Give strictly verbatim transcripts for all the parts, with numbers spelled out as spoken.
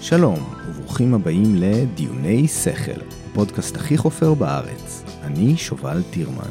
שלום, וברוכים הבאים לדיוני שכל, הפודקאסט הכי חופר בארץ. אני שובל טירמן.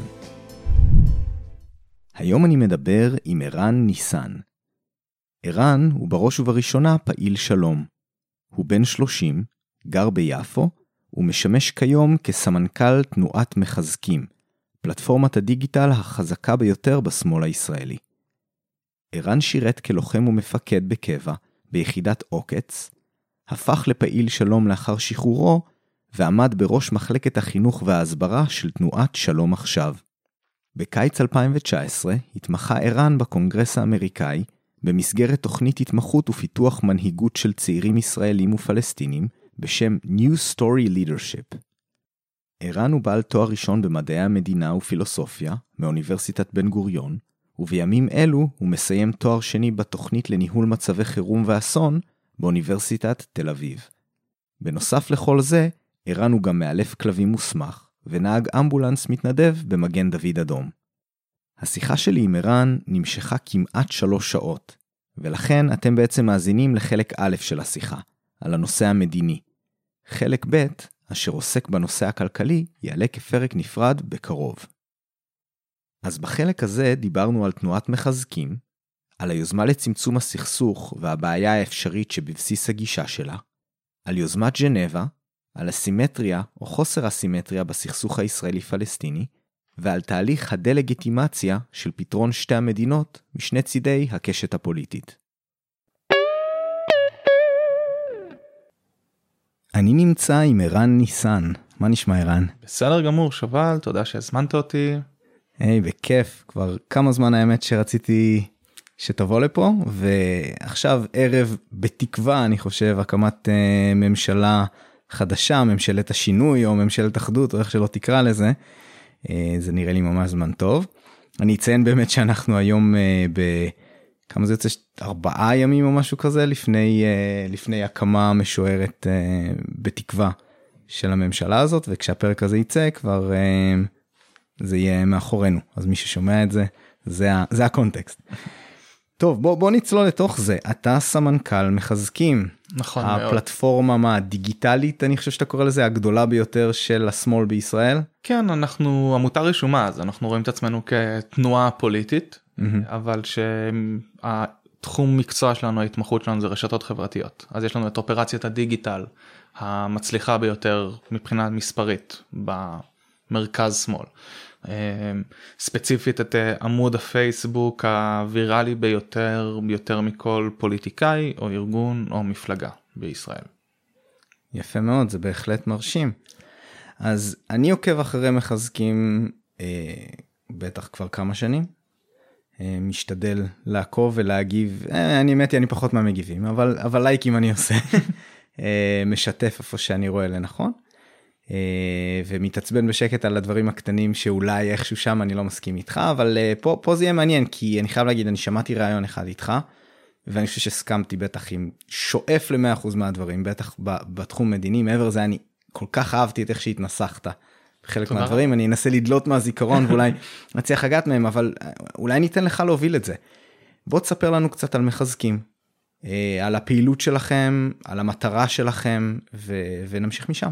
היום אני מדבר עם ערן ניסן. ערן הוא בראש ובראשונה פעיל שלום. הוא בן שלושים, גר ביפו, ומשמש כיום כסמנכ"ל תנועת מחזקים, פלטפורמת הדיגיטל החזקה ביותר בשמאל הישראלי. ערן שירת כלוחם ומפקד בקבע ביחידת עוקץ, הפך לפעיל שלום לאחר שחרורו, ועמד בראש מחלקת החינוך וההסברה של תנועת שלום עכשיו. בקיץ אלפיים תשע עשרה התמחה ערן בקונגרס האמריקאי, במסגרת תוכנית התמחות ופיתוח מנהיגות של צעירים ישראלים ופלסטינים, בשם New Story Leadership. ערן הוא בעל תואר ראשון במדעי המדינה ופילוסופיה, מאוניברסיטת בן גוריון, ובימים אלו הוא מסיים תואר שני בתוכנית לניהול מצבי חירום ואסון, באוניברסיטת תל אביב. בנוסף לכל זה, ערן הוא גם מאלף כלבים מוסמך, ונהג אמבולנס מתנדב במגן דוד אדום. השיחה שלי עם ערן נמשכה כמעט שלוש שעות, ולכן אתם בעצם מאזינים לחלק א' של השיחה, על הנושא המדיני. חלק ב', אשר עוסק בנושא הכלכלי, יעלה כפרק נפרד בקרוב. אז בחלק הזה דיברנו על תנועת מחזקים, על היוזמה לצמצום הסכסוך והבעיה האפשרית שבבסיס הגישה שלה, על יוזמת ז'נבה, על הסימטריה או חוסר הסימטריה בסכסוך הישראלי-פלסטיני, ועל תהליך הדלגיטימציה של פתרון שתי המדינות משני צידי הקשת הפוליטית. אני נמצא עם ערן ניסן. מה נשמע ערן? בסדר גמור, שובל, תודה שהזמנת אותי. היי, בכיף. כבר כמה זמן האמת שרציתי שתבוא לפה, ועכשיו ערב בתקווה, אני חושב, הקמת uh, ממשלה חדשה, ממשלת השינוי או ממשלת אחדות, או איך שלא תקרא לזה. Uh, זה נראה לי ממש זמן טוב. אני אציין באמת שאנחנו היום uh, ב... כמה זה יוצא? ארבעה ימים או משהו כזה, לפני, uh, לפני הקמה משוערת uh, בתקווה של הממשלה הזאת, וכשהפרק הזה יצא כבר uh, זה יהיה מאחורינו. אז מי ששומע את זה, זה, זה הקונטקסט. טוב, בוא, בוא נצלול לתוך זה. אתה סמנכ"ל מחזקים. נכון מאוד. הפלטפורמה מה, דיגיטלית, אני חושב שאתה קורא לזה, הגדולה ביותר של השמאל בישראל? כן, אנחנו עמותה רשומה, אז אנחנו רואים את עצמנו כתנועה פוליטית, mm-hmm. אבל שהתחום מקצוע שלנו, ההתמחות שלנו זה רשתות חברתיות. אז יש לנו את אופרציית הדיגיטל, המצליחה ביותר מבחינה מספרית במרכז שמאל. ספציפית את עמוד הפייסבוק הוויראלי ביותר, יותר מכל פוליטיקאי או ארגון או מפלגה בישראל. יפה מאוד, זה בהחלט מרשים. אז אני עוקב אחרי מחזקים אה, בטח כבר כמה שנים, אה, משתדל לעקוב ולהגיב, אה, אני אמיתי, אני פחות מהמגיבים, אבל, אבל לייקים אני עושה, אה, משתף איפה שאני רואה לנכון. ומתעצבן בשקט על הדברים הקטנים שאולי איכשהו שם אני לא מסכים איתך, אבל פה, פה זה יהיה מעניין, כי אני חייב להגיד, אני שמעתי רעיון אחד איתך, ואני חושב שסכמתי בטח עם שואף ל-מאה אחוז מהדברים, בטח בתחום מדיני, מעבר זה אני כל כך אהבתי את איך שהתנסחת בחלק מהדברים, אני אנסה לדלות מהזיכרון ואולי נצליח לגעת מהם, אבל אולי ניתן לך להוביל את זה. בוא תספר לנו קצת על מחזקים, על הפעילות שלכם, על המטרה שלכם, ו- ונמשיך משם.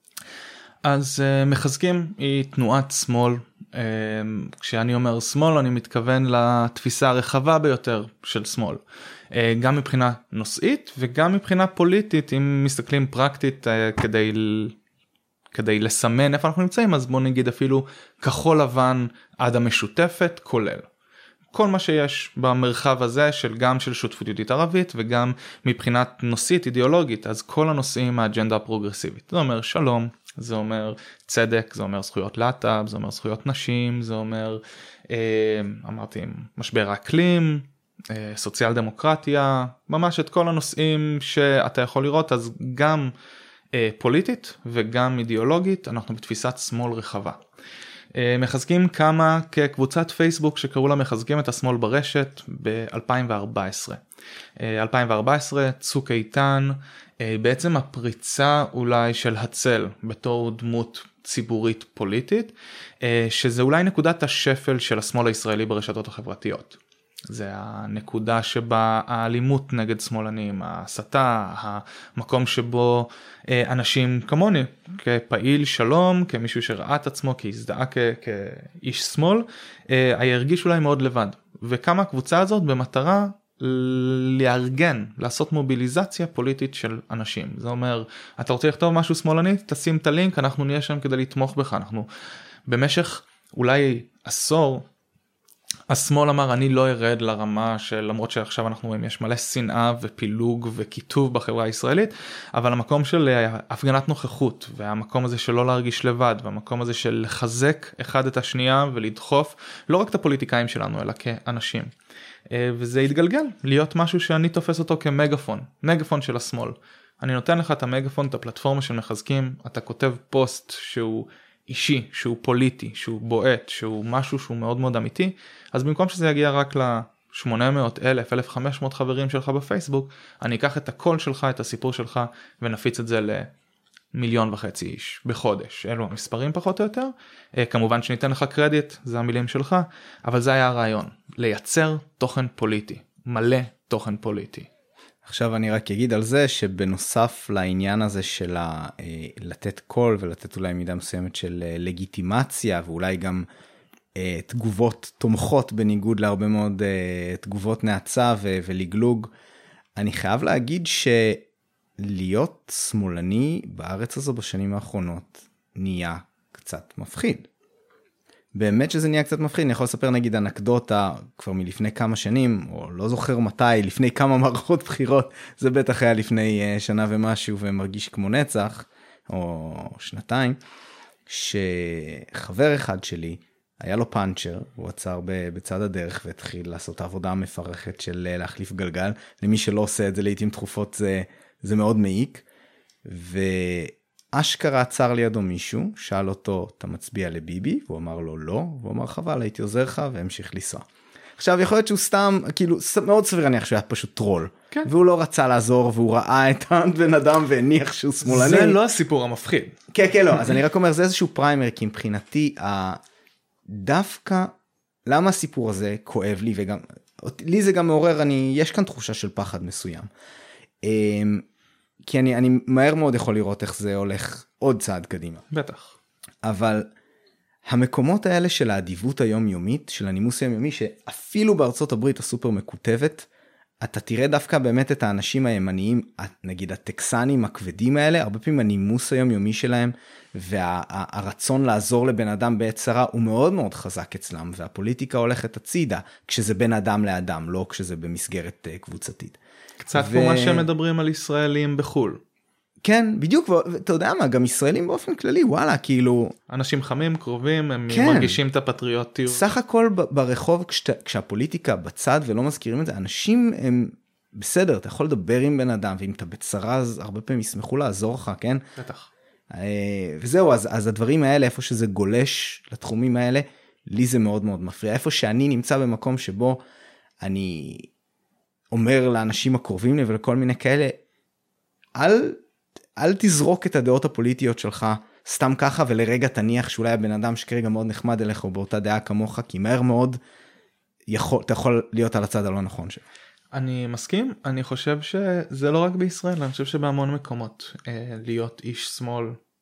אז uh, מחזקים היא תנועת שמאל, uh, כשאני אומר שמאל אני מתכוון לתפיסה הרחבה ביותר של שמאל, uh, גם מבחינה נושאית וגם מבחינה פוליטית, אם מסתכלים פרקטית uh, כדי, כדי לסמן איפה אנחנו נמצאים, אז בוא נגיד אפילו כחול לבן עד המשותפת כולל. כל מה שיש במרחב הזה של גם של שותפות יהודית ערבית וגם מבחינת נושאית אידיאולוגית, אז כל הנושאים מהאג'נדה הפרוגרסיבית, זה אומר שלום, זה אומר צדק, זה אומר זכויות להט"ב, זה אומר זכויות נשים, זה אומר, אה, אמרתי, משבר האקלים, אה, סוציאל דמוקרטיה, ממש את כל הנושאים שאתה יכול לראות, אז גם אה, פוליטית וגם אידיאולוגית, אנחנו בתפיסת שמאל רחבה. אה, מחזקים כמה כקבוצת פייסבוק שקראו לה מחזקים את השמאל ברשת ב-אלפיים וארבע עשרה. אה, אלפיים וארבע עשרה, צוק איתן, בעצם הפריצה אולי של הצל בתור דמות ציבורית פוליטית, שזה אולי נקודת השפל של השמאל הישראלי ברשתות החברתיות. זה הנקודה שבה האלימות נגד שמאלנים, ההסתה, המקום שבו אנשים כמוני, כפעיל שלום, כמישהו שראה את עצמו, כהזדהה כאיש שמאל, הרגיש אולי מאוד לבד. וכמה הקבוצה הזאת במטרה לארגן, לעשות מוביליזציה פוליטית של אנשים. זה אומר, אתה רוצה לכתוב משהו שמאלני, תשים את הלינק, אנחנו נהיה שם כדי לתמוך בך. אנחנו במשך אולי עשור, השמאל אמר, אני לא ארד לרמה של, למרות שעכשיו אנחנו רואים, יש מלא שנאה ופילוג וקיטוב בחברה הישראלית, אבל המקום של הפגנת נוכחות, והמקום הזה של לא להרגיש לבד, והמקום הזה של לחזק אחד את השנייה ולדחוף, לא רק את הפוליטיקאים שלנו, אלא כאנשים. וזה יתגלגל, להיות משהו שאני תופס אותו כמגפון, מגפון של השמאל. אני נותן לך את המגפון, את הפלטפורמה של מחזקים, אתה כותב פוסט שהוא אישי, שהוא פוליטי, שהוא בועט, שהוא משהו שהוא מאוד מאוד אמיתי, אז במקום שזה יגיע רק ל-שמונה מאות אלף, אלף וחמש מאות חברים שלך בפייסבוק, אני אקח את הקול שלך, את הסיפור שלך, ונפיץ את זה למיליון וחצי איש בחודש. אלו המספרים פחות או יותר. כמובן שניתן לך קרדיט, זה המילים שלך, אבל זה היה הרעיון, לייצר תוכן פוליטי, מלא תוכן פוליטי. עכשיו אני רק אגיד על זה שבנוסף לעניין הזה של לתת קול ולתת אולי מידה מסוימת של לגיטימציה ואולי גם תגובות תומכות בניגוד להרבה מאוד תגובות נאצה ולגלוג, אני חייב להגיד שלהיות שמאלני בארץ הזו בשנים האחרונות נהיה קצת מפחיד. באמת שזה נהיה קצת מפחיד, אני יכול לספר נגיד אנקדוטה כבר מלפני כמה שנים, או לא זוכר מתי, לפני כמה מערכות בחירות, זה בטח היה לפני שנה ומשהו ומרגיש כמו נצח, או שנתיים, שחבר אחד שלי, היה לו פאנצ'ר, הוא עצר בצד הדרך והתחיל לעשות העבודה המפרכת של להחליף גלגל, למי שלא עושה את זה לעתים תכופות זה, זה מאוד מעיק, ו... אשכרה עצר לידו מישהו, שאל אותו, אתה מצביע לביבי? והוא אמר לו לא, והוא אמר חבל, הייתי עוזר לך, והמשיך לנסוע. עכשיו יכול להיות שהוא סתם, כאילו, מאוד סביר אני חושב שהוא היה פשוט טרול, כן. והוא לא רצה לעזור, והוא ראה את הבן אדם והניח שהוא שמאלני. זה לא הסיפור המפחיד. כן, כן, לא, אז אני רק אומר, זה איזשהו פריימר, כי מבחינתי, דווקא, למה הסיפור הזה כואב לי, וגם, לי זה גם מעורר, אני, יש כאן תחושה של פחד מסוים. כי אני, אני מהר מאוד יכול לראות איך זה הולך עוד צעד קדימה. בטח. אבל המקומות האלה של האדיבות היומיומית, של הנימוס היומיומי, שאפילו בארצות הברית הסופר מקוטבת, אתה תראה דווקא באמת את האנשים הימניים, נגיד הטקסנים הכבדים האלה, הרבה פעמים הנימוס היומיומי שלהם, והרצון לעזור לבן אדם בעת צרה, הוא מאוד מאוד חזק אצלם, והפוליטיקה הולכת הצידה, כשזה בין אדם לאדם, לא כשזה במסגרת קבוצתית. קצת ו... כמו מה שמדברים על ישראלים בחול. כן, בדיוק, ואתה יודע מה, גם ישראלים באופן כללי, וואלה, כאילו... אנשים חמים, קרובים, הם כן. מרגישים את הפטריוטיות. סך הכל ברחוב, כשת, כשהפוליטיקה בצד ולא מזכירים את זה, אנשים הם בסדר, אתה יכול לדבר עם בן אדם, ואם אתה בצרה, אז הרבה פעמים ישמחו לעזור לך, כן? בטח. וזהו, אז, אז הדברים האלה, איפה שזה גולש לתחומים האלה, לי זה מאוד מאוד מפריע. איפה שאני נמצא במקום שבו אני... אומר לאנשים הקרובים לי ולכל מיני כאלה, אל, אל תזרוק את הדעות הפוליטיות שלך סתם ככה, ולרגע תניח שאולי הבן אדם שכרגע מאוד נחמד אליך, או באותה דעה כמוך, כי מהר מאוד יכול, אתה יכול להיות על הצד הלא נכון שלך. אני מסכים, אני חושב שזה לא רק בישראל, אני חושב שבהמון מקומות להיות איש שמאל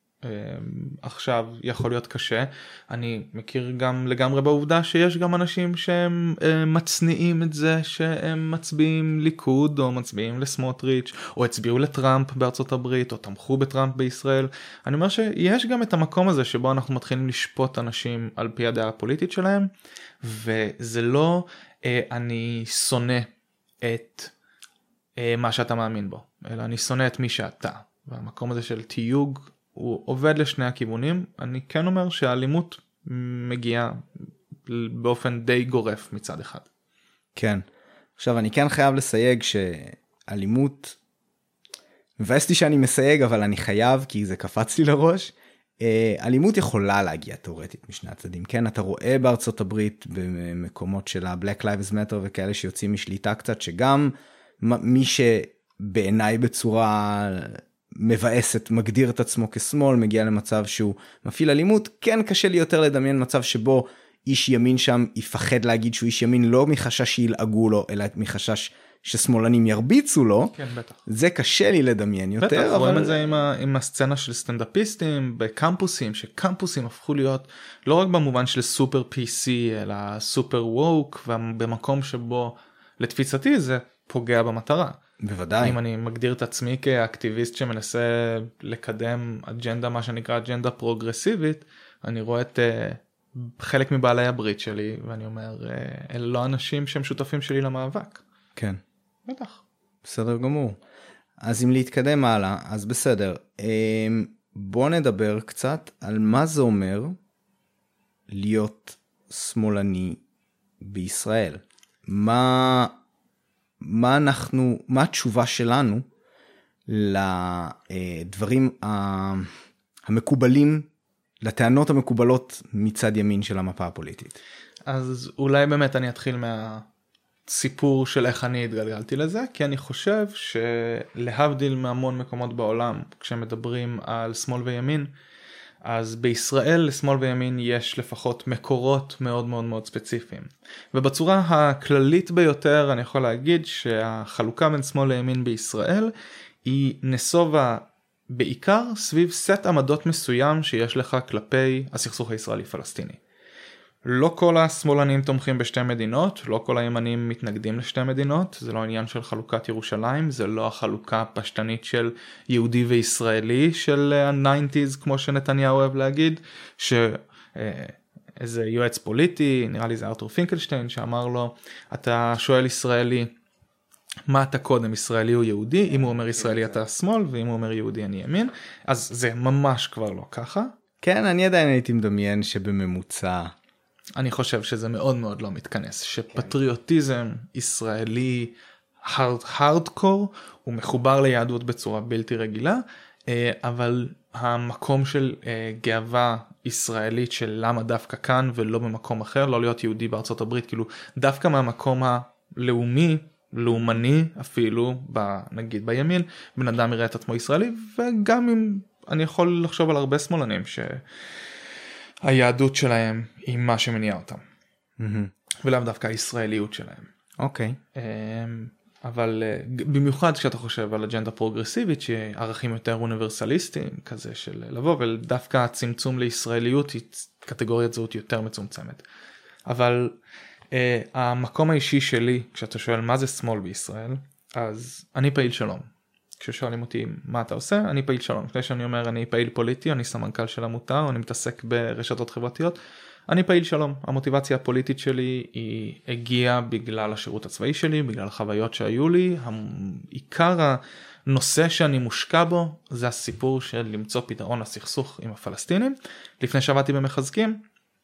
עכשיו יכול להיות קשה. אני מכיר גם לגמרי בעובדה שיש גם אנשים שהם מצניעים את זה שהם מצביעים ליכוד או מצביעים לסמוטריץ' או הצביעו לטראמפ בארצות הברית או תמכו בטראמפ בישראל. אני אומר שיש גם את המקום הזה שבו אנחנו מתחילים לשפוט אנשים על פי הדעה הפוליטית שלהם, וזה לא אני שונא את מה שאתה מאמין בו, אלא אני שונא את מי שאתה. והמקום הזה של תיוג הוא עובד לשני הכיוונים. אני כן אומר שהאלימות מגיעה באופן די גורף מצד אחד. כן. עכשיו אני כן חייב לסייג שאלימות, מבאס לי שאני מסייג, אבל אני חייב כי זה קפץ לי לראש. אלימות יכולה להגיע תיאורטית משני הצדדים. כן, אתה רואה בארצות הברית במקומות של ה-Black Lives Matter וכאלה שיוצאים משליטה קצת, שגם מי שבעיניי בצורה מבאסת, מגדיר את עצמו כשמאל, מגיע למצב שהוא מפעיל אלימות. כן, קשה לי יותר לדמיין מצב שבו איש ימין שם יפחד להגיד שהוא איש ימין, לא מחשש שילעגו לו, אלא מחשש ששמאלנים ירביצו לו. כן, בטח. זה קשה לי לדמיין יותר. בטח, אבל... רואים את זה עם, ה, עם הסצנה של סטנדאפיסטים בקמפוסים, שקמפוסים הפכו להיות לא רק במובן של סופר פי סי, אלא סופר ווק, ובמקום שבו לתפיסתי זה פוגע במטרה. בוודאי. אם אני מגדיר את עצמי כאקטיביסט שמנסה לקדם אג'נדה, מה שנקרא אג'נדה פרוגרסיבית, אני רואה את uh, חלק מבעלי הברית שלי, ואני אומר, uh, אלה לא אנשים שהם שותפים שלי למאבק. כן. בטח. בסדר גמור. אז אם להתקדם הלאה, אז בסדר. בוא נדבר קצת על מה זה אומר להיות שמאלני בישראל. מה, מה אנחנו, מה התשובה שלנו לדברים המקובלים, לטענות המקובלות מצד ימין של המפה הפוליטית? אז אולי באמת אני אתחיל מה... סיפור של איך אני התגלגלתי לזה, כי אני חושב שלהבדיל מהמון מקומות בעולם, כשמדברים על שמאל וימין, אז בישראל לשמאל וימין יש לפחות מקורות מאוד מאוד מאוד ספציפיים. ובצורה הכללית ביותר אני יכול להגיד שהחלוקה בין שמאל לימין בישראל היא נסובה בעיקר סביב סט עמדות מסוים שיש לך כלפי הסכסוך הישראלי-פלסטיני. לא כל השמאלנים תומכים בשתי מדינות, לא כל הימנים מתנגדים לשתי מדינות, זה לא עניין של חלוקת ירושלים, זה לא החלוקה הפשטנית של יהודי וישראלי של ה-תשעים כמו שנתניהו אוהב להגיד, שאיזה יועץ פוליטי, נראה לי זה ארתור פינקלשטיין, שאמר לו, אתה שואל ישראלי, מה אתה קודם, ישראלי או יהודי? אם הוא אומר ישראלי אתה שמאל, ואם הוא אומר יהודי אני ימין, אז זה ממש כבר לא ככה. כן, אני עדיין הייתי מדמיין שבממוצע... אני חושב שזה מאוד מאוד לא מתכנס, שפטריוטיזם ישראלי הארדקור הוא מחובר ליהדות בצורה בלתי רגילה, אבל המקום של גאווה ישראלית של למה דווקא כאן ולא במקום אחר, לא להיות יהודי בארצות הברית, כאילו דווקא מהמקום הלאומי, לאומני אפילו, נגיד בימין, בן אדם יראה את עצמו ישראלי, וגם אם אני יכול לחשוב על הרבה שמאלנים ש... היהדות שלהם היא מה שמניע אותם. Mm-hmm. ולאו דווקא הישראליות שלהם. אוקיי. Okay. אבל במיוחד כשאתה חושב על אג'נדה פרוגרסיבית, שערכים יותר אוניברסליסטיים, כזה של לבוא, ודווקא הצמצום לישראליות היא קטגוריית זהות יותר מצומצמת. אבל uh, המקום האישי שלי, כשאתה שואל מה זה שמאל בישראל, אז אני פעיל שלום. כששואלים אותי מה אתה עושה, אני פעיל שלום. לפני שאני אומר אני פעיל פוליטי, אני סמנכ"ל של עמותה, או אני מתעסק ברשתות חברתיות, אני פעיל שלום. המוטיבציה הפוליטית שלי היא הגיעה בגלל השירות הצבאי שלי, בגלל החוויות שהיו לי. עיקר הנושא שאני מושקע בו, זה הסיפור של למצוא פתרון לסכסוך עם הפלסטינים. לפני שעבדתי במחזקים,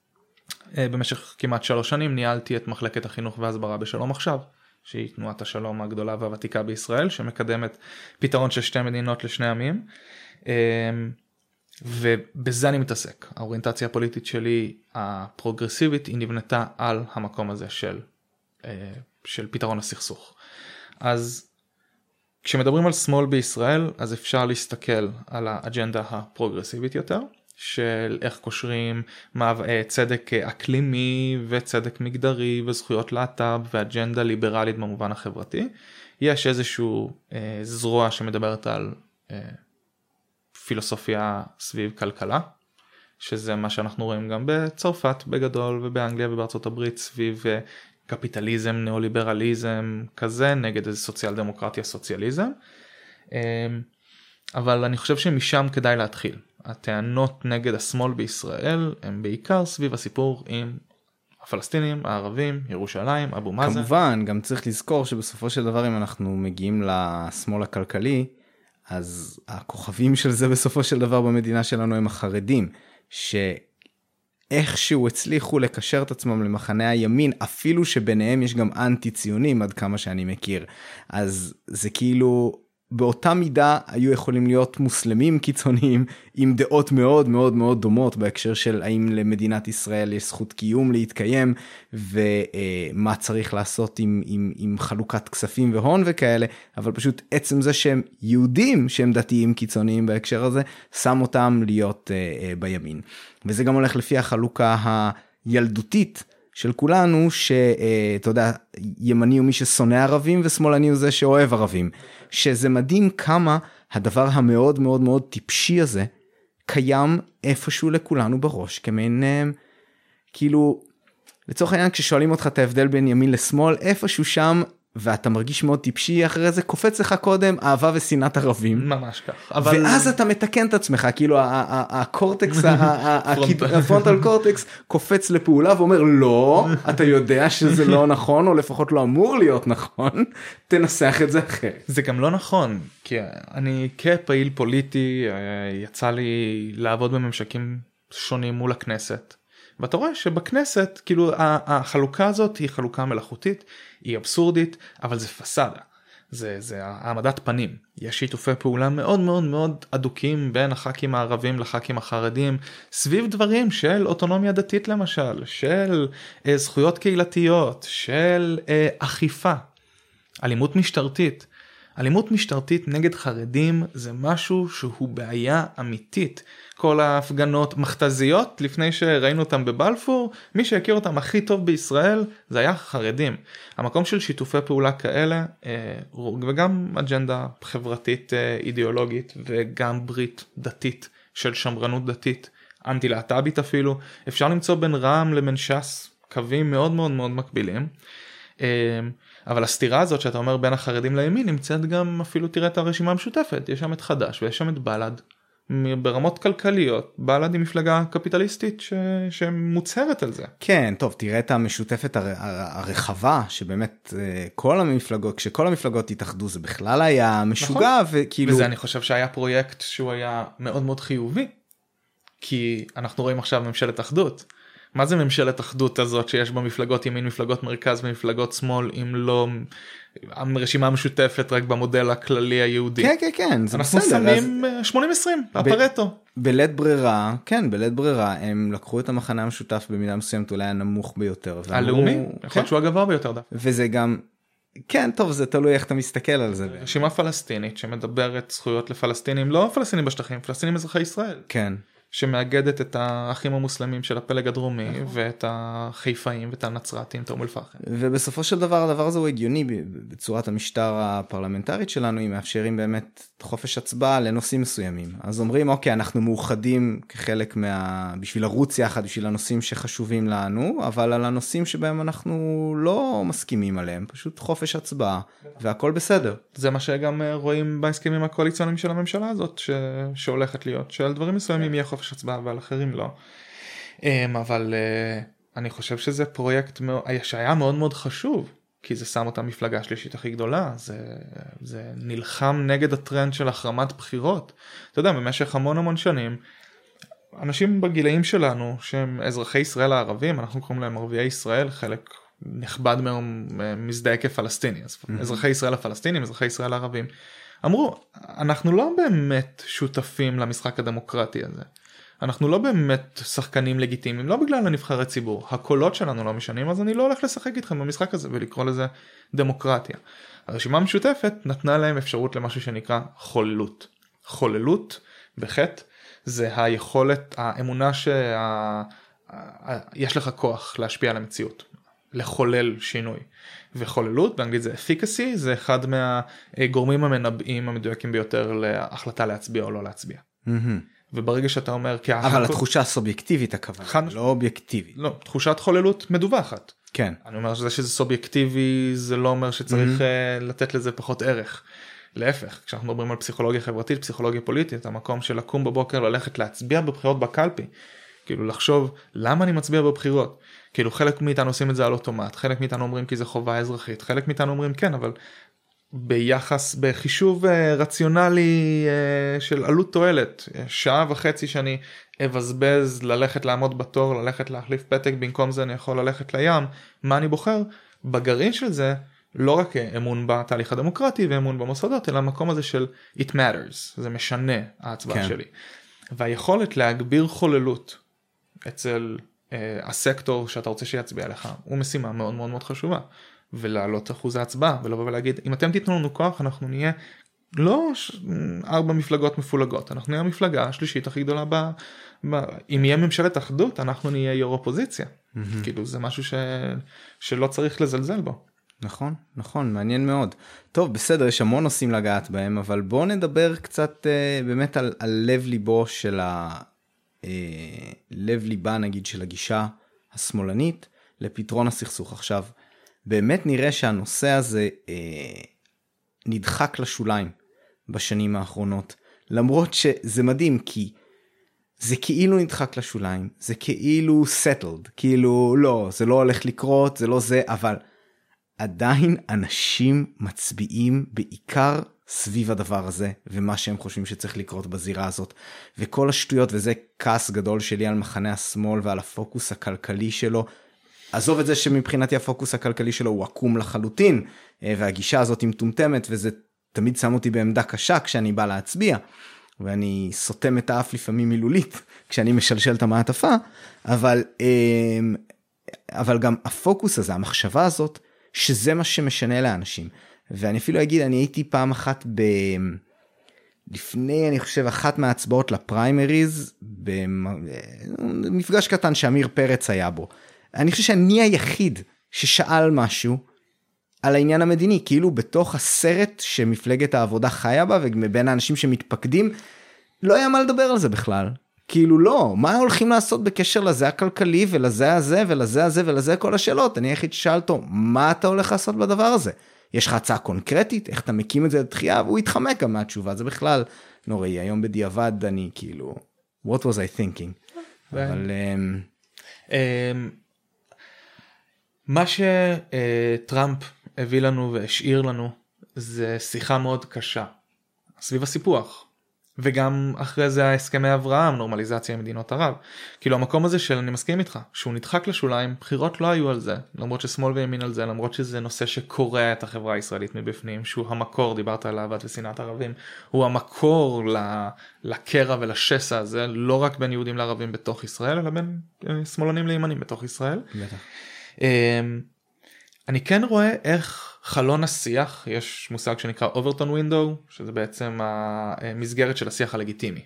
במשך כמעט שלוש שנים ניהלתי את מחלקת החינוך והסברה בשלום עכשיו. שהיא תנועת השלום הגדולה והוותיקה בישראל, שמקדמת פתרון של שתי מדינות לשני עמים, ובזה אני מתעסק. האוריינטציה הפוליטית שלי, הפרוגרסיבית, היא נבנתה על המקום הזה של, של פתרון הסכסוך. אז כשמדברים על שמאל בישראל, אז אפשר להסתכל על האג'נדה הפרוגרסיבית יותר, של איך קושרים צדק אקלימי וצדק מגדרי וזכויות להט"ב ואג'נדה ליברלית במובן החברתי. יש איזשהו אה, זרוע שמדברת על אה, פילוסופיה סביב כלכלה, שזה מה שאנחנו רואים גם בצרפת בגדול ובאנגליה ובארצות הברית, סביב אה, קפיטליזם, ניאו-ליברליזם כזה, נגד איזה סוציאל דמוקרטיה, סוציאליזם. אה, אבל אני חושב שמשם כדאי להתחיל. הטענות נגד השמאל בישראל הם בעיקר סביב הסיפור עם הפלסטינים, הערבים, ירושלים, אבו מאזן. כמובן, גם צריך לזכור שבסופו של דבר אם אנחנו מגיעים לשמאל הכלכלי, אז הכוכבים של זה בסופו של דבר במדינה שלנו הם החרדים, שאיכשהו הצליחו לקשר את עצמם למחנה הימין, אפילו שביניהם יש גם אנטי ציונים עד כמה שאני מכיר. אז זה כאילו... באותה מידה היו יכולים להיות מוסלמים קיצוניים עם דעות מאוד מאוד מאוד דומות בהקשר של האם למדינת ישראל יש זכות קיום להתקיים ומה צריך לעשות עם, עם, עם חלוקת כספים והון וכאלה, אבל פשוט עצם זה שהם יהודים שהם דתיים קיצוניים בהקשר הזה, שם אותם להיות uh, uh, בימין. וזה גם הולך לפי החלוקה ילדותית של כולנו, שאתה יודע, ימני הוא מי ששונא ערבים, ושמאלני הוא זה שאוהב ערבים. שזה מדהים כמה הדבר המאוד מאוד מאוד טיפשי הזה, קיים איפשהו לכולנו בראש, כמין, כאילו, לצורך העניין, כששואלים אותך את ההבדל בין ימין לשמאל, איפשהו שם, ואתה מרגיש מאוד טיפשי, אחרי זה קופץ לך קודם אהבה ושנאת ערבים. ממש כך. אבל... ואז אתה מתקן את עצמך, כאילו הקורטקס, הפרונטל קורטקס, קופץ לפעולה ואומר, לא, אתה יודע שזה לא נכון, או לפחות לא אמור להיות נכון, תנסח את זה אחרת. זה גם לא נכון, כי אני כפעיל פוליטי, יצא לי לעבוד בממשקים שונים מול הכנסת, ואתה רואה שבכנסת, כאילו, החלוקה הזאת היא חלוקה מלאכותית, היא אבסורדית, אבל זה פסאדה. זה, זה העמדת פנים. יש שיתופי פעולה מאוד מאוד מאוד אדוקים בין הח"כים הערבים לח"כים החרדים, סביב דברים של אוטונומיה דתית למשל, של אה, זכויות קהילתיות, של אה, אכיפה, אלימות משטרתית. אלימות משטרתית נגד חרדים זה משהו שהוא בעיה אמיתית. כל ההפגנות מכתזיות, לפני שראינו אותם בבלפור, מי שהכיר אותם הכי טוב בישראל, זה היה חרדים. המקום של שיתופי פעולה כאלה, וגם אג'נדה חברתית אידיאולוגית, וגם ברית דתית של שמרנות דתית, אנטי-להט"בית אפילו, אפשר למצוא בין רע"מ לבין ש"ס, קווים מאוד מאוד מאוד מקבילים. אבל הסתירה הזאת שאתה אומר בין החרדים לימין, נמצאת גם אפילו, תראה את הרשימה המשותפת, יש שם את חד"ש ויש שם את בל"ד, ברמות כלכליות, בל"ד היא מפלגה קפיטליסטית ש... שמוצהרת על זה. כן, טוב, תראה את המשותפת הר... הרחבה, שבאמת כל המפלגות, כשכל המפלגות התאחדו, זה בכלל היה משוגע, נכון. וכאילו... וזה אני חושב שהיה פרויקט שהוא היה מאוד מאוד חיובי, כי אנחנו רואים עכשיו ממשלת אחדות. מה זה ממשלת אחדות הזאת שיש בה מפלגות ימין, מפלגות מרכז ומפלגות שמאל, אם לא הרשימה המשותפת רק במודל הכללי היהודי? כן, כן, כן, זה אנחנו בסדר. שמים שמונים עשרים, הפרטו. בלית ברירה, כן, בלית ברירה, הם לקחו את המחנה המשותף במידה מסוימת, אולי הנמוך ביותר. הלאומי? יכול להיות שהוא הגבוה ביותר. וזה גם, כן, טוב, זה תלוי איך אתה מסתכל על זה. רשימה פלסטינית שמדברת זכויות לפלסטינים, לא פלסטינים בשטחים, פלסטינים אזרחי ישראל. כן. שמאגדת את האחים המוסלמים של הפלג הדרומי, ואת החיפאים ואת הנצרתים, את אום אל-פחם. ובסופו של דבר, הדבר הזה הוא הגיוני בצורת המשטר הפרלמנטרית שלנו, אם מאפשרים באמת חופש הצבעה לנושאים מסוימים. אז אומרים, אוקיי, אנחנו מאוחדים כחלק מה... בשביל לרוץ יחד, בשביל הנושאים שחשובים לנו, אבל על הנושאים שבהם אנחנו לא מסכימים עליהם, פשוט חופש הצבעה, והכל בסדר. זה מה שגם רואים בהסכמים הקואליציוניים של הממשלה הזאת, ש... שהולכת להיות, שעל דברים מסוימים יהיה חופש הצבעה ועל אחרים לא. אבל אני חושב שזה פרויקט שהיה מאוד מאוד חשוב, כי זה שם אותה מפלגה שלישית הכי גדולה, זה, זה נלחם נגד הטרנד של החרמת בחירות. אתה יודע, במשך המון המון שנים, אנשים בגילאים שלנו, שהם אזרחי ישראל הערבים, אנחנו קוראים להם ערביי ישראל, חלק נכבד מהם מזדהה כפלסטיני, אז mm-hmm. אזרחי ישראל הפלסטינים, אזרחי ישראל הערבים, אמרו, אנחנו לא באמת שותפים למשחק הדמוקרטי הזה. אנחנו לא באמת שחקנים לגיטימיים, לא בגלל הנבחרי ציבור. הקולות שלנו לא משנים, אז אני לא הולך לשחק איתכם במשחק הזה ולקרוא לזה דמוקרטיה. הרשימה המשותפת נתנה להם אפשרות למשהו שנקרא חוללות. חוללות, בחטא, זה היכולת, האמונה שיש לך כוח להשפיע על המציאות, לחולל שינוי. וחוללות, באנגלית זה efficacy, זה אחד מהגורמים המנבאים המדויקים ביותר להחלטה להצביע או לא להצביע. וברגע שאתה אומר... אבל התחושה הסובייקטיבית הכוונה, לא אובייקטיבית. לא, תחושת חוללות מדווחת. כן. אני אומר שזה שזה סובייקטיבי, זה לא אומר שצריך לתת לזה פחות ערך. להפך, כשאנחנו מדברים על פסיכולוגיה חברתית, פסיכולוגיה פוליטית, המקום של לקום בבוקר ללכת להצביע בבחירות בקלפי, כאילו לחשוב למה אני מצביע בבחירות. כאילו חלק מאיתנו עושים את זה על אוטומט, חלק מאיתנו אומרים כי זה חובה אזרחית, חלק מאיתנו אומרים כן, אבל ביחס, בחישוב רציונלי של עלות תועלת, שעה וחצי שאני אבזבז ללכת לעמוד בתור, ללכת להחליף פתק, במקום זה אני יכול ללכת לים, מה אני בוחר? בגרעין של זה, לא רק אמון בתהליך הדמוקרטי ואמון במוסדות, אלא המקום הזה של it matters, זה משנה ההצבעה כן. שלי. והיכולת להגביר חוללות אצל אה, הסקטור שאתה רוצה שיצביע לך, הוא משימה מאוד מאוד מאוד חשובה. ולהעלות אחוז ההצבעה, ולבוא ולהגיד, אם אתם תיתנו לנו כוח, אנחנו נהיה לא ש... ארבע מפלגות מפולגות, אנחנו נהיה המפלגה השלישית הכי גדולה ב... ב... אם יהיה ממשלת אחדות, אנחנו נהיה יו"ר אופוזיציה. Mm-hmm. כאילו זה משהו ש... שלא צריך לזלזל בו. נכון, נכון, מעניין מאוד. טוב, בסדר, יש המון נושאים לגעת בהם, אבל בואו נדבר קצת אה, באמת על, על לב ליבו של ה... אה, לב ליבה נגיד של הגישה השמאלנית לפתרון הסכסוך. עכשיו, באמת נראה שהנושא הזה אה, נדחק לשוליים בשנים האחרונות, למרות שזה מדהים, כי זה כאילו נדחק לשוליים, זה כאילו settled, כאילו לא, זה לא הולך לקרות, זה לא זה, אבל עדיין אנשים מצביעים בעיקר סביב הדבר הזה, ומה שהם חושבים שצריך לקרות בזירה הזאת, וכל השטויות, וזה כעס גדול שלי על מחנה השמאל ועל הפוקוס הכלכלי שלו. עזוב את זה שמבחינתי הפוקוס הכלכלי שלו הוא עקום לחלוטין, והגישה הזאת היא מטומטמת, וזה תמיד שם אותי בעמדה קשה כשאני בא להצביע, ואני סותם את האף לפעמים מילולית, כשאני משלשל את המעטפה, אבל, אבל גם הפוקוס הזה, המחשבה הזאת, שזה מה שמשנה לאנשים. ואני אפילו אגיד, אני הייתי פעם אחת ב... לפני, אני חושב, אחת מההצבעות לפריימריז, במפגש קטן שאמיר פרץ היה בו. אני חושב שאני היחיד ששאל משהו על העניין המדיני, כאילו בתוך הסרט שמפלגת העבודה חיה בה, ומבין האנשים שמתפקדים, לא היה מה לדבר על זה בכלל. כאילו לא, מה הולכים לעשות בקשר לזה הכלכלי, ולזה הזה, ולזה הזה, ולזה כל השאלות? אני היחיד ששאל אותו, מה אתה הולך לעשות בדבר הזה? יש לך הצעה קונקרטית? איך אתה מקים את זה לתחייה? והוא התחמק גם מהתשובה, זה בכלל נוראי. היום בדיעבד אני כאילו, what was I thinking? אבל... מה שטראמפ הביא לנו והשאיר לנו, זה שיחה מאוד קשה, סביב הסיפוח. וגם אחרי זה ההסכמי אברהם, נורמליזציה עם מדינות ערב. כאילו המקום הזה של, אני מסכים איתך, שהוא נדחק לשוליים, בחירות לא היו על זה, למרות ששמאל וימין על זה, למרות שזה נושא שקורע את החברה הישראלית מבפנים, שהוא המקור, דיברת על אהבת ושנאת ערבים, הוא המקור לקרע ולשסע הזה, לא רק בין יהודים לערבים בתוך ישראל, אלא בין שמאלנים לימנים בתוך ישראל. בטח. אני כן רואה איך חלון השיח, יש מושג שנקרא Overton Window, שזה בעצם המסגרת של השיח הלגיטימי,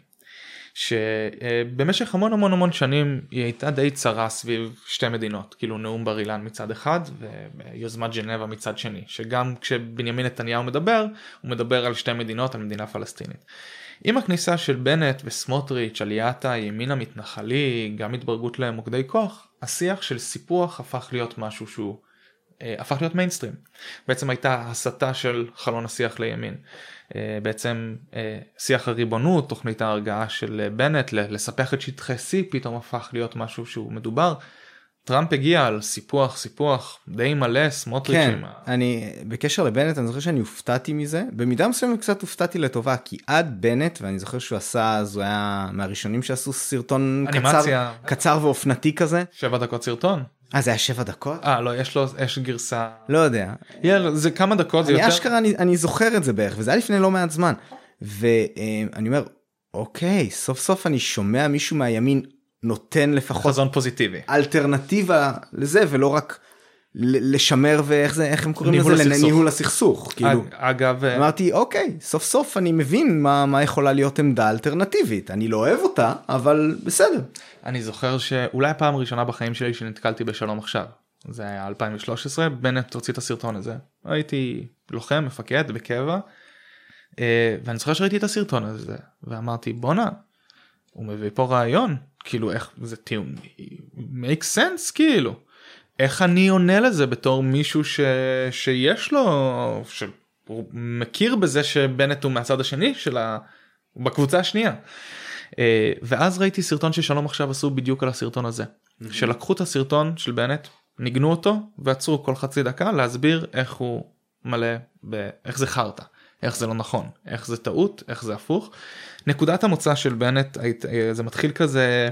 שבמשך המון המון המון שנים היא הייתה די צרה סביב שתי מדינות, כאילו נאום בר אילן מצד אחד ויוזמת ג'נבה מצד שני, שגם כשבנימין נתניהו מדבר, הוא מדבר על שתי מדינות, על מדינה פלסטינית. עם הכניסה של בנט וסמוטריץ', עליית הימין המתנחלי, גם התברגות למוקדי כוח, השיח של סיפוח הפך להיות משהו שהוא הפך להיות מיינסטרים. בעצם הייתה הסתה של חלון השיח לימין. בעצם שיח הריבונות, תוכנית ההרגעה של בנט, לספח את שטחי C, פתאום הפך להיות משהו שהוא מדובר. טראמפ הגיע על סיפוח, סיפוח די מלא, סמוטריץ'. כן, אני, בקשר לבנט, אני זוכר שאני הופתעתי מזה, במידה מסוימת קצת הופתעתי לטובה, כי עד בנט, ואני זוכר שהוא עשה, אז הוא היה מהראשונים שעשו סרטון קצר, קצר ואופנתי כזה. שבע דקות סרטון. אה, זה היה שבע דקות? אה, לא, יש לו, יש גרסה. לא יודע. זה כמה דקות, זה יותר. אני אשכרה, אני, אני זוכר את זה בערך, וזה היה לפני לא מעט זמן. ואני אומר, אוקיי, סוף סוף אני שומע מישהו מהימין נותן לפחות חזון פוזיטיבי. אלטרנטיבה לזה, ולא רק לשמר ואיך זה, איך הם קוראים לזה? לניהול הסכסוך. כאילו, אגב, אמרתי, אוקיי, סוף סוף אני מבין מה, מה יכולה להיות עמדה אלטרנטיבית. אני לא אוהב אותה, אבל בסדר. אני זוכר שאולי הפעם הראשונה בחיים שלי שנתקלתי בשלום עכשיו. זה היה אלפיים ושלוש עשרה, בנט הוציא את הסרטון הזה. הייתי לוחם, מפקד, בקבע, ואני זוכר שראיתי את הסרטון הזה, ואמרתי, בונה, הוא מביא פה רעיון, כאילו איך זה טיעון, make sense כאילו, איך אני עונה לזה בתור מישהו ש... שיש לו, שהוא מכיר בזה שבנט הוא מהצד השני של ה... בקבוצה השנייה. ואז ראיתי סרטון ששלום עכשיו עשו בדיוק על הסרטון הזה, שלקחו את הסרטון של בנט, ניגנו אותו ועצרו כל חצי דקה להסביר איך הוא מלא, ב... איך זה חרטה, איך זה לא נכון, איך זה טעות, איך זה הפוך. נקודת המוצא של בנט, זה מתחיל כזה,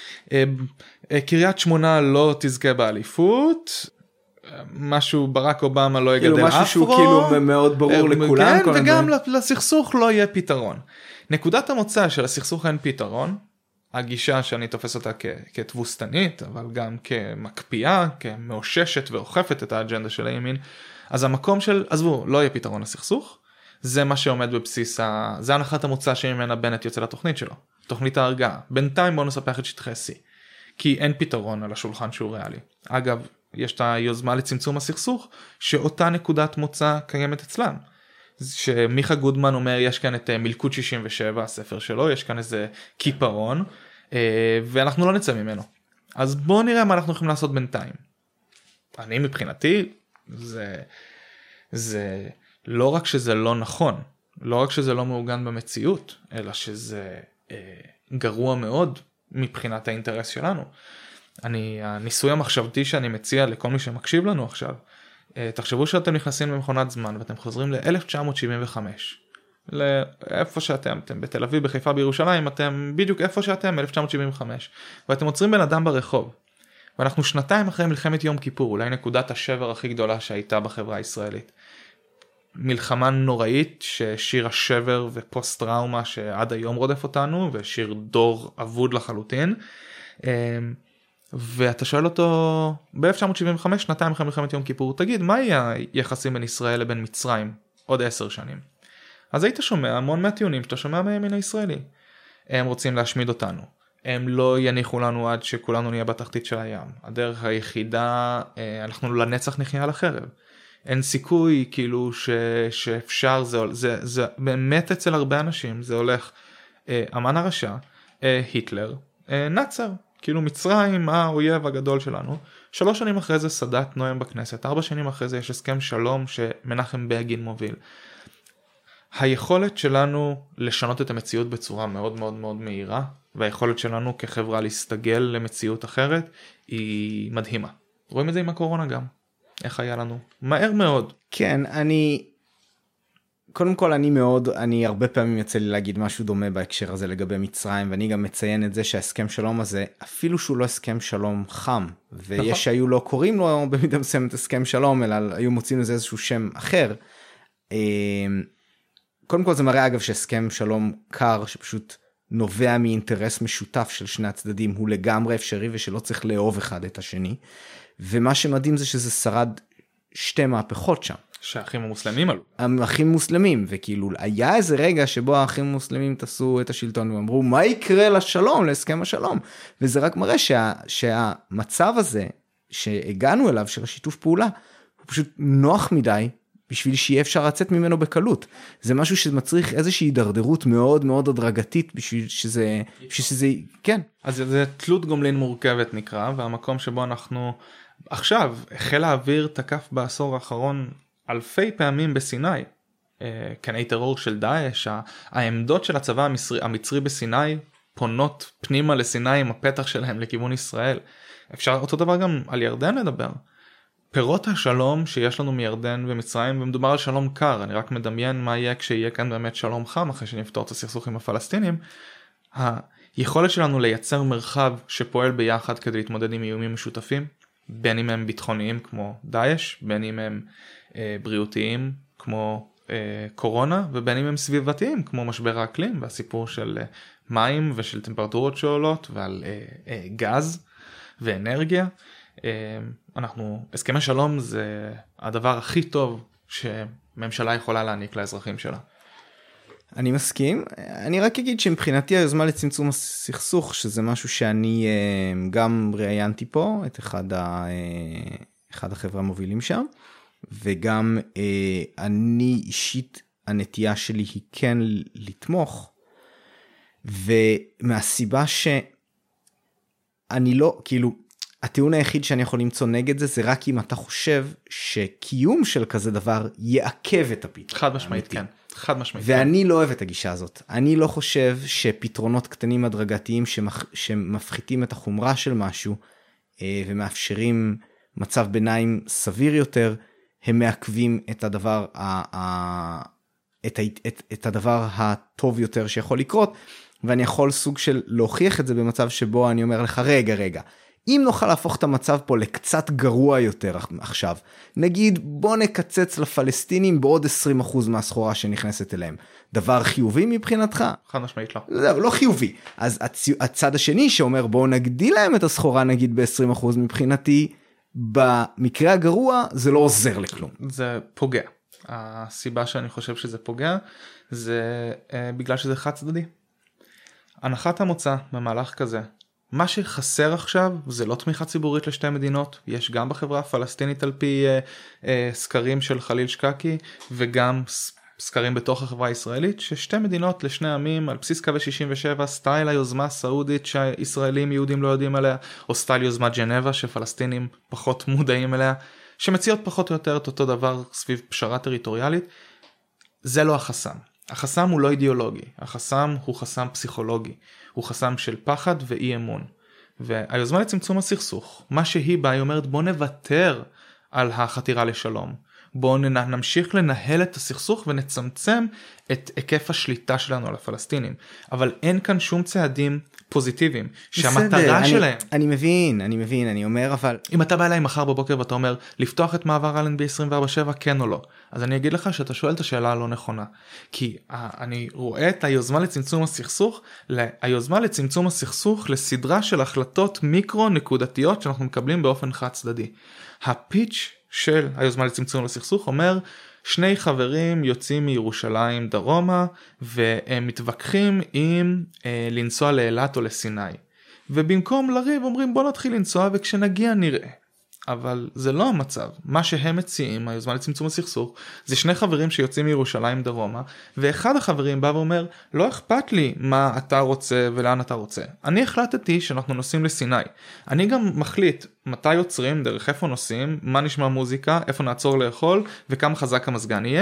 קריית שמונה לא תזכה באליפות, משהו ברק אובמה לא יגדל אפרו, משהו שהוא כאילו מאוד ברור לכולם, כן, וגם לסכסוך לא יהיה פתרון. נקודת המוצא של הסכסוך אין פתרון, הגישה שאני תופס אותה כתבוסתנית, אבל גם כמקפיאה, כמאוששת ואוכפת את האג'נדה של הימין, אז המקום של, עזבו, לא יהיה פתרון לסכסוך, זה מה שעומד בבסיס, ה... זה הנחת המוצא שממנה בנט יוצא לתוכנית שלו, תוכנית ההרגעה. בינתיים בואו נספח את שטחי C, כי אין פתרון על השולחן שהוא ריאלי. אגב, יש את היוזמה לצמצום הסכסוך, שאותה נקודת מוצא קיימת אצלם. שמיכה גודמן אומר, יש כאן את מלכוד שישים ושבע, הספר שלו, יש כאן איזה קיפרון, ואנחנו לא נצא ממנו. אז בואו נראה מה אנחנו יכולים לעשות בינתיים. אני מבחינתי, זה, זה לא רק שזה לא נכון, לא רק שזה לא מעוגן במציאות, אלא שזה אה, גרוע מאוד מבחינת האינטרס שלנו. אני, הניסוי המחשבתי שאני מציע לכל מי שמקשיב לנו עכשיו, אה, תחשבו שאתם נכנסים במכונת זמן ואתם חוזרים ל-אלף תשע מאות שבעים וחמש. לאיפה שאתם, אתם בתל אביב, בחיפה, בירושלים, אתם בדיוק איפה שאתם, אלף תשע מאות שבעים וחמש. ואתם עוצרים בן אדם ברחוב. ואנחנו שנתיים אחרי מלחמת יום כיפור, אולי נקודת השבר הכי גדולה שהייתה בחברה הישראלית. מלחמה נוראית ששיר השבר ופוסט טראומה שעד היום רודף אותנו, ושיר דור אבוד לחלוטין. ואתה שואל אותו, ב-אלף תשע מאות שבעים וחמש, שנתיים אחרי מלחמת יום כיפור, תגיד, מה יהיה היחסים בין ישראל לבין מצרים עוד עשר שנים? אז היית שומע המון מהטיעונים שאתה שומע מהימין הישראלי. הם רוצים להשמיד אותנו. הם לא יניחו לנו עד שכולנו נהיה בתחתית של הים. הדרך היחידה, אנחנו לנצח נחיה על החרב. אין סיכוי כאילו ש, שאפשר, זה, זה, זה באמת אצל הרבה אנשים, זה הולך אמן הרשע, היטלר, נאצר, כאילו מצרים האויב הגדול שלנו. שלוש שנים אחרי זה סאדאת נואם בכנסת, ארבע שנים אחרי זה יש הסכם שלום שמנחם בגין מוביל. היכולת שלנו לשנות את המציאות בצורה מאוד מאוד מאוד מהירה, והיכולת שלנו כחברה להסתגל למציאות אחרת, היא מדהימה. רואים את זה עם הקורונה גם. איך היה לנו? מהר מאוד. כן, אני... קודם כל אני מאוד, אני הרבה פעמים יצא לי להגיד משהו דומה בהקשר הזה לגבי מצרים, ואני גם מציין את זה שההסכם שלום הזה, אפילו שהוא לא הסכם שלום חם, ויש שהיו לא קוראים לו במידה מסוימת הסכם שלום, אלא היו מוצאים לזה איזשהו שם אחר. קודם כל זה מראה אגב שהסכם שלום קר, שפשוט נובע מאינטרס משותף של שני הצדדים, הוא לגמרי אפשרי ושלא צריך לאהוב אחד את השני. ומה שמדהים זה שזה שרד שתי מהפכות שם. שהאחים המוסלמים עלו. האחים מוסלמים, וכאילו היה איזה רגע שבו האחים המוסלמים תפסו את השלטון ואמרו, מה יקרה לשלום, להסכם השלום? וזה רק מראה שה, שהמצב הזה שהגענו אליו, של השיתוף פעולה, הוא פשוט נוח מדי, בשביל שיהיה אפשר לצאת ממנו בקלות. זה משהו שמצריך איזושהי דרדרות מאוד מאוד הדרגתית, בשביל שזה, בשביל שזה, כן. אז זה תלות גומלין מורכבת נקרא, והמקום שבו אנחנו, עכשיו, חיל האוויר תקף בעשור האחרון, אלפי פעמים בסיני, קני טרור של דאעש, העמדות של הצבא המצרי, המצרי בסיני, פונות פנימה לסיני עם הפתח שלהם לכיוון ישראל. אפשר אותו דבר גם על ירדן לדבר. פירות השלום שיש לנו מירדן ומצרים, ומדובר על שלום קר, אני רק מדמיין מה יהיה כשיהיה כאן באמת שלום חם, אחרי שנפתור את הסכסוך עם הפלסטינים. היכולת שלנו לייצר מרחב שפועל ביחד כדי להתמודד עם איומים משותפים, בין אם הם ביטחוניים כמו דאעש, בין אם הם אה, בריאותיים כמו אה, קורונה, ובין אם הם סביבתיים כמו משבר האקלים, והסיפור של אה, מים ושל טמפרטורות שעולות, ועל אה, אה, גז ואנרגיה. אנחנו, הסכמי שלום זה הדבר הכי טוב שממשלה יכולה להעניק לאזרחים שלה. אני מסכים, אני רק אגיד שמבחינתי היוזמה לצמצום הסכסוך, שזה משהו שאני גם ראיינתי פה, את אחד, ה, אחד החברה המובילים שם, וגם אני אישית, הנטייה שלי היא כן לתמוך, ומהסיבה שאני לא, כאילו, הטיעון היחיד שאני יכול למצוא נגד זה, זה רק אם אתה חושב שקיום של כזה דבר יעכב את הפתרון. חד משמעית, כן. חד משמעית. ואני לא אוהב את הגישה הזאת. אני לא חושב שפתרונות קטנים הדרגתיים שמח... שמפחיתים את החומרה של משהו, ומאפשרים מצב ביניים סביר יותר, הם מעכבים את הדבר, ה... ה... את, ה... את... את הדבר הטוב יותר שיכול לקרות, ואני יכול סוג של להוכיח את זה במצב שבו אני אומר לך, רגע, רגע, אם נוכל להפוך את המצב פה לקצת גרוע יותר עכשיו, נגיד בוא נקצץ לפלסטינים בעוד עשרים אחוז מהסחורה שנכנסת אליהם. דבר חיובי מבחינתך? חד משמעית לא. לא, לא חיובי. אז הצ... הצד השני שאומר בואו נגדיל להם את הסחורה נגיד ב-עשרים אחוז מבחינתי, במקרה הגרוע זה לא עוזר לכלום. זה פוגע. הסיבה שאני חושב שזה פוגע, זה בגלל שזה חד צדדי. הנחת המוצא במהלך כזה, מה שחסר עכשיו זה לא תמיכה ציבורית לשתי מדינות, יש גם בחברה הפלסטינית על פי אה, אה, סקרים של חליל שקקי, וגם סקרים בתוך החברה הישראלית, ששתי מדינות לשני עמים על בסיס קווי שישים ושבע, סטייל היוזמה הסעודית שישראלים יהודים לא יודעים עליה, או סטייל יוזמת ג'נבה שפלסטינים פחות מודעים אליה, שמציעות פחות או יותר את אותו דבר סביב פשרה טריטוריאלית. זה לא החסם. החסם הוא לא אידיאולוגי, החסם הוא חסם פסיכולוגי, הוא חסם של פחד ואי אמון. והיוזמה לצמצום הסכסוך, מה שהיא באה, היא אומרת בוא נוותר על החתירה לשלום, בוא נמשיך לנהל את הסכסוך ונצמצם את היקף השליטה שלנו על הפלסטינים. אבל אין כאן שום צעדים פוזיטיביים, שהמטרה אני, שלהם... אני מבין, אני מבין, אני אומר, אבל... אם אתה בא אליי מחר בבוקר ואתה אומר, לפתוח את מעבר אלנבי עשרים וארבע שבע, כן או לא? אז אני אגיד לך שאתה שואל את השאלה הלא נכונה. כי אני רואה את היוזמה לצמצום הסכסוך, היוזמה לצמצום הסכסוך לסדרה של החלטות מיקרו נקודתיות שאנחנו מקבלים באופן חד צדדי. הפיץ' של היוזמה לצמצום הסכסוך אומר, שני חברים יוצאים מירושלים דרומה, והם מתווכחים עם אה, לנסוע לאילת או לסיני. ובמקום לריב אומרים בוא נתחיל לנסוע וכשנגיע נראה. אבל זה לא המצב. מה שהם מציעים, היוזמה לצמצום הסכסוך, זה שני חברים שיוצאים מירושלים דרומה, ואחד החברים בא ואומר, לא אכפת לי מה אתה רוצה ולאן אתה רוצה. אני החלטתי שאנחנו נוסעים לסיני. אני גם מחליט מתי יוצרים, דרך איפה נוסעים, מה נשמע מוזיקה, איפה נעצור לאכול, וכמה חזק המזגן יהיה.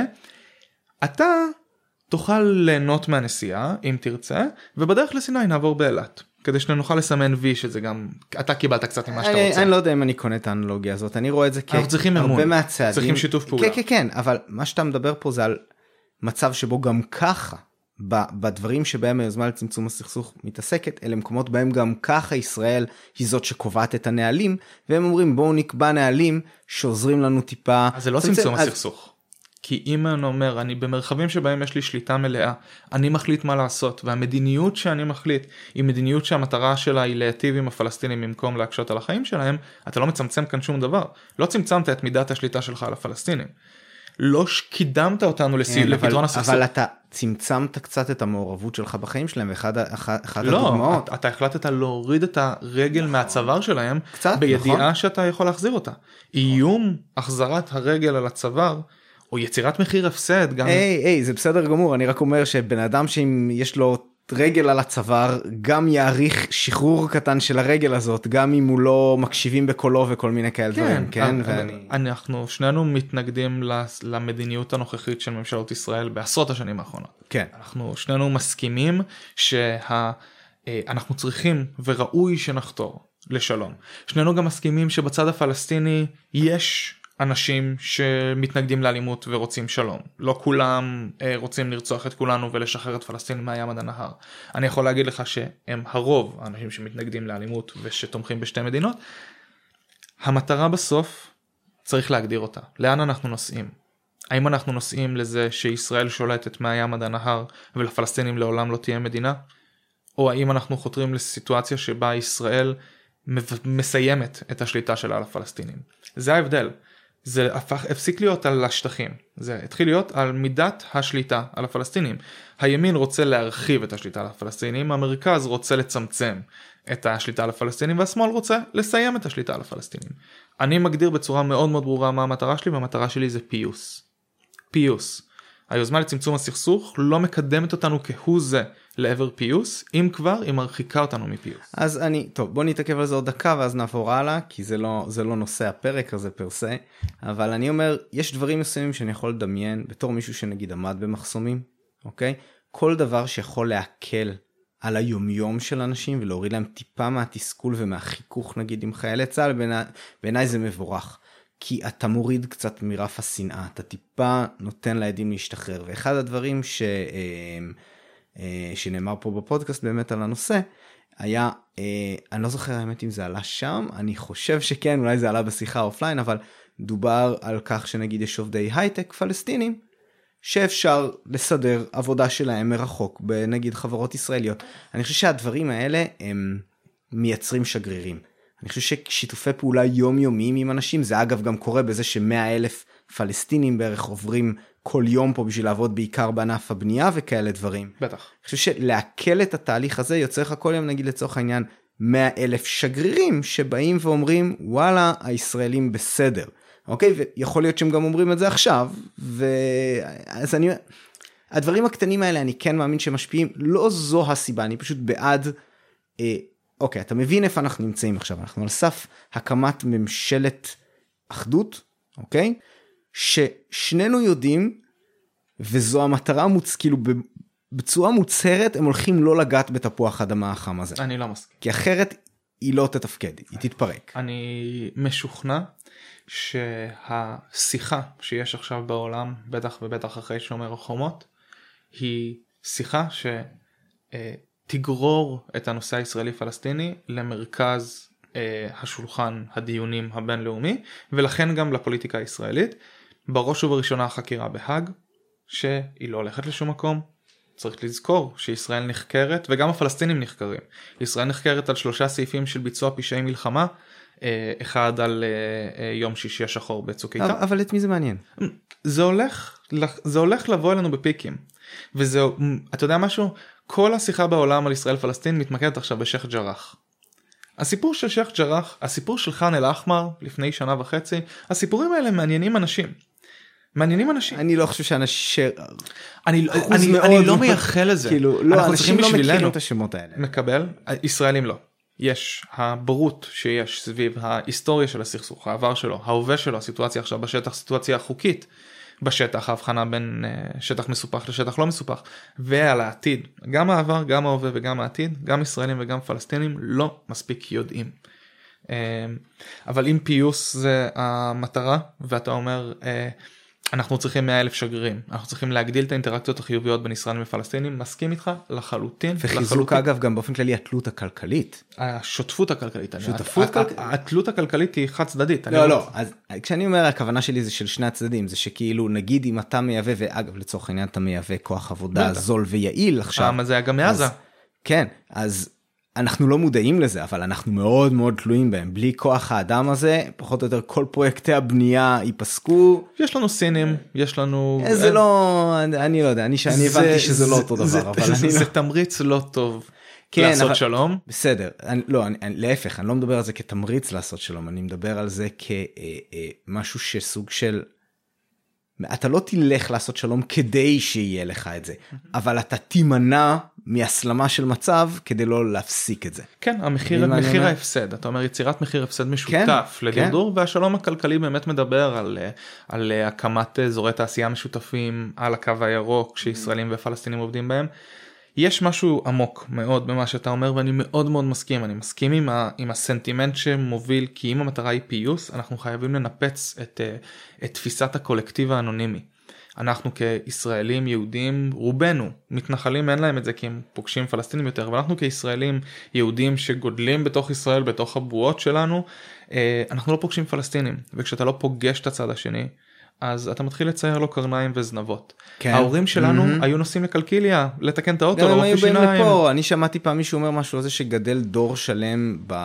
אתה תוכל ליהנות מהנסיעה, אם תרצה, ובדרך לסיני נעבור באילת. כדי שנוכל לסמן וי, שזה גם, אתה קיבלת קצת ממה שאתה רוצה. אני לא יודע אם אני קונה את האנלוגיה הזאת, אני רואה את זה כהרבה מהצעדים. צריכים שיתוף פעולה. כן, כן, כן, אבל מה שאתה מדבר פה זה על מצב שבו גם ככה, בדברים שבהם היוזמה לצמצום הסכסוך מתעסקת, אלה מקומות בהם גם ככה ישראל היא זאת שקובעת את הנהלים, והם אומרים בואו נקבע נהלים שעוזרים לנו טיפה. אז זה לא צמצום הסכסוך. כי אם אני אומר, אני במרחבים שבהם יש לי שליטה מלאה, אני מחליט מה לעשות, והמדיניות שאני מחליט היא מדיניות שהמטרה שלה היא להיטיב עם הפלסטינים במקום להקשות על החיים שלהם, אתה לא מצמצם כאן שום דבר. לא צמצמת את מידת השליטה שלך על הפלסטינים. לא קידמת אותנו לפתרון הסכסוך. אבל אתה צמצמת קצת את המעורבות שלך בחיים שלהם, ואחד הדוגמאות. לא, אתה החלטת להוריד את הרגל מהצוואר שלהם, בידיעה שאתה יכול להחזיר אותה. איום החזרת הרגל על הצוואר, או יצירת מחיר הפסד גם... היי, היי, זה בסדר גמור, אני רק אומר שבן אדם שאם יש לו רגל על הצוואר, גם יעריך שחרור קטן של הרגל הזאת, גם אם הוא לא מקשיבים בקולו וכל מיני כאלה דברים, כן? אנחנו שנינו מתנגדים למדיניות הנוכחית של ממשלות ישראל בעשרות השנים האחרונות. כן. אנחנו שנינו מסכימים שאנחנו צריכים וראוי שנחתור לשלום. שנינו גם מסכימים שבצד הפלסטיני יש... אנשים שמתנגדים לאלימות ורוצים שלום. לא כולם אה, רוצים לרצוח את כולנו ולשחרר את פלסטין מהים עד הנהר. אני יכול להגיד לך שהם הרוב האנשים שמתנגדים לאלימות ושתומכים בשתי מדינות. המטרה בסוף צריך להגדיר אותה. לאן אנחנו נוסעים? האם אנחנו נוסעים לזה שישראל שולטת מהים עד הנהר ולפלסטינים לעולם לא תהיה מדינה? או האם אנחנו חותרים לסיטואציה שבה ישראל מסיימת את השליטה שלה על הפלסטינים? זה ההבדל. זה הפך, הפסיק להיות על השטחים, זה התחיל להיות על מידת השליטה על הפלסטינים. הימין רוצה להרחיב את השליטה על הפלסטינים, המרכז רוצה לצמצם את השליטה על הפלסטינים, והשמאל רוצה לסיים את השליטה על הפלסטינים. אני מגדיר בצורה מאוד מאוד ברורה מה המטרה שלי, והמטרה שלי זה פיוס. פיוס. היוזמה לצמצום הסכסוך לא מקדמת אותנו כהוא זה לעבר פיוס, אם כבר היא מרחיקה אותנו מפיוס. אז אני, טוב, בוא נתעכב על זה עוד דקה ואז נעבור הלאה, כי זה לא, זה לא נושא הפרק הזה פרסה, אבל אני אומר, יש דברים מסוימים שאני יכול לדמיין בתור מישהו שנגיד עמד במחסומים, אוקיי? כל דבר שיכול להקל על היומיום של אנשים ולהוריד להם טיפה מהתסכול ומהחיכוך נגיד עם חיילי צה"ל, בעיניי, בעיניי זה מבורך. כי אתה מוריד קצת מרף השנאה, אתה טיפה נותן לעדים להשתחרר, ואחד הדברים ש... שנאמר פה בפודקאסט באמת על הנושא, היה, אני לא זוכר האמת אם זה עלה שם, אני חושב שכן, אולי זה עלה בשיחה אופליין, אבל דובר על כך שנגיד יש עובדי הייטק פלסטינים, שאפשר לסדר עבודה שלהם מרחוק, בנגיד חברות ישראליות. אני חושב שהדברים האלה הם מייצרים שגרירים. אני חושב ששיתופי פעולה יומיומיים עם אנשים, זה אגב גם קורה בזה שמאה אלף פלסטינים בערך עוברים כל יום פה בשביל לעבוד בעיקר בענף הבנייה וכאלה דברים. בטח. אני חושב שלהקל את התהליך הזה יוצא לך כל יום, נגיד לצורך העניין, מאה אלף שגרירים שבאים ואומרים, וואלה, הישראלים בסדר. אוקיי? ויכול להיות שהם גם אומרים את זה עכשיו, ואז אני... הדברים הקטנים האלה אני כן מאמין שמשפיעים, לא זו הסיבה, אני פשוט בעד, אה, אוקיי, אתה מבין איפה אנחנו נמצאים עכשיו, אנחנו על סף הקמת ממשלת אחדות, אוקיי? ששנינו יודעים, וזו המטרה מוצ... כאילו בצורה מוצהרת, הם הולכים לא לגעת בתפוח האדמה החם הזה. אני לא מסכים. כי אחרת היא לא תתפקד, היא תתפרק. אני משוכנע שהשיחה שיש עכשיו בעולם, בטח ובטח אחרי שומר החומות, היא שיחה שתגרור את הנושא הישראלי-פלסטיני למרכז השולחן הדיונים הבינלאומי, ולכן גם לפוליטיקה הישראלית, בראש ובראשונה החקירה בהאג, שהיא לא הולכת לשום מקום. צריך לזכור שישראל נחקרת, וגם הפלסטינים נחקרים. ישראל נחקרת על שלושה סעיפים של ביצוע פשעי מלחמה, אחד על יום שישי השחור בצוק איתן. אבל את מי זה מעניין? זה הולך, זה הולך לבוא אלינו בפיקים. וזה, אתה יודע משהו? כל השיחה בעולם על ישראל פלסטין מתמקדת עכשיו בשייח ג'ראח. הסיפור של שייח ג'ראח, הסיפור של חאן אל-אחמר לפני שנה וחצי, הסיפורים האלה מעניינים אנשים. מעניינים אנשים. אני לא חושב שאנשים... אני, אני, אני לא מייחל לזה. כאילו, לא, אנשים לא מכירים את השמות האלה. מקבל, ישראלים לא. יש הבורות שיש סביב ההיסטוריה של הסכסוך, העבר שלו, ההווה שלו, הסיטואציה עכשיו בשטח, סיטואציה חוקית בשטח, ההבחנה בין שטח מסופח לשטח לא מסופח, ועל העתיד, גם העבר, גם ההווה וגם העתיד, גם ישראלים וגם פלסטינים לא מספיק יודעים. אבל אם פיוס זה המטרה, ואתה אומר, אנחנו צריכים מאה אלף שגרירים, אנחנו צריכים להגדיל את האינטראקציות החיוביות בין ישראל ופלסטינים, מסכים איתך לחלוטין. וחיזוק אגב גם באופן כללי התלות הכלכלית. השותפות הכלכלית. שותפות כלכלית. התלות הכלכלית היא חד צדדית. לא, לא, אז כשאני אומר הכוונה שלי זה של שני הצדדים, זה שכאילו נגיד אם אתה מייבא, ואגב לצורך העניין אתה מייבא כוח עבודה זול ויעיל עכשיו. פעם זה היה גם מעזה. כן, אז אנחנו לא מודעים לזה, אבל אנחנו מאוד מאוד תלויים בהם. בלי כוח האדם הזה, פחות או יותר כל פרויקטי הבנייה ייפסקו. יש לנו סינים, יש לנו... זה לא, אני לא יודע, אני הבנתי שזה לא אותו דבר, אבל אני... זה תמריץ לא טוב לעשות שלום. בסדר, לא, להפך, אני לא מדבר על זה כתמריץ לעשות שלום, אני מדבר על זה כמשהו שסוג של... אתה לא תלך לעשות שלום כדי שיהיה לך את זה, אבל אתה תימנע מהסלמה של מצב כדי לא להפסיק את זה. כן, המחיר, מחיר ההפסד, אתה אומר יצירת מחיר הפסד משותף כן, לדרדור, כן. והשלום הכלכלי באמת מדבר על, על הקמת אזורי תעשייה משותפים על הקו הירוק, שישראלים ופלסטינים עובדים בהם. יש משהו עמוק מאוד במה שאתה אומר, ואני מאוד מאוד מסכים, אני מסכים עם, ה, עם הסנטימנט שמוביל, כי אם המטרה היא פיוס, אנחנו חייבים לנפץ את, את תפיסת הקולקטיב האנונימי. אנחנו כישראלים יהודים, רובנו, מתנחלים אין להם את זה כי הם פוגשים פלסטינים יותר, אבל אנחנו כישראלים יהודים שגודלים בתוך ישראל, בתוך הבועות שלנו, אנחנו לא פוגשים פלסטינים, וכשאתה לא פוגש את הצד השני, אז אתה מתחיל לצייר לו קרניים וזנבות. כן. ההורים שלנו mm-hmm. היו נוסעים לקלקיליה, לתקן את האוטו, גם הם היו באים לפה. אני שמעתי פעם מישהו אומר משהו על זה שגדל דור שלם, ב...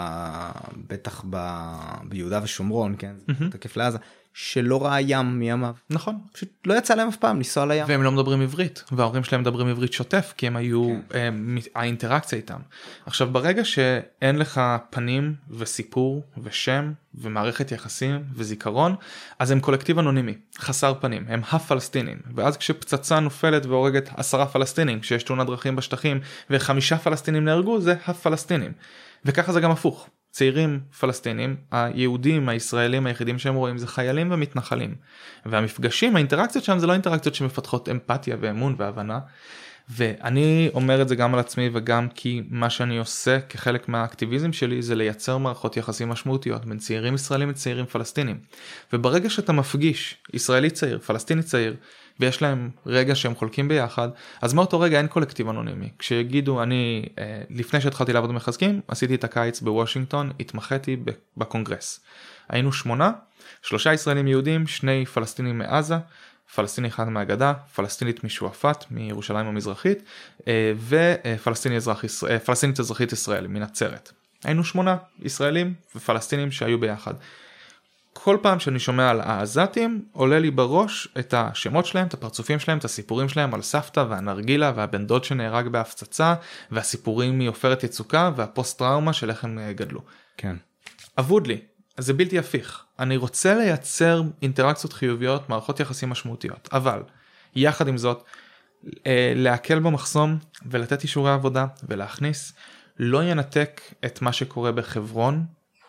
בטח ב... ביהודה ושומרון, כן? Mm-hmm. תקף לעזה, שלא ראה ים מימיו. נכון. פשוט לא יצא להם אף פעם לנסוע לים. והם לא מדברים עברית, וההורים שלהם מדברים עברית שוטף, כי הם היו, כן. האינטראקציה איתם. עכשיו, ברגע שאין לך פנים וסיפור ושם ומערכת יחסים וזיכרון, אז הם קולקטיב אנונימי, חסר פנים, הם הפלסטינים. ואז כשפצצה נופלת והורגת עשרה פלסטינים, כשיש תאונת דרכים בשטחים וחמישה פלסטינים נהרגו, זה הפלסטינים. וככה זה גם הפוך. צעירים פלסטינים, היהודים, הישראלים היחידים שהם רואים זה חיילים ומתנחלים. והמפגשים, האינטראקציות שם זה לא אינטראקציות שמפתחות אמפתיה ואמון והבנה. ואני אומר את זה גם על עצמי וגם כי מה שאני עושה כחלק מהאקטיביזם שלי זה לייצר מערכות יחסים משמעותיות בין צעירים ישראלים וצעירים פלסטינים. וברגע שאתה מפגיש ישראלי צעיר, פלסטיני צעיר, ויש להם רגע שהם חולקים ביחד, אז מאותו רגע אין קולקטיב אנונימי. כשיגידו, אני, לפני שהתחלתי לעבוד במחזקים, עשיתי את הקיץ בוושינגטון, התמחיתי בקונגרס. היינו שמונה, שלושה ישראלים יהודים, שני פלסטינים מעזה, פלסטיני אחד מהגדה, פלסטינית משועפאט, מירושלים המזרחית, ופלסטינית אזרח, פלסטינית אזרחית ישראל, מנצרת. היינו שמונה ישראלים ופלסטינים שהיו ביחד. כל פעם שאני שומע על העזתים, עולה לי בראש את השמות שלהם, את הפרצופים שלהם, את הסיפורים שלהם על סבתא והנרגילה והבן דוד שנהרג בהפצצה, והסיפורים מעופרת יצוקה והפוסט טראומה של איך הם גדלו. כן. עבוד לי, אז זה בלתי הפיך. אני רוצה לייצר אינטראקציות חיוביות, מערכות יחסים משמעותיות, אבל יחד עם זאת, להקל במחסום ולתת אישורי עבודה ולהכניס, לא ינתק את מה שקורה בחברון,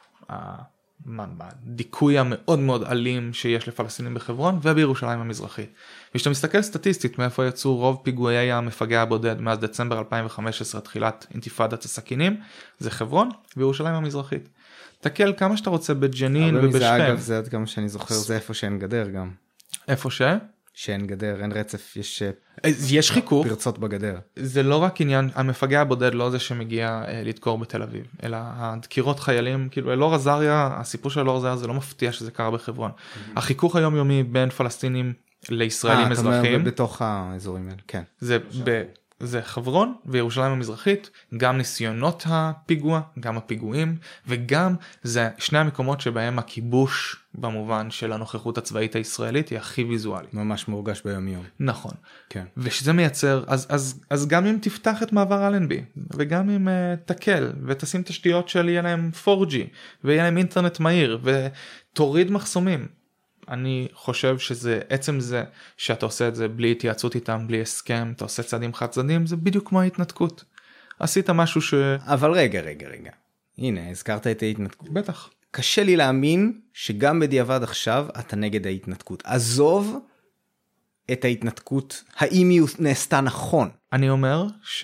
הדיכוי המאוד מאוד אלים שיש לפלסטינים בחברון ובירושלים המזרחית. וכשאתה מסתכל סטטיסטית מאיפה יצאו רוב פיגועי המפגע הבודד מאז דצמבר אלפיים וחמש עשרה, תחילת אינתיפאדת הסכינים, זה חברון וירושלים המזרחית. תקל כמה שאתה רוצה בג'נין ובשכם. זה אגב, זה עד כמה שאני זוכר, זה איפה שאין גדר גם. איפה ש? שאין גדר, אין רצף, יש יש חיכוך, פרצות בגדר. זה לא רק עניין, המפגע הבודד לא זה שמגיע אה, לדקור בתל אביב, אלא הדקירות חיילים, כאילו אלאור עזריה, הסיפור של אלאור עזריה זה לא מפתיע שזה קרה בחברון. Mm-hmm. החיכוך היומיומי בין פלסטינים לישראלים 아, אזרחים. אתה אומר בתוך האזורים האלה, כן. זה ב... זה חברון וירושלים המזרחית, גם ניסיונות הפיגוע, גם הפיגועים, וגם זה שני המקומות שבהם הכיבוש במובן של הנוכחות הצבאית הישראלית היא הכי ויזואלית. ממש מורגש ביום יום. נכון. כן. ושזה מייצר, אז, אז, אז גם אם תפתח את מעבר אלנבי, וגם אם uh, תקל, ותשים תשתיות של יהיה להם פור ג'י, ויהיה להם אינטרנט מהיר, ותוריד מחסומים, אני חושב שזה, עצם זה שאתה עושה את זה בלי התייעצות איתם, בלי הסכם, אתה עושה צעדים חד צדדים, זה בדיוק כמו ההתנתקות. עשית משהו ש... אבל רגע, רגע, רגע. הנה, הזכרת את ההתנתקות. בטח. קשה לי להאמין שגם בדיעבד עכשיו אתה נגד ההתנתקות. עזוב את ההתנתקות, האם היא נעשתה נכון. אני אומר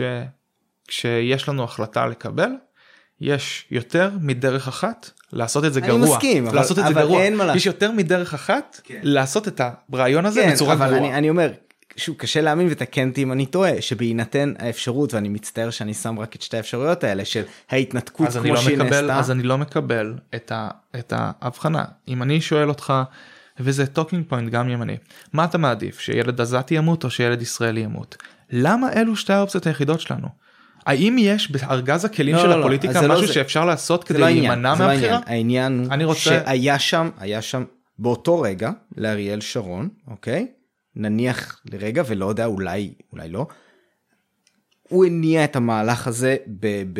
שכשיש לנו החלטה לקבל, יש יותר מדרך אחת לעשות את זה גרוע. אני מסכים, אבל, לעשות את אבל זה גרוע. אין מה לעשות. יש יותר מדרך אחת כן. לעשות את הרעיון הזה כן, בצורה אבל גרוע. אני, אני אומר, שוב, קשה להאמין ותקן אותי אם אני טועה, שבהינתן האפשרות, ואני מצטער שאני שם רק את שתי האפשרויות האלה, של ההתנתקות כמו לא שהיא מקבל, נעשתה. אז אני לא מקבל את, ה, את ההבחנה. אם אני שואל אותך, וזה טוקינג פוינט גם ימני, מה אתה מעדיף, שילד עזתי ימות או שילד ישראלי ימות? למה אלו שתי האופציות היחידות שלנו? האם יש בארגז הכלים לא, של לא, הפוליטיקה לא, משהו זה, שאפשר לעשות כדי לא להימנע מהבחירה? מהבחירה? העניין הוא רוצה... שהיה שם, היה שם באותו רגע, לאריאל שרון, אוקיי? נניח לרגע, ולא יודע, אולי, אולי לא, הוא הניע את המהלך הזה ב, ב,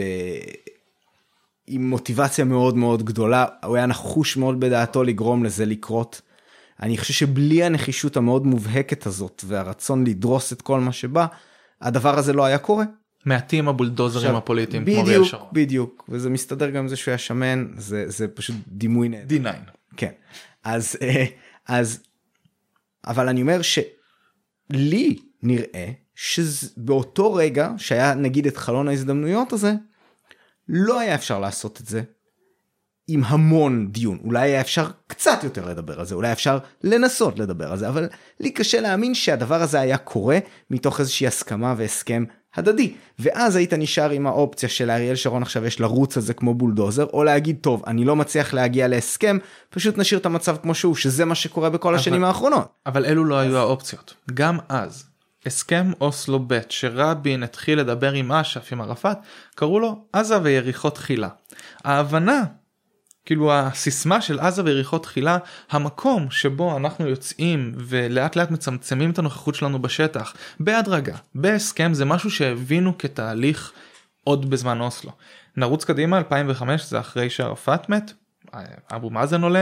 עם מוטיבציה מאוד מאוד גדולה, הוא היה נחוש מאוד בדעתו לגרום לזה לקרות. אני חושב שבלי הנחישות המאוד מובהקת הזאת, והרצון לדרוס את כל מה שבא, הדבר הזה לא היה קורה. מעטים הבולדוזרים הפוליטיים כמו בדיוק, אריאל שרון. בדיוק, וזה מסתדר גם עם זה שהוא היה שמן, זה, זה פשוט דימוי נהדר. די ניין. כן, אז, אז, אבל אני אומר שלי נראה שבאותו רגע שהיה נגיד את חלון ההזדמנויות הזה, לא היה אפשר לעשות את זה עם המון דיון. אולי היה אפשר קצת יותר לדבר על זה, אולי אפשר לנסות לדבר על זה, אבל לי קשה להאמין שהדבר הזה היה קורה מתוך איזושהי הסכמה והסכם הדדי. ואז היית נשאר עם האופציה של אריאל שרון עכשיו יש לרוץ על זה כמו בולדוזר, או להגיד טוב, אני לא מצליח להגיע להסכם, פשוט נשאיר את המצב כמו שהוא, שזה מה שקורה בכל אבל, השנים האחרונות. אבל אלו לא היו האופציות. גם אז, הסכם אוסלו ב' שרבין התחיל לדבר עם אש"ף, עם ערפאת, קראו לו עזה ויריחו תחילה. ההבנה, כאילו הסיסמה של עזה ויריחו תחילה, המקום שבו אנחנו יוצאים ולאט לאט מצמצמים את הנוכחות שלנו בשטח, בהדרגה, בהסכם, זה משהו שהבינו כתהליך עוד בזמן אוסלו. נרוץ קדימה, אלפיים וחמש, זה אחרי שערפאת מת, אבו מאזן עולה,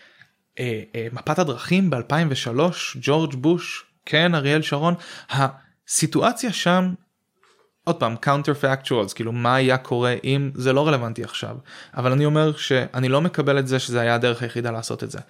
מפת הדרכים ב-אלפיים ושלוש, ג'ורג' בוש, כן, אריאל שרון, הסיטואציה שם, עוד פעם, counterfactuals, כאילו מה היה קורה אם זה לא רלוונטי עכשיו, אבל אני אומר שאני לא מקבל את זה שזה היה הדרך היחידה לעשות את זה,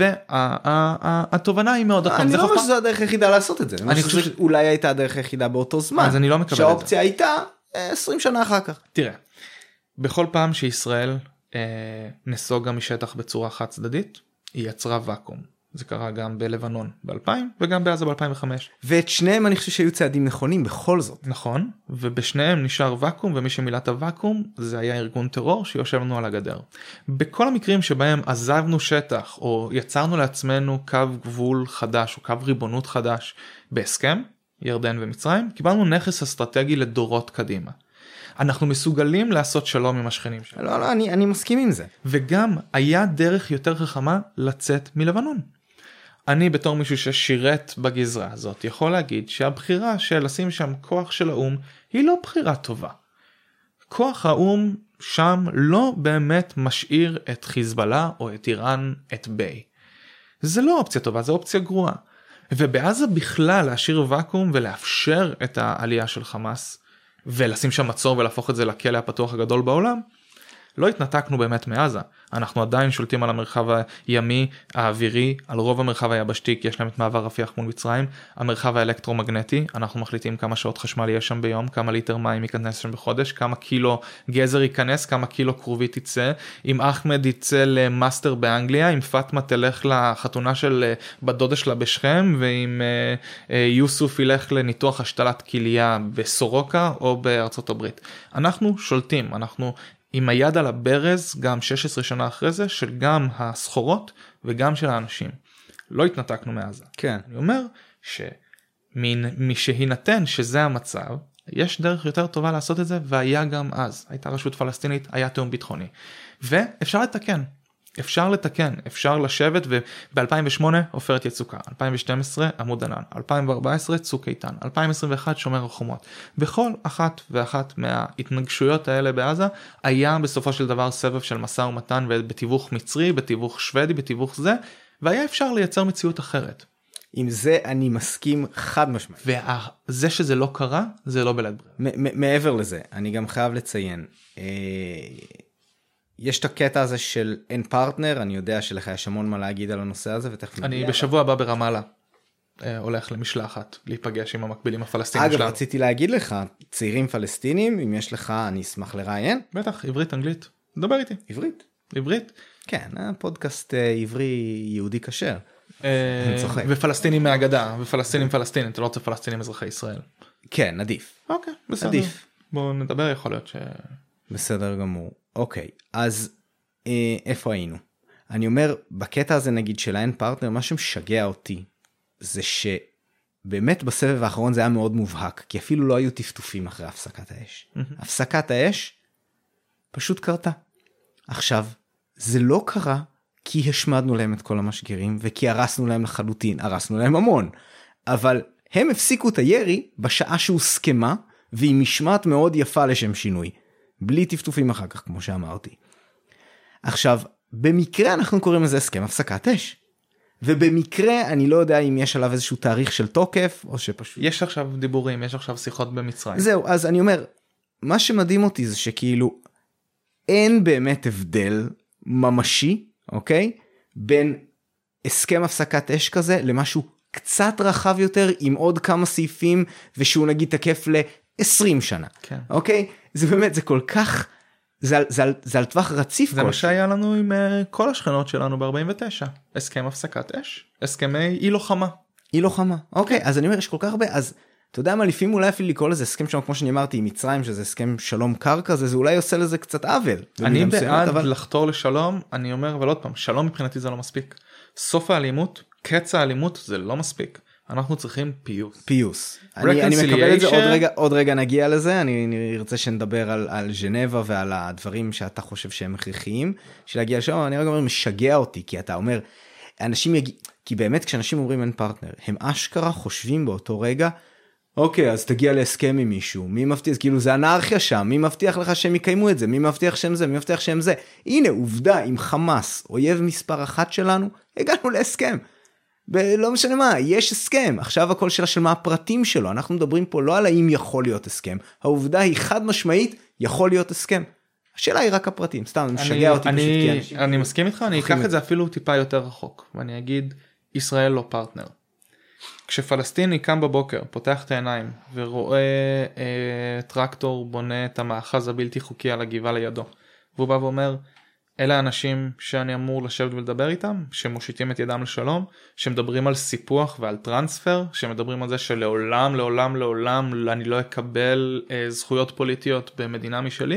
והתובנה היא מאוד, אני לא חושב שזו הדרך היחידה לעשות את זה, אני חושב שאולי הייתה הדרך היחידה באותו זמן, אז אני לא מקבל את זה. שהאופציה הייתה עשרים שנה אחר כך. תראה, בכל פעם שישראל נסוגה משטח בצורה חד צדדית, היא יצרה ואקום. זה קרה גם בלבנון ב-אלפיים וגם בעזה ב-אלפיים וחמש. ואת שניהם אני חושב שהיו צעדים נכונים בכל זאת. נכון, ובשניהם נשאר ואקום, ומי שמילא את הוואקום זה היה ארגון טרור שיושב לנו על הגדר. בכל המקרים שבהם עזבנו שטח או יצרנו לעצמנו קו גבול חדש או קו ריבונות חדש בהסכם, ירדן ומצרים, קיבלנו נכס אסטרטגי לדורות קדימה. אנחנו מסוגלים לעשות שלום עם השכנים שלנו. לא, לא, אני, אני מסכים עם זה. וגם היה דרך יותר חכמה לצאת מלבנון. אני בתור מישהו ששירת בגזרה הזאת יכול להגיד שהבחירה של לשים שם כוח של האום היא לא בחירה טובה. כוח האום שם לא באמת משאיר את חיזבאללה או את איראן את ביי. זה לא אופציה טובה, זה אופציה גרועה. ובעזה בכלל להשאיר ואקום ולאפשר את העלייה של חמאס ולשים שם מצור ולהפוך את זה לכלא הפתוח הגדול בעולם, לא התנתקנו באמת מעזה. אנחנו עדיין שולטים על המרחב הימי, האווירי, על רוב המרחב היבשתי, כי יש להם את מעבר רפיח מול מצרים, המרחב האלקטרומגנטי, אנחנו מחליטים כמה שעות חשמל יש שם ביום, כמה ליטר מים ייכנס שם בחודש, כמה קילו גזר ייכנס, כמה קילו כרובית יצא, אם אחמד יצא למאסטר באנגליה, אם פאטמה תלך לחתונה של בדודה שלה בשכם, ואם יוסוף ילך לניתוח השתלת כליה בסורוקה או בארצות הברית. אנחנו שולטים, אנחנו עם היד על הברז גם שש עשרה שנה אחרי זה, של גם הסחורות וגם של האנשים. לא התנתקנו מעזה. כן. אני אומר שמשהינתן שזה המצב, יש דרך יותר טובה לעשות את זה, והיה גם אז. הייתה רשות פלסטינית, היה תאום ביטחוני. ואפשר לתקן. אפשר לתקן, אפשר לשבת, וב-אלפיים ושמונה עופרת יצוקה, אלפיים ושתים עשרה עמוד ענן, אלפיים וארבע עשרה צוק איתן, אלפיים עשרים ואחת שומר החומות. בכל אחת ואחת מההתנגשויות האלה בעזה, היה בסופו של דבר סבב של משא ומתן, בתיווך מצרי, בתיווך שוודי, בתיווך זה, והיה אפשר לייצר מציאות אחרת. עם זה אני מסכים חד משמעית. וזה שזה לא קרה, זה לא בלית ברירה. מעבר לזה, אני גם חייב לציין, יש את הקטע הזה של אין פרטנר, אני יודע שלך יש המון מה להגיד על הנושא הזה, ותכף נגיע. אני בשבוע הבא ברמאללה הולך למשלחת, להיפגש עם המקבילים הפלסטינים שלנו. אגב, רציתי להגיד לך, צעירים פלסטינים, אם יש לך, אני אשמח לראיין. בטח, עברית, אנגלית. דבר איתי. עברית? עברית? כן, פודקאסט עברי יהודי כשר. ופלסטינים מהגדה, ופלסטינים פלסטינים, אתה לא רוצה פלסטינים אזרחי ישראל. כן, עדיף. אוקיי, בסדר. עדיף. בואו נדבר, יכול להיות ש... בסדר גמור. אוקיי, אז אה, איפה היינו? אני אומר, בקטע הזה נגיד של האין פרטנר, מה שמשגע אותי, זה שבאמת בסבב האחרון זה היה מאוד מובהק, כי אפילו לא היו טפטופים אחרי הפסקת האש. הפסקת האש פשוט קרתה. עכשיו, זה לא קרה כי השמדנו להם את כל המשגרים, וכי הרסנו להם לחלוטין, הרסנו להם המון. אבל הם הפסיקו את הירי בשעה שהוסכמה, והיא משמעת מאוד יפה לשם שינוי. בלי טפטופים אחר כך, כמו שאמרתי. עכשיו, במקרה אנחנו קוראים לזה הסכם הפסקת אש. ובמקרה, אני לא יודע אם יש עליו איזשהו תאריך של תוקף, או שפשוט... יש עכשיו דיבורים, יש עכשיו שיחות במצרים. זהו, אז אני אומר, מה שמדהים אותי זה שכאילו, אין באמת הבדל ממשי, אוקיי? בין הסכם הפסקת אש כזה, למשהו קצת רחב יותר, עם עוד כמה סעיפים, ושהוא נגיד תקף ל-עשרים שנה. כן. אוקיי? זה באמת, זה כל כך, זה על, זה על, זה על טווח רציף. זה מה שהיה לנו עם uh, כל השכנות שלנו ב-ארבעים ותשע. הסכם הפסקת אש, הסכמי אי לוחמה. אי לוחמה, אוקיי, אז אני אומר, יש כל כך הרבה, אז אתה יודע מה, לפעמים אולי אפילו לקרוא לזה הסכם שם, כמו שאני אמרתי, עם מצרים, שזה הסכם שלום קרקע, זה, זה אולי עושה לזה קצת עוול. אני בעד אבל... לחתור לשלום, אני אומר, אבל עוד פעם, שלום מבחינתי זה לא מספיק. סוף האלימות, קץ האלימות, זה לא מספיק. אנחנו צריכים פיוס. פיוס. אני, אני מקבל את זה, עוד רגע, עוד רגע נגיע לזה, אני, אני ארצה שנדבר על, על ז'נבה ועל הדברים שאתה חושב שהם הכרחיים, שלהגיע לשם, אני רגע אומר, משגע אותי, כי אתה אומר, אנשים יגיע, כי באמת כשאנשים אומרים אין פרטנר, הם אשכרה חושבים באותו רגע, אוקיי, אז תגיע להסכם עם מישהו, מי מבטיח, כאילו זה אנרכיה שם, מי מבטיח לך שהם יקיימו את זה, מי מבטיח שהם זה, מי מבטיח שהם זה, הנה עובדה, עם חמאס, אויב מספר אחת שלנו, הגענו להסכם. ולא משנה מה, יש הסכם, עכשיו הכל שאלה של מה הפרטים שלו, אנחנו מדברים פה לא על האם יכול להיות הסכם, העובדה היא חד משמעית, יכול להיות הסכם. השאלה היא רק הפרטים, סתם, אני משגע אותי אני, פשוט, כי אנשים... אני מסכים איתך, אני אקח את זה אפילו טיפה יותר רחוק, ואני אגיד, ישראל לא פרטנר. כשפלסטיני קם בבוקר, פותח את העיניים, ורואה אה, טרקטור בונה את המאחז הבלתי חוקי על הגבעה לידו, והוא בא ואומר, אלה האנשים שאני אמור לשבת ולדבר איתם, שמושיטים את ידם לשלום, שמדברים על סיפוח ועל טרנספר, שמדברים על זה שלעולם, לעולם, לעולם, אני לא אקבל אה, זכויות פוליטיות במדינה משלי.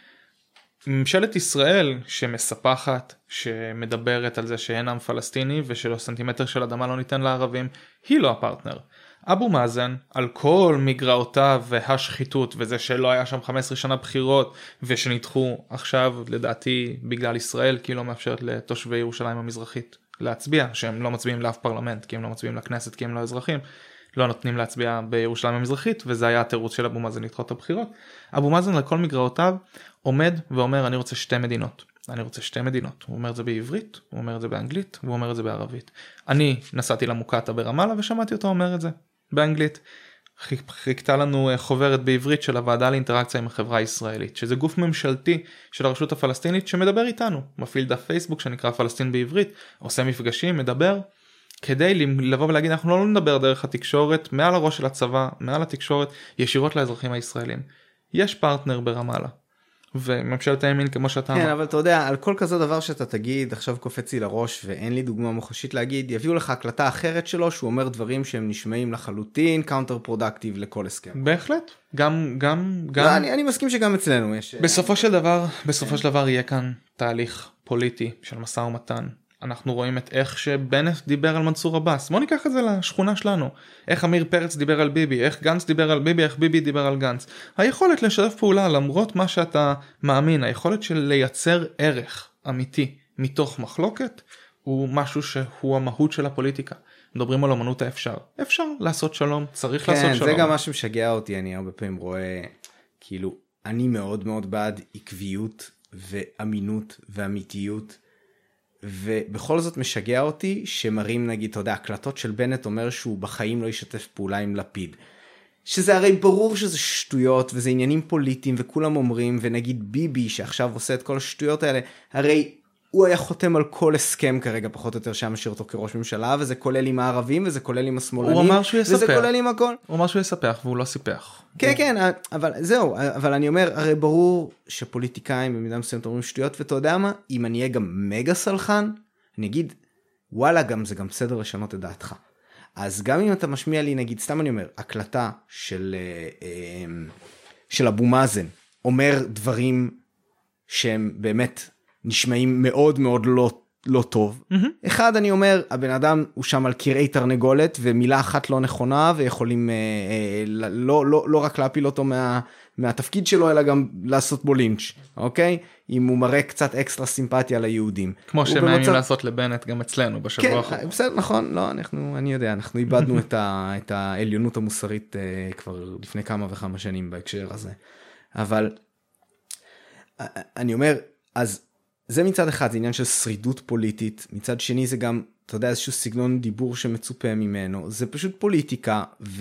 ממשלת ישראל שמספחת, שמדברת על זה שאין עם פלסטיני, ושלא סנטימטר של אדמה לא ניתן לערבים, היא לא הפרטנר. אבו מאזן על כל מגרעותיו והשחיתות וזה שלא היה שם חמש עשרה שנה בחירות ושנדחו עכשיו לדעתי בגלל ישראל כי לא מאפשרת לתושבי ירושלים המזרחית להצביע, שהם לא מצביעים לאף פרלמנט כי הם לא מצביעים לכנסת כי הם לא אזרחים, לא נותנים להצביע בירושלים המזרחית וזה היה התירוץ של אבו מאזן לדחות את הבחירות. אבו מאזן על כל מגרעותיו עומד ואומר אני רוצה שתי מדינות. אני רוצה שתי מדינות. הוא אומר את זה בעברית, הוא אומר את זה באנגלית, הוא אומר את זה בערבית. אני נסעתי למוקטעה ברמאללה ושמעתי אותו אומר את זה באנגלית. חיכתה לנו חוברת בעברית של הוועדה לאינטראקציה עם החברה הישראלית, שזה גוף ממשלתי של הרשות הפלסטינית שמדבר איתנו, מפעיל דף פייסבוק שנקרא פלסטין בעברית, עושה מפגשים, מדבר, כדי לבוא ולהגיד אנחנו לא נדבר דרך התקשורת, מעל הראש של הצבא, מעל התקשורת, ישירות לאזרחים הישראלים. יש פרטנר ברמאללה. וממשלת הימין כמו שאתה אמר. כן, אבל אתה יודע, על כל כזה דבר שאתה תגיד, עכשיו קופץ לי לראש ואין לי דוגמה מוחשית להגיד, יביאו לך הקלטה אחרת שלו, שהוא אומר דברים שהם נשמעים לחלוטין, קאונטר פרודקטיב לכל הסכם. בהחלט, גם, גם, גם... לא, אני, אני מסכים שגם אצלנו יש... בסופו של דבר, בסופו של דבר יהיה כאן תהליך פוליטי של משא ומתן. אנחנו רואים את איך שבנט דיבר על מנסור עבאס. בוא ניקח את זה לשכונה שלנו. איך אמיר פרץ דיבר על ביבי, איך גנץ דיבר על ביבי, איך ביבי דיבר על גנץ. היכולת לשתף פעולה למרות מה שאתה מאמין, היכולת של לייצר ערך אמיתי מתוך מחלוקת, הוא משהו שהוא המהות של הפוליטיקה. מדברים על אמנות האפשר. אפשר לעשות שלום, צריך כן, לעשות שלום. כן, זה גם מה שמשגע אותי, אני הרבה פעמים רואה, כאילו, אני מאוד מאוד בעד עקביות ואמינות ואמיתיות, ובכל זאת משגע אותי שמראים נגיד, אתה יודע, הקלטות של בנט אומר שהוא בחיים לא ישתף פעולה עם לפיד. שזה הרי ברור שזה שטויות וזה עניינים פוליטיים וכולם אומרים, ונגיד ביבי שעכשיו עושה את כל השטויות האלה, הרי הוא היה חותם על כל הסכם כרגע פחות או יותר שם משאיר אותו כראש ממשלה, וזה כולל עם הערבים וזה כולל עם השמאלנים. הוא אמר שהוא יספח. וזה כולל עם הכל. הוא אמר שהוא יספח והוא לא סיפח. כן, כן, אבל זהו, אבל אני אומר, הרי ברור שפוליטיקאים במידה מסוימת אומרים שטויות, ואתה יודע מה, אם אני אהיה גם מגה סלחן, אני אגיד, וואלה, גם זה גם בסדר לשנות את דעתך. אז גם אם אתה משמיע לי, נגיד, סתם אני אומר, הקלטה של, של אבו מאזן, אומר דברים שהם באמת נשמעים מאוד מאוד לא, לא טוב. Mm-hmm. אחד, אני אומר, הבן אדם הוא שם על קרעי תרנגולת, ומילה אחת לא נכונה, ויכולים אה, אה, לא, לא, לא רק להפיל אותו מה, מהתפקיד שלו, אלא גם לעשות בו לינץ', אוקיי? אם הוא מראה קצת אקסטרה סימפתיה ליהודים. כמו שמאיימים במצב... לעשות לבנט גם אצלנו בשבוע כן, האחרון. בסדר, נכון, לא, אנחנו, אני יודע, אנחנו איבדנו את, ה, את העליונות המוסרית אה, כבר לפני כמה וכמה שנים בהקשר הזה. אבל, אני אומר, אז, זה מצד אחד, זה עניין של שרידות פוליטית, מצד שני זה גם, אתה יודע, איזשהו סגנון דיבור שמצופה ממנו, זה פשוט פוליטיקה,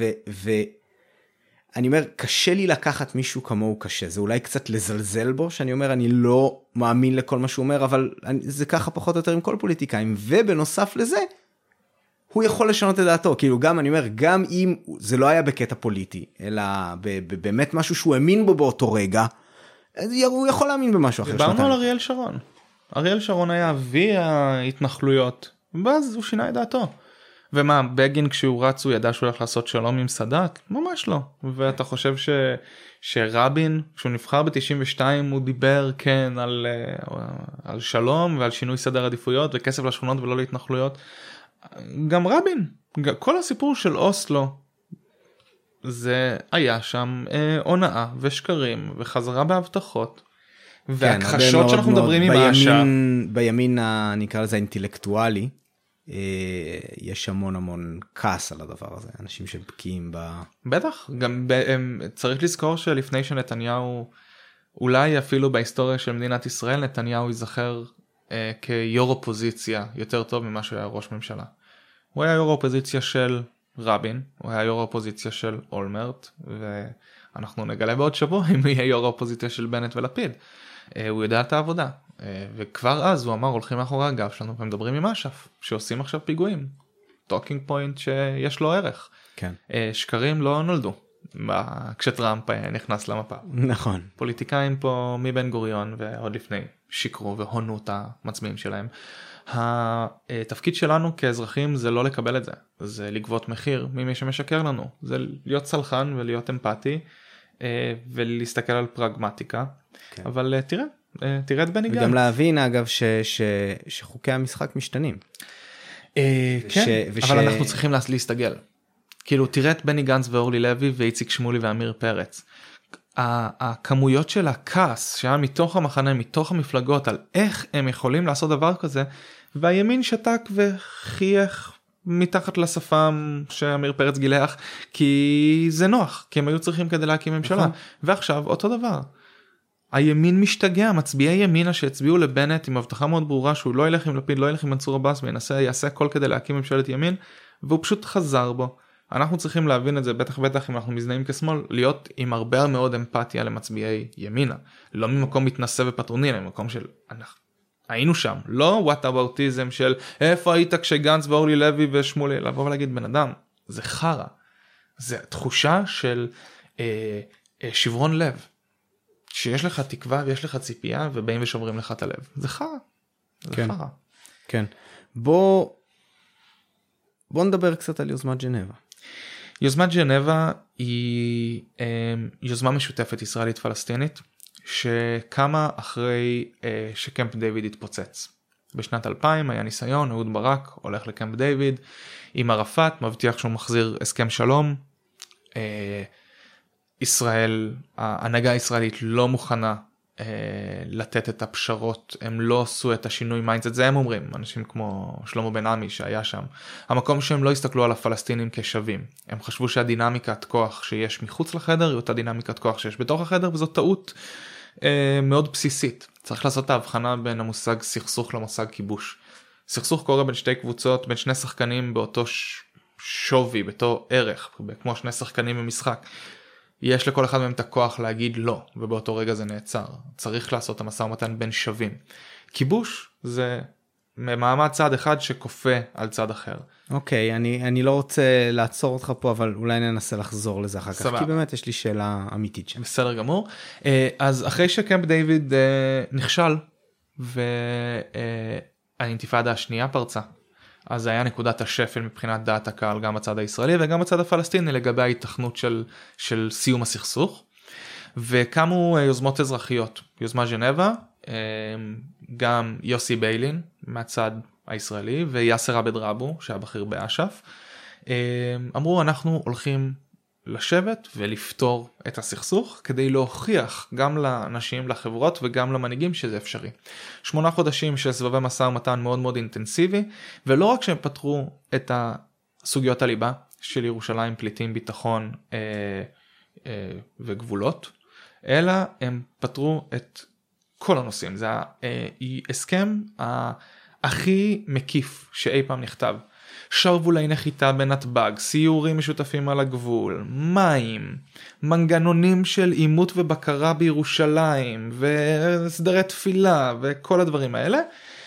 ואני אומר, קשה לי לקחת מישהו כמוהו קשה, זה אולי קצת לזלזל בו, שאני אומר, אני לא מאמין לכל מה שהוא אומר, אבל אני, זה ככה פחות או יותר עם כל פוליטיקאים, ובנוסף לזה, הוא יכול לשנות את דעתו, כאילו גם, אני אומר, גם אם זה לא היה בקטע פוליטי, אלא באמת משהו שהוא האמין בו באותו רגע, הוא יכול להאמין במשהו אחר. דיברנו על אריאל שרון. אריאל שרון היה אבי ההתנחלויות, ואז הוא שינה את דעתו. ומה, בגין כשהוא רץ הוא ידע שהוא הולך לעשות שלום עם סאדאת? ממש לא. ואתה חושב ש... שרבין, כשהוא נבחר ב-תשעים ושתיים, הוא דיבר כן על, על שלום ועל שינוי סדר עדיפויות וכסף לשכונות ולא להתנחלויות. גם רבין, כל הסיפור של אוסלו, זה היה שם אה, הונאה ושקרים וחזרה בהבטחות. והכחשות שאנחנו מדברים עם האשה. בימין, אני אקרא לזה אינטלקטואלי, יש המון המון כעס על הדבר הזה, אנשים שבקיאים ב... בטח, גם צריך לזכור שלפני שנתניהו, אולי אפילו בהיסטוריה של מדינת ישראל, נתניהו ייזכר כיו"ר אופוזיציה יותר טוב ממה שהוא היה ראש ממשלה. הוא היה יו"ר אופוזיציה של רבין, הוא היה יו"ר אופוזיציה של אולמרט, ואנחנו נגלה בעוד שבוע אם הוא יהיה יו"ר אופוזיציה של בנט ולפיד. הוא יודע את העבודה, וכבר אז הוא אמר הולכים מאחורי הגב שלנו ומדברים עם אש"ף שעושים עכשיו פיגועים, טוקינג פוינט שיש לו ערך. כן. שקרים לא נולדו כשטראמפ נכנס למפה. נכון. פוליטיקאים פה מבן גוריון ועוד לפני שיקרו והונו את המצביעים שלהם. התפקיד שלנו כאזרחים זה לא לקבל את זה, זה לגבות מחיר ממי שמשקר לנו, זה להיות סלחן ולהיות אמפתי ולהסתכל על פרגמטיקה. כן. אבל תראה, תראה את בני גנץ. וגם להבין אגב ש, ש, שחוקי המשחק משתנים. כן, וש, אבל אנחנו צריכים להסתגל. כאילו תראה את בני גנץ ואורלי לוי ואיציק שמולי ואמיר פרץ. הכמויות של הכעס שהיה מתוך המחנה, מתוך המפלגות, על איך הם יכולים לעשות דבר כזה, והימין שתק וחייך מתחת לשפם שאמיר פרץ גילח, כי זה נוח, כי הם היו צריכים כדי להקים ממשלה. ועכשיו אותו דבר. הימין משתגע, מצביעי ימינה שהצביעו לבנט עם הבטחה מאוד ברורה שהוא לא ילך עם לפיד, לא ילך עם מנסור עבאס, וינסה, יעשה הכל כדי להקים ממשלת ימין, והוא פשוט חזר בו. אנחנו צריכים להבין את זה, בטח בטח אם אנחנו מזנאים כשמאל, להיות עם הרבה מאוד אמפתיה למצביעי ימינה. לא ממקום מתנשא ופטרוני, אלא ממקום של אנחנו היינו שם. לא what aboutism של איפה היית כשגנץ ואורלי לוי ושמולי, לבוא ולהגיד בן אדם, זה חרה. זה תחושה של אה, אה, שברון לב. שיש לך תקווה ויש לך ציפייה ובאים ושומרים לך את הלב. זה חרה. זה כן. חרה. כן. בוא, בוא נדבר קצת על יוזמת ג'נבה. יוזמת ג'נבה היא אה, יוזמה משותפת ישראלית פלסטינית, שקמה אחרי אה, שקמפ דיוויד התפוצץ. בשנת אלפיים היה ניסיון, אהוד ברק הולך לקמפ דיוויד, עם ערפאת, מבטיח שהוא מחזיר הסכם שלום, אה, ישראל, ההנהגה הישראלית לא מוכנה אה, לתת את הפשרות, הם לא עשו את השינוי מיינדסט, זה הם אומרים, אנשים כמו שלמה בן עמי שהיה שם, המקום שהם לא הסתכלו על הפלסטינים כשווים, הם חשבו שהדינמיקת כוח שיש מחוץ לחדר היא אותה דינמיקת כוח שיש בתוך החדר, וזאת טעות אה, מאוד בסיסית, צריך לעשות את ההבחנה בין המושג סכסוך למושג כיבוש, סכסוך קורה בין שתי קבוצות, בין שני שחקנים באותו ש... שווי, באותו ערך, כמו שני שחקנים במשחק, יש לכל אחד מהם את הכוח להגיד לא, ובאותו רגע זה נעצר. צריך לעשות את המשא ומתן בין שווים. כיבוש זה מעמד צד אחד שכופה על צד אחר. אוקיי, אני, אני לא רוצה לעצור אותך פה, אבל אולי ננסה לחזור לזה אחר כך, סבבה. כי באמת יש לי שאלה אמיתית שם. בסדר גמור. אז אחרי שקמפ דיוויד נכשל, והאינתיפאדה השנייה פרצה, אז זה היה נקודת השפל מבחינת דעת הקהל, גם בצד הישראלי וגם בצד הפלסטיני, לגבי ההיתכנות של, של סיום הסכסוך. וקמו יוזמות אזרחיות, יוזמה ג'נבה, גם יוסי ביילין מהצד הישראלי, ויאסר עבד רבו, שהיה בכיר באש"ף, אמרו אנחנו הולכים לשבת ולפתור את הסכסוך, כדי להוכיח גם לאנשים, לחברות וגם למנהיגים שזה אפשרי. שמונה חודשים של סבבי משא ומתן מאוד מאוד אינטנסיבי, ולא רק שהם פתרו את הסוגיות הליבה של ירושלים, פליטים, ביטחון אה, אה, וגבולות, אלא הם פתרו את כל הנושאים. זה ההסכם הכי מקיף שאי פעם נכתב. שרוולי נחיתה בנתב"ג, סיורים משותפים על הגבול, מים, מנגנונים של אימות ובקרה בירושלים, וסדרי תפילה, וכל הדברים האלה.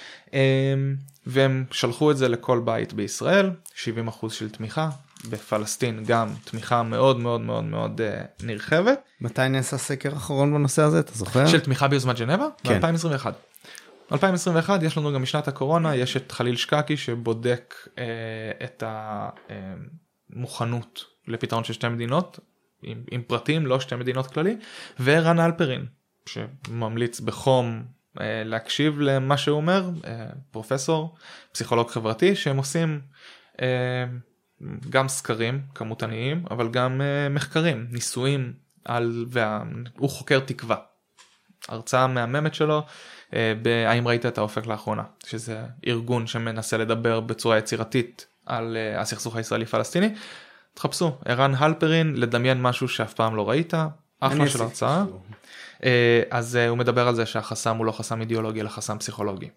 והם שלחו את זה לכל בית בישראל, שבעים אחוז של תמיכה, בפלסטין גם תמיכה מאוד מאוד מאוד מאוד נרחבת. מתי נעשה סקר אחרון בנושא הזה, אתה זוכר? של תמיכה ביוזמת ג'נבה? כן. ב-אלפיים עשרים ואחת. אלפיים עשרים ואחת יש לנו גם משנת הקורונה, יש את חליל שקקי שבודק אה, את המוכנות לפתרון של שתי מדינות, עם, עם פרטים, לא שתי מדינות כללי, ורן אלפרין, שממליץ בחום אה, להקשיב למה שהוא אומר, אה, פרופסור, פסיכולוג חברתי, שהם עושים אה, גם סקרים כמותניים, אבל גם אה, מחקרים, ניסויים, על, וה, הוא חוקר תקווה. הרצאה מהממת שלו, האם ראית את האופק לאחרונה, שזה ארגון שמנסה לדבר בצורה יצירתית על הסכסוך הישראלי-פלסטיני. תחפשו, ערן הלפרין, לדמיין משהו שאף פעם לא ראית, אחלה של הרצאה. אז הוא מדבר על זה שהחסם הוא לא חסם אידיאולוגי, אלא חסם פסיכולוגי.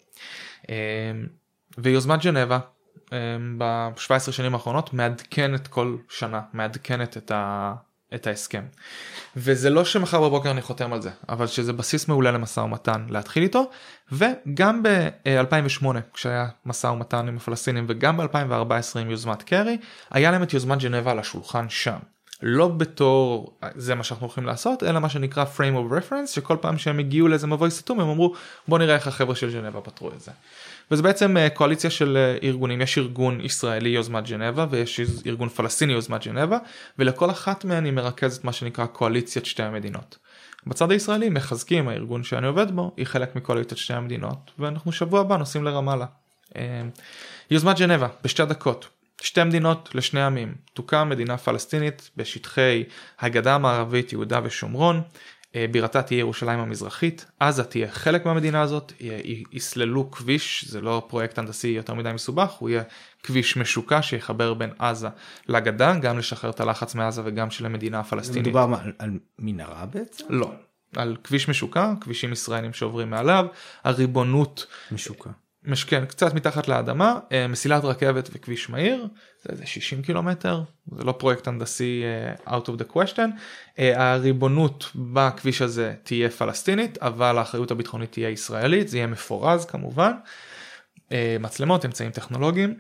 ויוזמת ג'נבה, ב-שבע עשרה שנים האחרונות, מעדכנת כל שנה, מעדכנת את ה... את ההסכם. וזה לא שמחר בבוקר אני חותם על זה, אבל שזה בסיס מעולה למשא ומתן להתחיל איתו, וגם ב-אלפיים ושמונה, כשהיה משא ומתן עם הפלסטינים, וגם ב-אלפיים וארבע עשרה עם יוזמת קרי, היה להם את יוזמת ג'נבה על השולחן שם. לא בתור זה מה שאנחנו הולכים לעשות, אלא מה שנקרא frame of reference, שכל פעם שהם הגיעו לאיזה מבוי סתום, הם אמרו, בוא נראה איך החבר'ה של ג'נבה פתרו את זה. וזה בעצם קואליציה של ארגונים, יש ארגון ישראלי יוזמת ג'נבה, ויש ארגון פלסטיני יוזמת ג'נבה, ולכל אחת מהן היא מרכזת מה שנקרא קואליציית שתי המדינות. בצד הישראלי מחזקים, הארגון שאני עובד בו, היא חלק מקואליציית שתי המדינות, ואנחנו שבוע הבא נוסעים לרמאללה. יוזמת ג'נבה, בשתי דקות. שתי מדינות לשני עמים, תוקם מדינה פלסטינית בשטחי הגדה המערבית, יהודה ושומרון, בירתה תהיה ירושלים המזרחית, עזה תהיה חלק מהמדינה הזאת, יסללו כביש, זה לא פרויקט הנדסי יותר מדי מסובך, הוא יהיה כביש משוקע שיחבר בין עזה לגדה, גם לשחרר את הלחץ מעזה וגם של המדינה הפלסטינית. מדובר על, על מנהרה בעצם? לא, על כביש משוקע, כבישים ישראלים שעוברים מעליו, הריבונות משוקע. משכן, קצת מתחת לאדמה, מסילת רכבת וכביש מהיר, זה איזה שישים קילומטר, זה לא פרויקט הנדסי out of the question, הריבונות בכביש הזה תהיה פלסטינית, אבל האחריות הביטחונית תהיה ישראלית, זה יהיה מפורז כמובן, מצלמות, אמצעים טכנולוגיים,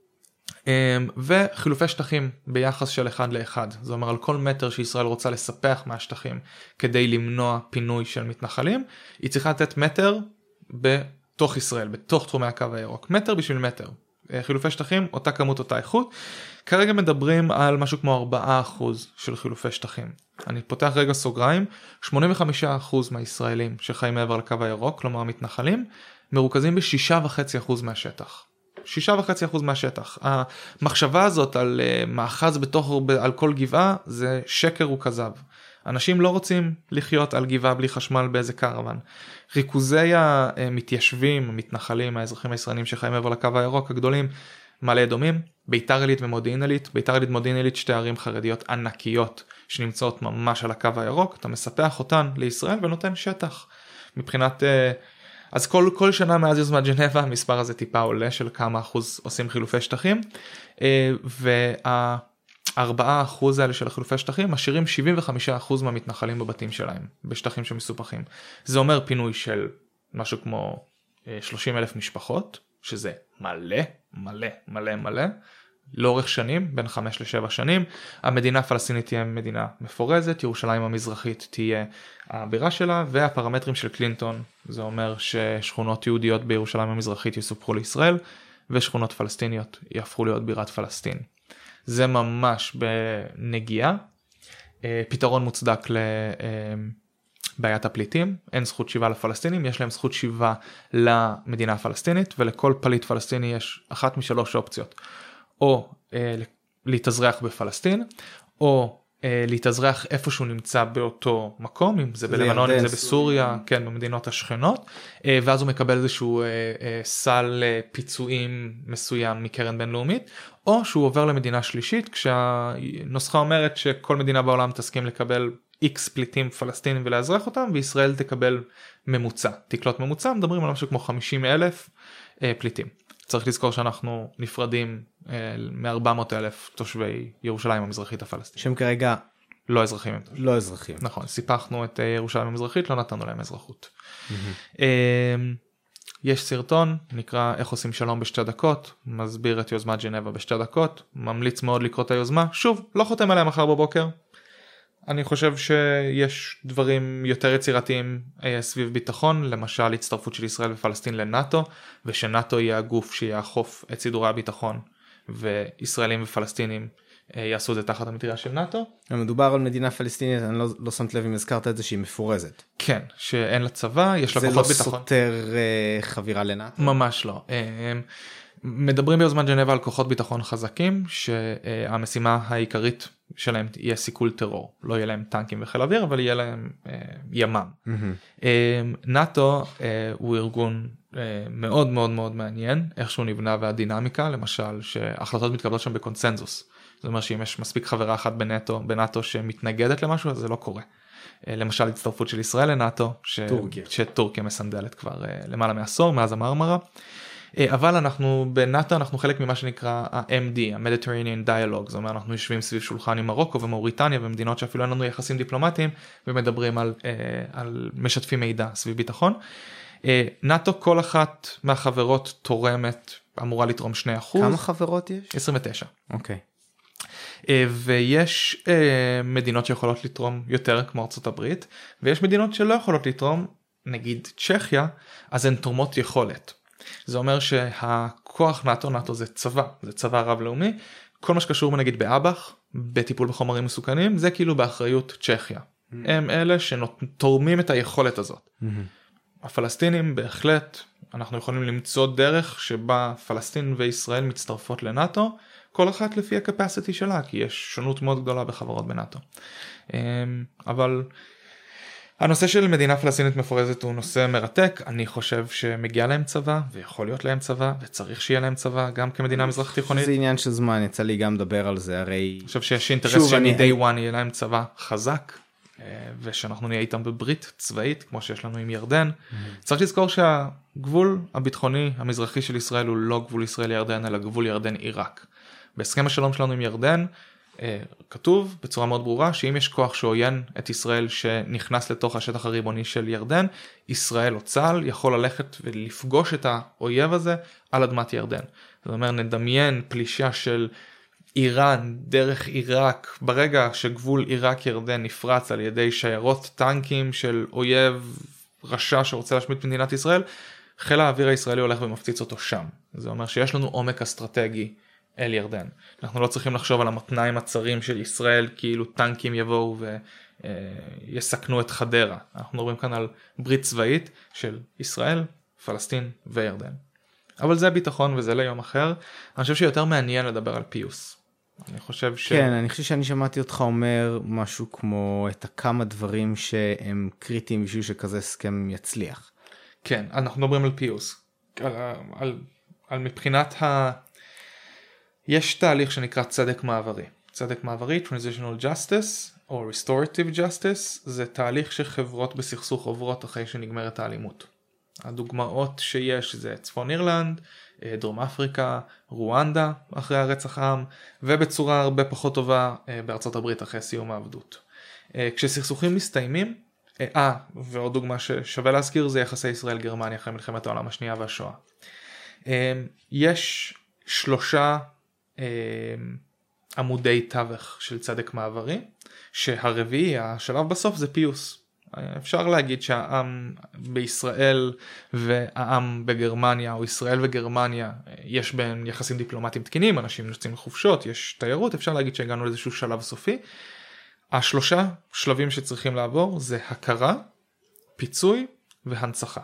וחילופי שטחים ביחס של אחד לאחד, זה אומר על כל מטר שישראל רוצה לספח מהשטחים כדי למנוע פינוי של מתנחלים, היא צריכה לתת מטר ב... בתוך ישראל, בתוך תחומי הקו הירוק, מטר בשביל מטר. חילופי שטחים, אותה כמות, אותה איכות. כרגע מדברים על משהו כמו ארבעה אחוז של חילופי שטחים. אני פותח רגע סוגריים, שמונים וחמישה אחוז מהישראלים שחיים מעבר לקו הירוק, כלומר המתנחלים, מרוכזים ב-שישה וחצי אחוז מהשטח. שישה וחצי אחוז מהשטח. המחשבה הזאת על מאחז בתוך, על כל גבעה, זה שקר וכזב. אנשים לא רוצים לחיות על גבעה בלי חשמל באיזה קרוון. ריכוזי המתיישבים, המתנחלים, האזרחים הישראלים שחיים מעבר לקו הירוק הגדולים, מעלה אדומים, ביתר עילית ומודיעין עילית, ביתר עילית ומודיעין עילית שתי ערים חרדיות ענקיות שנמצאות ממש על הקו הירוק, אתה מספח אותן לישראל ונותן שטח. מבחינת, אז כל, כל שנה מאז יוזמת ג'נבה המספר הזה טיפה עולה של כמה אחוז עושים חילופי שטחים, וה... ארבעה אחוז האלה של החילופי שטחים משאירים שבעים וחמישה אחוז מהמתנחלים בבתים שלהם, בשטחים שמסופחים. זה אומר פינוי של משהו כמו שלושים אלף משפחות, שזה מלא, מלא, מלא, מלא, לאורך שנים, בין חמש לשבע שנים. המדינה הפלסטינית תהיה מדינה מפורזת, ירושלים המזרחית תהיה הבירה שלה, והפרמטרים של קלינטון, זה אומר ששכונות יהודיות בירושלים המזרחית יסופחו לישראל, ושכונות פלסטיניות יהפכו להיות בירת פלסטין. זה ממש בנגיעה, פתרון מוצדק לבעיית הפליטים, אין זכות שיבה לפלסטינים, יש להם זכות שיבה למדינה הפלסטינית, ולכל פליט פלסטיני יש אחת משלוש אופציות, או להתאזרח בפלסטין, או להתאזרח איפה שהוא נמצא באותו מקום, אם זה בלבנון, אם זה בסוריה, כן, במדינות השכנות, ואז הוא מקבל איזשהו סל פיצויים מסוים מקרן בינלאומית, או שהוא עובר למדינה שלישית, כשהנוסחה אומרת שכל מדינה בעולם תסכים לקבל איקס פליטים פלסטינים ולאזרח אותם, וישראל תקבל ממוצע, תקלוט ממוצע, מדברים על משהו כמו חמישים אלף פליטים. צריך לזכור שאנחנו נפרדים מ-ארבע מאות אלף תושבי ירושלים המזרחית הפלסטינית. שהם כרגע לא אזרחים. לא אזרחים. נכון, סיפחנו את ירושלים המזרחית, לא נתנו להם אזרחות. יש סרטון, נקרא איך עושים שלום בשתי דקות, מסביר את יוזמת ג'נבה בשתי דקות, ממליץ מאוד לקרוא את היוזמה, שוב, לא חותם עליה מחר בבוקר, אני חושב שיש דברים יותר יצירתיים סביב ביטחון, למשל הצטרפות של ישראל ופלסטין לנאטו, ושנאטו יהיה הגוף שיאכוף את סידורי הביטחון, וישראלים ופלסטינים יעשו את זה תחת המטריה של נאטו. מדובר על מדינה פלסטינית, אני לא, לא שמת לב אם הזכרת את זה שהיא מפורזת. כן, שאין לה צבא, יש לה כוחות ביטחון. זה לא סותר uh, חבירה לנאטו? ממש לא. מדברים ביוזמת ג'נבה על כוחות ביטחון חזקים, שהמשימה העיקרית שלהם יהיה סיכול טרור. לא יהיה להם טנקים וחיל אוויר, אבל יהיה להם אה, ימם. Mm-hmm. אה, נאטו אה, הוא ארגון אה, מאוד מאוד מאוד מעניין, איך שהוא נבנה והדינמיקה, למשל שהחלטות מתקבלות שם בקונצנזוס. זאת אומרת שאם יש מספיק חברה אחת בנאטו, בנאטו שמתנגדת למשהו, אז זה לא קורה. אה, למשל הצטרפות של ישראל לנאטו, ש... טורקיה. שטורקיה מסנדלת כבר אה, למעלה מעשור, מאז המרמרה. אבל אנחנו בנאטו אנחנו חלק ממה שנקרא ה-אם די, ה-Mediterranean Dialogue, זאת אומרת אנחנו יושבים סביב שולחן עם מרוקו ומאוריטניה ומדינות שאפילו אין לנו יחסים דיפלומטיים ומדברים על, על משתפי מידע סביב ביטחון. נאטו כל אחת מהחברות תורמת, אמורה לתרום שני אחוז. כמה חברות יש? עשרים ותשע. אוקיי. ויש מדינות שיכולות לתרום יותר כמו ארצות הברית, ויש מדינות שלא יכולות לתרום, נגיד צ'כיה, אז הן תורמות יכולת. זה אומר שהכוח נאטו, נאטו זה צבא, זה צבא רב לאומי, כל מה שקשור נגיד באב"ח, בטיפול בחומרים מסוכנים, זה כאילו באחריות צ'כיה. Mm-hmm. הם אלה שתורמים את היכולת הזאת. Mm-hmm. הפלסטינים בהחלט, אנחנו יכולים למצוא דרך שבה פלסטין וישראל מצטרפות לנאטו, כל אחת לפי הקפסיטי שלה, כי יש שונות מאוד גדולה בחברות בנאטו. אבל הנושא של מדינה פלסטינית מפורזת הוא נושא מרתק. אני חושב שמגיע להם צבא, ויכול להיות להם צבא, וצריך שיהיה להם צבא, גם כמדינה מזרח תיכונית. זה עניין של זמן, יצא לי גם לדבר על זה, הרי... אני חושב שיש אינטרס שמדי וואן יהיה להם צבא חזק, ושאנחנו נהיה איתם בברית צבאית, כמו שיש לנו עם ירדן. צריך לזכור שהגבול הביטחוני המזרחי של ישראל הוא לא גבול ישראל-ירדן, אלא גבול ירדן-עיראק. בהסכם השלום שלנו עם ירדן, כתוב בצורה מאוד ברורה שאם יש כוח שעוין את ישראל שנכנס לתוך השטח הריבוני של ירדן, ישראל או צה"ל יכול ללכת ולפגוש את האויב הזה על אדמת ירדן. זאת אומרת, נדמיין פלישה של איראן דרך עיראק, ברגע שגבול עיראק-ירדן נפרץ על ידי שיירות טנקים של אויב רשע שרוצה להשמיד את מדינת ישראל, חיל האוויר הישראלי הולך ומפציץ אותו שם. זה אומר שיש לנו עומק אסטרטגי אל ירדן. אנחנו לא צריכים לחשוב על המתניים הצרים של ישראל, כאילו טנקים יבואו ויסכנו את חדרה. אנחנו מדברים כאן על ברית צבאית של ישראל, פלסטין וירדן. אבל זה ביטחון וזה ליום אחר. אני חושב שיותר מעניין לדבר על פיוס. אני חושב ש... כן, אני חושב שאני שמעתי אותך אומר משהו כמו את הכמה דברים שהם קריטיים בשביל שכזה הסכם יצליח. כן, אנחנו מדברים על פיוס. על, על, על מבחינת ה... יש תהליך שנקרא צדק מעברי. צדק מעברי, Transitional Justice, או Restorative Justice, זה תהליך שחברות בסכסוך עוברות אחרי שנגמרת האלימות. הדוגמאות שיש זה צפון אירלנד, דרום אפריקה, רואנדה אחרי הרצח העם, ובצורה הרבה פחות טובה בארצות הברית אחרי סיום העבדות. כשסכסוכים מסתיימים, אה, ועוד דוגמה ששווה להזכיר זה יחסי ישראל-גרמניה אחרי מלחמת העולם השנייה והשואה. יש שלושה עמודי תווך של צדק מעברי, שהרביעי, השלב בסוף זה פיוס. אפשר להגיד שהעם בישראל והעם בגרמניה, או ישראל וגרמניה, יש בין יחסים דיפלומטיים תקינים, אנשים יוצאים לחופשות, יש תיירות, אפשר להגיד שהגענו לאיזשהו שלב סופי. השלושה שלבים שצריכים לעבור זה הכרה, פיצוי והנצחה.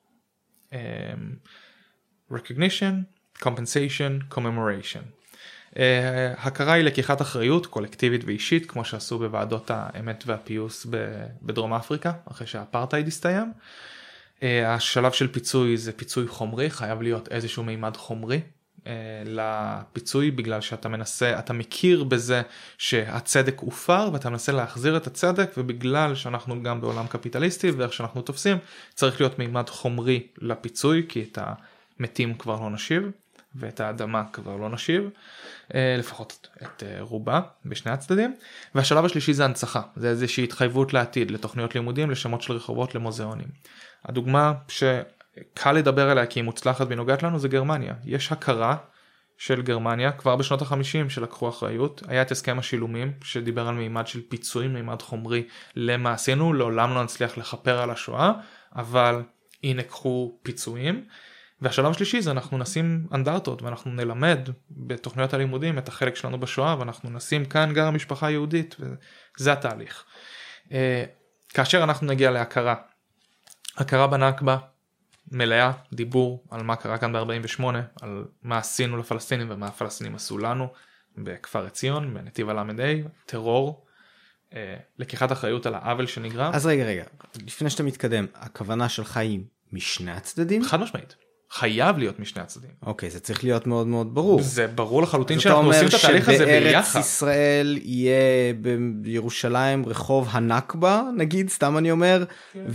Recognition, compensation, commemoration. Uh, הכרה היא לקיחת אחריות קולקטיבית ואישית, כמו שעשו בוועדות האמת והפיוס בדרום אפריקה, אחרי שהאפרטהייד הסתיים. Uh, השלב של פיצוי זה פיצוי חומרי, חייב להיות איזשהו מימד חומרי uh, לפיצוי, בגלל שאתה מנסה, אתה מכיר בזה שהצדק הופר, ואתה מנסה להחזיר את הצדק, ובגלל שאנחנו גם בעולם קפיטליסטי, ואיך שאנחנו תופסים, צריך להיות מימד חומרי לפיצוי, כי את המתים כבר לא נשיב. ואת האדמה כבר לא נשיב, לפחות את רובה בשני הצדדים. והשלב השלישי זה הנצחה, זה איזושהי התחייבות לעתיד, לתוכניות לימודים, לשמות של רחובות, למוזיאונים. הדוגמה שקל לדבר עליה כי היא מוצלחת בנוגעת לנו זה גרמניה. יש הכרה של גרמניה כבר בשנות החמישים שלקחו אחריות, היה את הסכם השילומים שדיבר על מימד של פיצויים, מימד חומרי למעשינו, לעולם לא נצליח לחפר על השואה, אבל הנה קחו פיצויים. והשלב השלישי זה אנחנו נשים אנדרטות ואנחנו נלמד בתוכניות הלימודים את החלק שלנו בשואה, ואנחנו נשים כאן גם המשפחה היהודית, וזה התהליך. כאשר אנחנו נגיע להכרה, הכרה בנכבה מלאה, דיבור על מה קרה כאן ב-ארבעים ושמונה, על מה עשינו לפלסטינים ומה הפלסטינים עשו לנו בכפר עציון, בנתיב הלמדי, טרור, לקיחת אחריות על העוול שנגרם. אז רגע רגע, לפני שאתה מתקדם, הכוונה שלך היא משני הצדדים? חד משמעית. חייב להיות משני הצדדים. אוקיי, זה צריך להיות מאוד מאוד ברור. זה ברור לחלוטין שאנחנו עושים את התהליך הזה ביחד. שבארץ ישראל יהיה בירושלים רחוב הנכבה, נגיד, סתם אני אומר,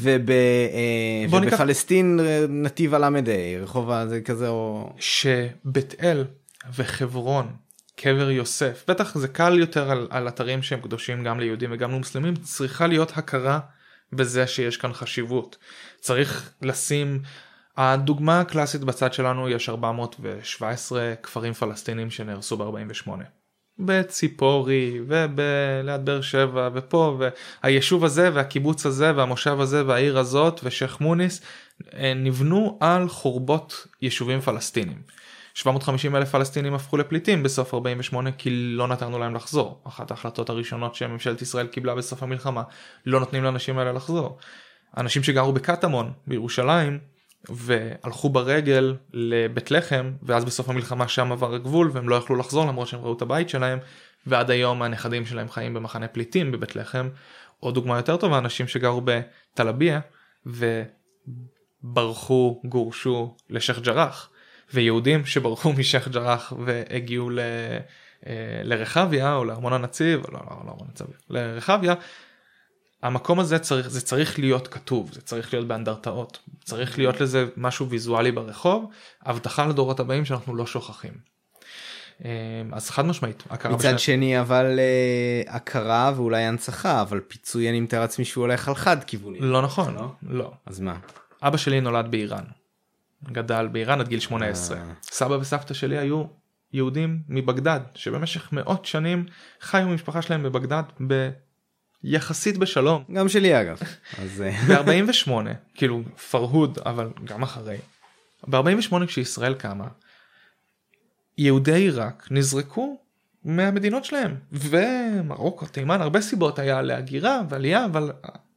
ובפלסטין נתיב הלמדי, רחוב הזה כזה או... שבית אל וחברון, קבר יוסף, בטח זה קל יותר על, על אתרים שהם קדושים גם ליהודים וגם למוסלמים, צריכה להיות הכרה בזה שיש כאן חשיבות. צריך לשים... הדוגמה הקלאסית בצד שלנו יש ארבע מאות שבע עשרה כפרים פלסטינים שנהרסו ב-ארבעים ושמונה. בציפורי וליד באר שבע ופה, והיישוב הזה והקיבוץ הזה והמושב הזה והעיר הזאת ושייח מוניס נבנו על חורבות יישובים פלסטינים. שבע מאות וחמישים אלף פלסטינים הפכו לפליטים בסוף ארבעים ושמונה כי לא נתנו להם לחזור. אחת ההחלטות הראשונות שממשלת ישראל קיבלה בסוף המלחמה, לא נותנים לאנשים האלה לחזור. אנשים שגרו בקטמון בירושלים והלכו ברגל לבית לחם, ואז בסוף המלחמה שם עבר הגבול, והם לא יכלו לחזור למרות שהם ראו את הבית שלהם, ועד היום הנכדים שלהם חיים במחנה פליטים בבית לחם. עוד דוגמה יותר טובה, אנשים שגרו בתל-אביב, וברחו, גורשו לשייח ג'רח, ויהודים שברחו משייח ג'רח והגיעו ל... לרחביה או לארמון הנציב, לא, לא, לא, לא, לרחביה, המקום הזה צריך, זה צריך להיות כתוב, זה צריך להיות באנדרטאות, צריך להיות לזה משהו ויזואלי ברחוב, הבטחה לדורות הבאים שאנחנו לא שוכחים. אז חד משמעית. מצד בשני... שני אבל uh, הכרה ואולי הנצחה, אבל פיצוי אני מתאר עצמי שהוא הולך על חד כיווני. לא נכון, לא? לא. אז מה? אבא שלי נולד באיראן, גדל באיראן עד גיל שמונה עשרה. סבא וסבתא שלי היו יהודים מבגדד, שבמשך מאות שנים חיו משפחה שלהם בבגדד ביחסית בשלום. גם שלי אגב. אז... ב-ארבעים ושמונה, כאילו פרהוד, אבל גם אחרי. ב-ארבעים ושמונה כשישראל קמה, יהודי עיראק נזרקו מהמדינות שלהם, ומרוקו, תימן, הרבה סיבות היה להגירה ועלייה, אבל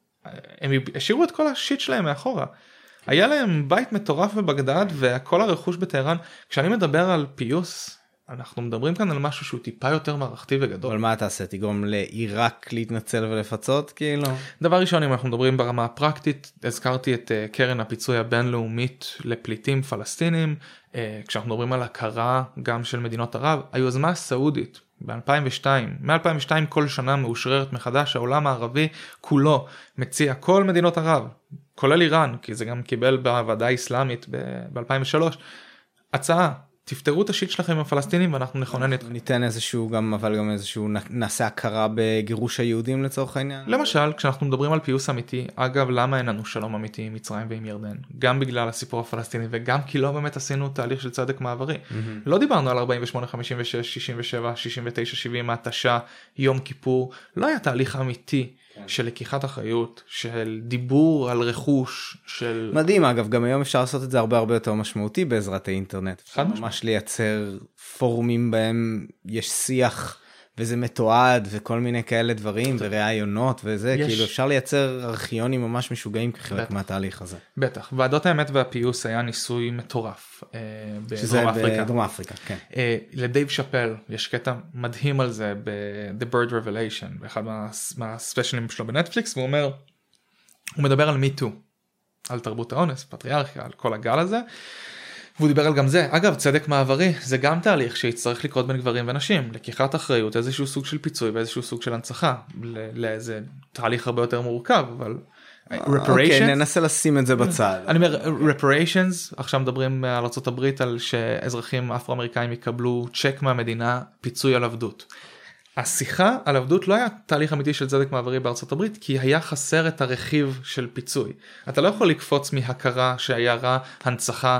הם השאירו את כל השיט שלהם מאחורה. היה להם בית מטורף בבגדד, וכל הרכוש בטהרן. כשאני מדבר על פיוס, אנחנו מדברים כאן על משהו שהוא טיפה יותר מערכתי וגדול. אבל מה אתה עושה? תגרום לעיראק להתנצל ולפצות? כאילו? דבר ראשון, אם אנחנו מדברים ברמה הפרקטית, הזכרתי את קרן הפיצוי הבינלאומית לפליטים פלסטינים, כשאנחנו מדברים על הכרה גם של מדינות ערב, היוזמה הסעודית ב-אלפיים ושתיים, מ-אלפיים ושתיים כל שנה מאושררת מחדש, העולם הערבי כולו מציע, כל מדינות ערב, כולל איראן, כי זה גם קיבל בוועדה האסלאמית ב-אלפיים ושלוש, הצעה, תפתרו את השיט שלכם עם הפלסטינים ואנחנו נכונן את... ניתן איזשהו גם, אבל גם איזשהו נעשה הכרה בגירוש היהודים לצורך העניין. למשל, כשאנחנו מדברים על פיוס אמיתי, אגב, למה אין לנו שלום אמיתי עם מצרים ועם ירדן? גם בגלל הסיפור הפלסטיני וגם כי לא באמת עשינו תהליך של צדק מעברי. לא דיברנו על ארבעים ושמונה, חמישים ושש, שישים ושבע, שישים ותשע, שבעים, התשה, יום כיפור. לא היה תהליך אמיתי של לקיחת אחריות, של דיבור על רכוש, של... מדהים, אגב, גם היום אפשר לעשות את זה הרבה הרבה יותר משמעותי בעזרת האינטרנט. ממש לייצר פורומים בהם יש שיח, וזה מתועד, וכל מיני כאלה דברים, ורעיונות, וזה, יש... כאילו אפשר לייצר ארכיונים ממש משוגעים כחלק בטח. מהתהליך הזה. בטח. ועדות האמת והפיוס היה ניסוי מטורף אה, בדרום אפריקה. בדרום אפריקה, כן. אה, לדייב שאפל, יש קטע מדהים על זה, ב-The Bird Revelation, באחד מה, מהספיישלים שלו בנטפליקס, והוא אומר, הוא מדבר על מי טו, על תרבות האונס, פטריארכיה, על כל הגל הזה, והוא דיבר על גם זה. אגב, צדק מעברי, זה גם תהליך שיצטרך לקרות בין גברים ונשים, לקיחת אחריות, איזשהו סוג של פיצוי ואיזשהו סוג של הנצחה, לאיזה תהליך הרבה יותר מורכב, אבל... אוקיי, ננסה לשים את זה בצד. אני אומר, reparations, עכשיו מדברים על ארצות הברית, על שאזרחים אפרו-אמריקאים יקבלו צ'ק מהמדינה, פיצוי על עבדות. השיחה על עבדות לא היה תהליך אמיתי של צדק מעברי בארצות הברית, כי היה חסר את הרכיב של פיצוי. אתה לא יכול לקפוץ מהכרה שהיה רע, הנצחה,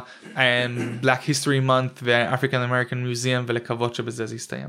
Black History Month ו-African American Museum, ולקוות שבזה זה יסתיים.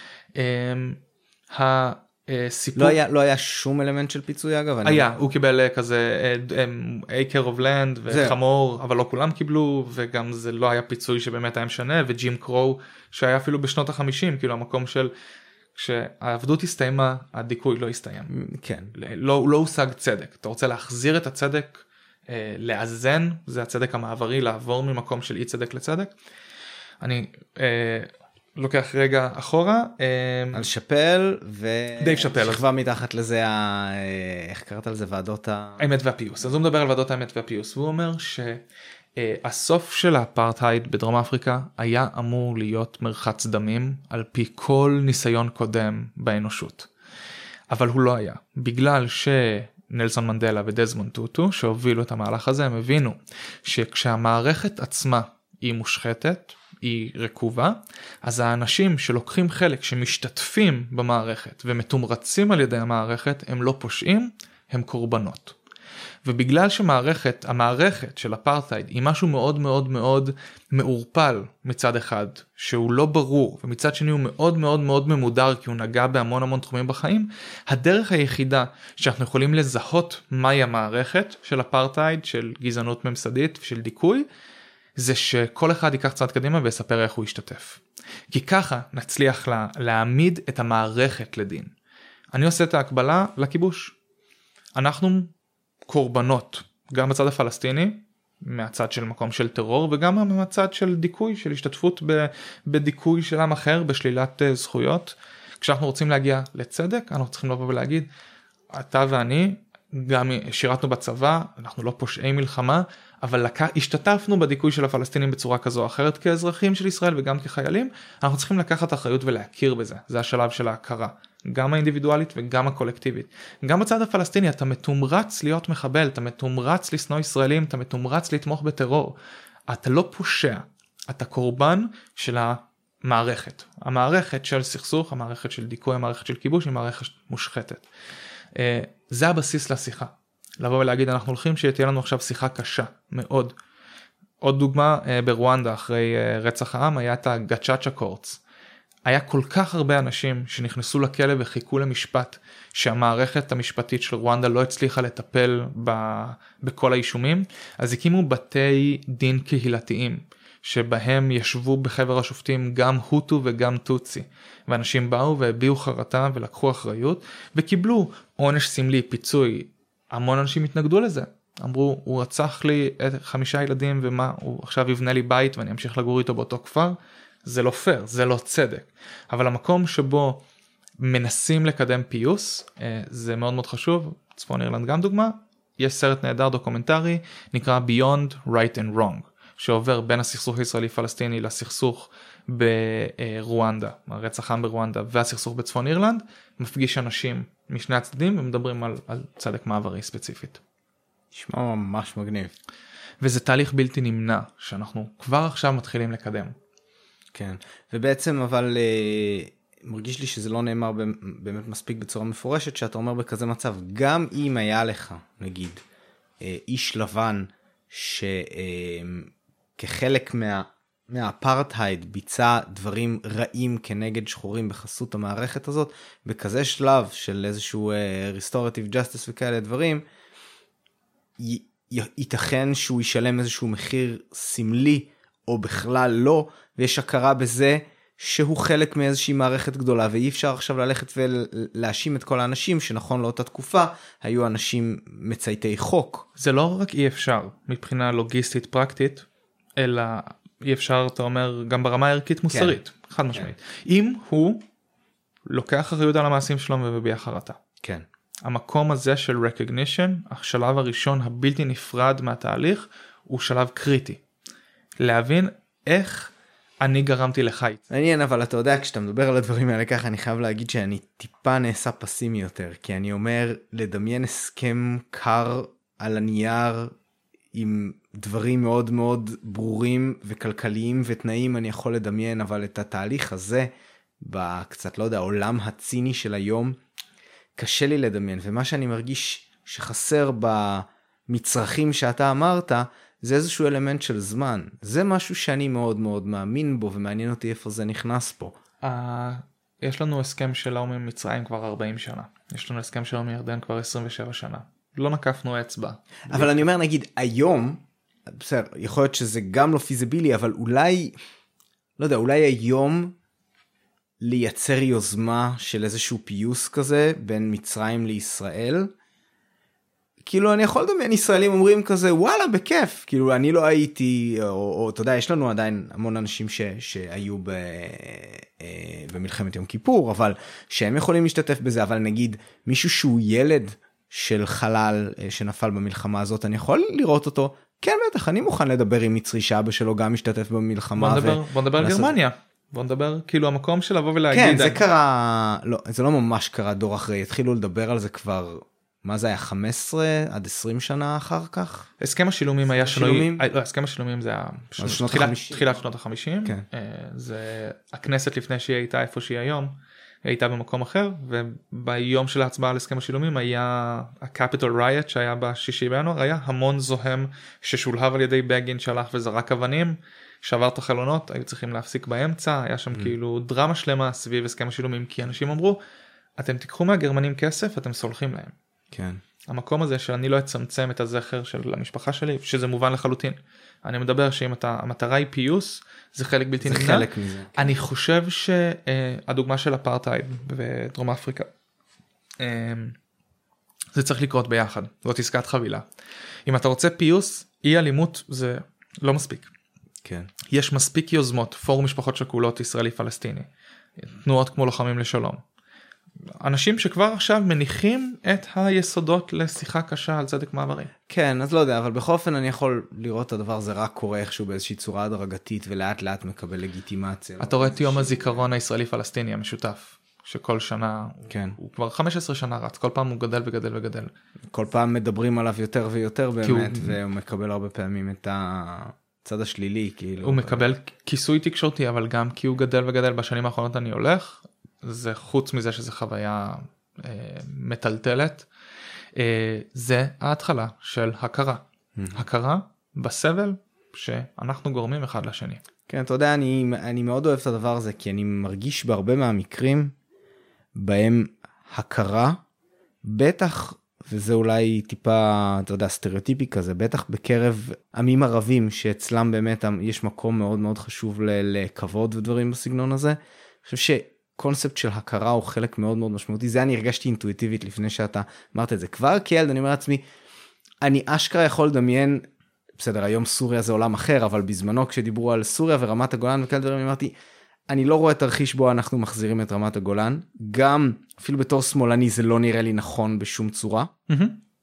הסיפור... לא היה, לא היה שום אלמנט של פיצוי אגב? היה, הוא קיבל כזה acre of land וחמור, אבל לא כולם קיבלו, וגם זה לא היה פיצוי שבאמת היה משנה, וג'ים קרו שהיה אפילו בשנות החמישים, כאילו המקום של... כשהעבדות הסתיימה, הדיכוי לא הסתיים. כן. לא, לא הושג צדק. אתה רוצה להחזיר את הצדק, אה, לאזן, זה הצדק המעברי, לעבור ממקום של אי צדק לצדק. אני אה, לוקח רגע אחורה. אה, על שאפל, ו... דייב שאפל. שכבה מתחת לזה, ה... איך קראת על זה? ועדות ה... האמת והפיוס. אז הוא מדבר על ועדות האמת והפיוס, והוא אומר ש... הסוף של האפרטהייד בדרום אפריקה היה אמור להיות מרחץ דמים על פי כל ניסיון קודם באנושות. אבל הוא לא היה. בגלל שנלסון מנדלה ודזמונד טוטו שהובילו את המהלך הזה, הם הבינו שכשהמערכת עצמה היא מושחתת, היא רקובה, אז האנשים שלוקחים חלק, שמשתתפים במערכת ומתומרצים על ידי המערכת, הם לא פושעים, הם קורבנות. ובגלל שמערכת, המערכת של אפרטהייד היא משהו מאוד מאוד מאוד מעורפל מצד אחד, שהוא לא ברור, ומצד שני הוא מאוד מאוד מאוד ממודר, כי הוא נגע בהמון המון תחומים בחיים, הדרך היחידה שאנחנו יכולים לזהות מהי המערכת של אפרטהייד, של גזענות ממסדית ושל דיכוי, זה שכל אחד ייקח צעד קדימה ויספר איך הוא ישתתף. כי ככה נצליח לה, להעמיד את המערכת לדין. אני עושה את ההקבלה לכיבוש. אנחנו קורבנות, גם בצד הפלסטיני, מהצד של מקום של טרור, וגם מהצד של דיכוי, של השתתפות בדיכוי של עם אחר, בשלילת זכויות. כשאנחנו רוצים להגיע לצדק, אנחנו צריכים לבוא ולהגיד, אתה ואני, גם שירתנו בצבא, אנחנו לא פושעי מלחמה, אבל לק... השתתפנו בדיכוי של הפלסטינים בצורה כזו או אחרת, כאזרחים של ישראל וגם כחיילים, אנחנו צריכים לקחת אחריות ולהכיר בזה. זה השלב של ההכרה, גם האינדיבידואלית וגם הקולקטיבית. גם בצד הפלסטיני, אתה מתומרץ להיות מחבל, אתה מתומרץ לשנוא ישראלים, אתה מתומרץ לתמוך בטרור. אתה לא פושע, אתה קורבן של המערכת. המערכת של סכסוך, המערכת של דיכוי, המערכת של כיבוש, היא מערכת מושחתת. זה הבסיס לשיחה. לבוא ולהגיד, אנחנו הולכים שתהיה לנו עכשיו שיחה קשה, מאוד. עוד דוגמה, ברואנדה, אחרי רצח העם, היה את הגצ'אצ'ה קורטס. היה כל כך הרבה אנשים שנכנסו לכלא וחיכו למשפט, שהמערכת המשפטית של רואנדה לא הצליחה לטפל ב, בכל האישומים, אז הקימו בתי דין קהילתיים, שבהם ישבו בחבר השופטים גם הוטו וגם טוצי, ואנשים באו והביאו חרטה ולקחו אחריות, וקיבלו עונש סמלי, פיצוי. המון אנשים התנגדו לזה, אמרו, הוא רצח לי חמישה ילדים, ומה, הוא עכשיו יבנה לי בית ואני אמשיך לגור איתו באותו כפר. זה לא פייר, זה לא צדק. אבל המקום שבו מנסים לקדם פיוס, זה מאוד מאוד חשוב. צפון אירלנד גם דוגמה, יש סרט נהדר דוקומנטרי, נקרא Beyond Right and Wrong, שעובר בין הסכסוך הישראלי-פלסטיני לסכסוך ברואנדה, הרצח עם ברואנדה, והסכסוך בצפון אירלנד, מפגיש אנשים משני הצדדים, ומדברים על, על צדק מעברי ספציפית. נשמע ממש מגניב. וזה תהליך בלתי נמנע, שאנחנו כבר עכשיו מתחילים לקדם. כן, ובעצם אבל אה, מרגיש לי שזה לא נאמר באמת מספיק בצורה מפורשת, שאתה אומר בכזה מצב, גם אם היה לך, נגיד, אה, איש לבן, שכחלק אה, מה, מהאפרטהייד ביצע דברים רעים כנגד שחורים בחסות המערכת הזאת, בכזה שלב של איזשהו אה, restorative justice וכאלה דברים, י, י, ייתכן שהוא ישלם איזשהו מחיר סמלי, או בכלל לא, ויש הכרה בזה שהוא חלק מאיזושהי מערכת גדולה, ואי אפשר עכשיו ללכת ולהאשים את כל האנשים, שנכון לאותה תקופה, היו אנשים מצייתי חוק. זה לא רק אי אפשר, מבחינה לוגיסטית פרקטית, אלא אי אפשר, אתה אומר, גם ברמה הערכית מוסרית, כן. חד משמעית. כן. אם הוא לוקח אחריות על המעשים שלו ומביע חרטה. כן. המקום הזה של recognition, השלב הראשון הבלתי נפרד מהתהליך, הוא שלב קריטי. להבין איך אני גרמתי לחייץ. מעניין, אבל אתה יודע, כשאתה מדבר על הדברים האלה ככה, אני חייב להגיד שאני טיפה נעשה פסימי יותר, כי אני אומר, לדמיין הסכם קר על הנייר, עם דברים מאוד מאוד ברורים וכלכליים ותנאים, אני יכול לדמיין, אבל את התהליך הזה, בקצת, לא יודע, העולם הציני של היום, קשה לי לדמיין, ומה שאני מרגיש שחסר במצרכים שאתה אמרת, זה איזשהו אלמנט של זמן. זה משהו שאני מאוד מאוד מאמין בו, ומעניין אותי איפה זה נכנס פה. Uh, יש לנו הסכם שלום עם מצרים כבר ארבעים שנה. יש לנו הסכם שלום עם ירדן כבר עשרים ושבע שנה. לא נקפנו אצבע. אבל אני אומר, נגיד, היום, בסדר, יכול להיות שזה גם לא פיזיבילי, אבל אולי, לא יודע, אולי היום לייצר יוזמה של איזשהו פיוס כזה, בין מצרים לישראל, כאילו אני יכול לדמיין ישראלים אומרים כזה, וואלה, בכיף, כאילו אני לא הייתי, או, או אתה יודע, יש לנו עדיין המון אנשים ש, שהיו ב, במלחמת יום כיפור, אבל שהם יכולים להשתתף בזה, אבל נגיד מישהו שהוא ילד של חלל שנפל במלחמה הזאת, אני יכול לראות אותו, כן בטח, אני מוכן לדבר עם מצרי שאבא שלו גם משתתף במלחמה. בוא נדבר, ו... בוא נדבר על גרמניה. בוא נדבר, כאילו המקום של לבוא ולהגיד. כן, זה קרה, לא, זה לא ממש קרה דור אחרי, התחילו לדבר על זה כבר, מה זה היה, חמש עשרה עד עשרים שנה אחר כך? הסכם השילומים היה שנוי, לא, הסכם השילומים זה היה תחילת שנות ה-חמישים, זה הכנסת לפני שהיא הייתה איפה שהיא היום, היא הייתה במקום אחר, וביום של ההצבעה על הסכם השילומים היה ה-Capital Riot שהיה בשישי בינואר, היה המון זוהם ששולהב על ידי בגין שהלך וזרק אבנים, שבר את החלונות, היו צריכים להפסיק באמצע, היה שם כאילו דרמה שלמה סביב הסכם השילומים, כי אנשים אמרו, אתם תיקחו מהגרמנים כסף, אתם סולחים להם. כן. המקום הזה שאני לא אצמצם את הזכר של המשפחה שלי, שזה מובן לחלוטין. אני מדבר שאם אתה, המטרה היא פיוס, זה חלק בלתי נמנע. זה חלק מזה. אני חושב שהדוגמה של אפרטהייד בדרום אפריקה, זה צריך לקרות ביחד. זאת עסקת חבילה. אם אתה רוצה פיוס, אי אלימות זה לא מספיק. כן. יש מספיק יוזמות, פורום משפחות שכולות ישראלי פלסטיני, תנועות כמו לוחמים לשלום. אנשים שכבר עכשיו מניחים את היסודות לשיחה קשה על צדק מעברי. כן, אז לא יודע, אבל בכל אופן אני יכול לראות את הדבר הזה רק קורה איכשהו באיזושהי צורה הדרגתית, ולאט לאט מקבל לגיטימציה. אתה רואה את יום הזיכרון הישראלי פלסטיני המשותף, שכל שנה, כן. הוא כבר חמש עשרה שנה רץ, כל פעם הוא גדל וגדל וגדל. כל פעם מדברים עליו יותר ויותר באמת, הוא... והוא מקבל הרבה פעמים את הצד השלילי, כאילו. הוא מקבל כיסוי תקשורתי, אבל גם כי הוא גדל וגדל, בשנים האחרונות אני הולך, זה חוץ מזה שזה חוויה אה, מטלטלת, אה, זה ההתחלה של הכרה. Mm-hmm. הכרה בסבל שאנחנו גורמים אחד לשני. כן, אתה יודע, אני, אני מאוד אוהב את הדבר הזה, כי אני מרגיש בהרבה מהמקרים, בהם הכרה, בטח, וזה אולי טיפה, אתה יודע, סטריאוטיפי כזה, בטח בקרב עמים ערבים, שאצלם באמת יש מקום מאוד מאוד חשוב לכבוד ודברים בסגנון הזה. אני חושב שקונספט של הכרה הוא חלק מאוד מאוד משמעותי, זה אני הרגשתי אינטואיטיבית לפני שאתה אמרת את זה. כבר כילד אני אומר לעצמי, אני אשכרה יכול לדמיין, בסדר, היום סוריה זה עולם אחר, אבל בזמנו כשדיברו על סוריה ורמת הגולן וכאלה דברים, אמרתי, אני לא רואה תרחיש בו אנחנו מחזירים את רמת הגולן, גם אפילו בתור שמאלני זה לא נראה לי נכון בשום צורה, mm-hmm.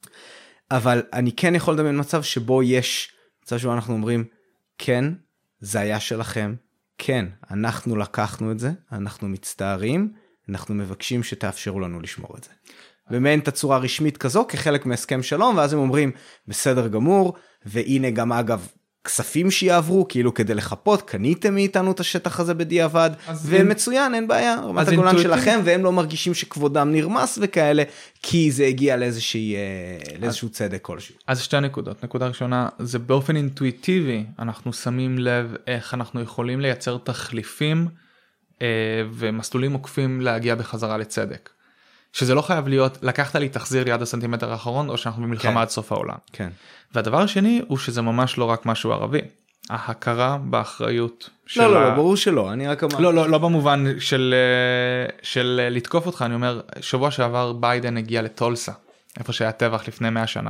אבל אני כן יכול לדמיין מצב שבו יש, מצב שבו אנחנו אומרים, כן, זה היה שלכם, כן, אנחנו לקחנו את זה, אנחנו מצטערים, אנחנו מבקשים שתאפשרו לנו לשמור את זה. במעין תצורה רשמית כזו, כחלק מהסכם שלום, ואז הם אומרים, בסדר גמור, והנה גם אגב, כספים שיעברו, כאילו כדי לחפות, קניתם מאיתנו את השטח הזה בדיעבד, ומצוין, אין בעיה, רמת הגולן שלכם, והם לא מרגישים שכבודם נרמס וכאלה, כי זה הגיע לאיזשהו צדק כלשהו. אז שתי נקודות. נקודה ראשונה, זה באופן אינטואיטיבי, אנחנו שמים לב איך אנחנו יכולים לייצר תחליפים, ומסלולים עוקפים להגיע בחזרה לצדק. שזה לא חייב להיות, לקחת לי תחזיר לי עד הסנטימטר האחרון, או שאנחנו במלחמה כן. עד סוף העולם. כן. והדבר השני הוא שזה ממש לא רק משהו ערבי. ההכרה באחריות של... לא, לא, לא, ברור שלא, אני רק אמר... לא, לא, לא במובן של, של לתקוף אותך, אני אומר, שבוע שעבר ביידן הגיע לטולסה, איפה שהיה טבח לפני מאה שנה.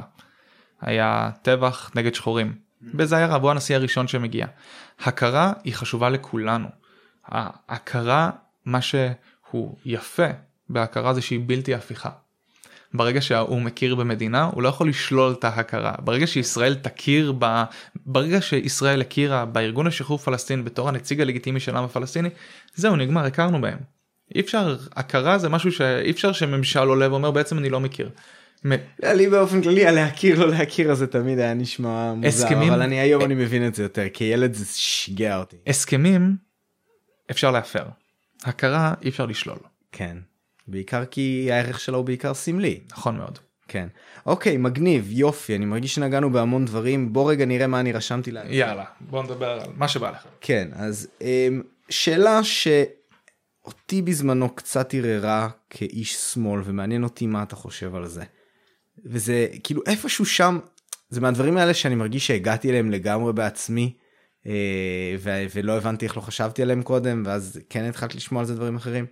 היה טבח נגד שחורים. בזה היה רבו הנשיא הראשון שמגיע. הכרה היא חשובה לכולנו. ההכרה, מה שהוא יפה, בהכרה זה שהיא בלתי הפיכה. ברגע שהוא מכיר במדינה, הוא לא יכול לשלול את ההכרה. ברגע שישראל תכיר, ב... ברגע שישראל הכירה בארגון השחרור פלסטין בתור הנציג הלגיטימי של העם הפלסטיני, זהו, נגמר, הכרנו בהם. אי אפשר, הכרה זה משהו שאי אפשר שממשל עולה ואומר, בעצם אני לא מכיר. לי באופן כללי, להכיר או להכיר, אז זה תמיד היה נשמע מוזר, אבל אני היום אני מבין את זה יותר, כי ילד זה שיגע אותי. הסכמים אפשר להפר. הכרה אי אפשר לשלול. כן. בעיקר כי הערך שלו הוא בעיקר סמלי. נכון מאוד. כן. אוקיי, מגניב, יופי, אני מרגיש שנגענו בהמון דברים, בוא רגע נראה מה אני רשמתי לה. יאללה, בוא נדבר על מה שבא לך. כן, אז שאלה שאותי בזמנו קצת ערערה כאיש שמאל, ומעניין אותי מה אתה חושב על זה. וזה כאילו איפשהו שם, זה מהדברים האלה שאני מרגיש שהגעתי אליהם לגמרי בעצמי, ולא הבנתי איך לא חשבתי עליהם קודם, ואז כן התחלתי לשמוע על זה דברים אחרים.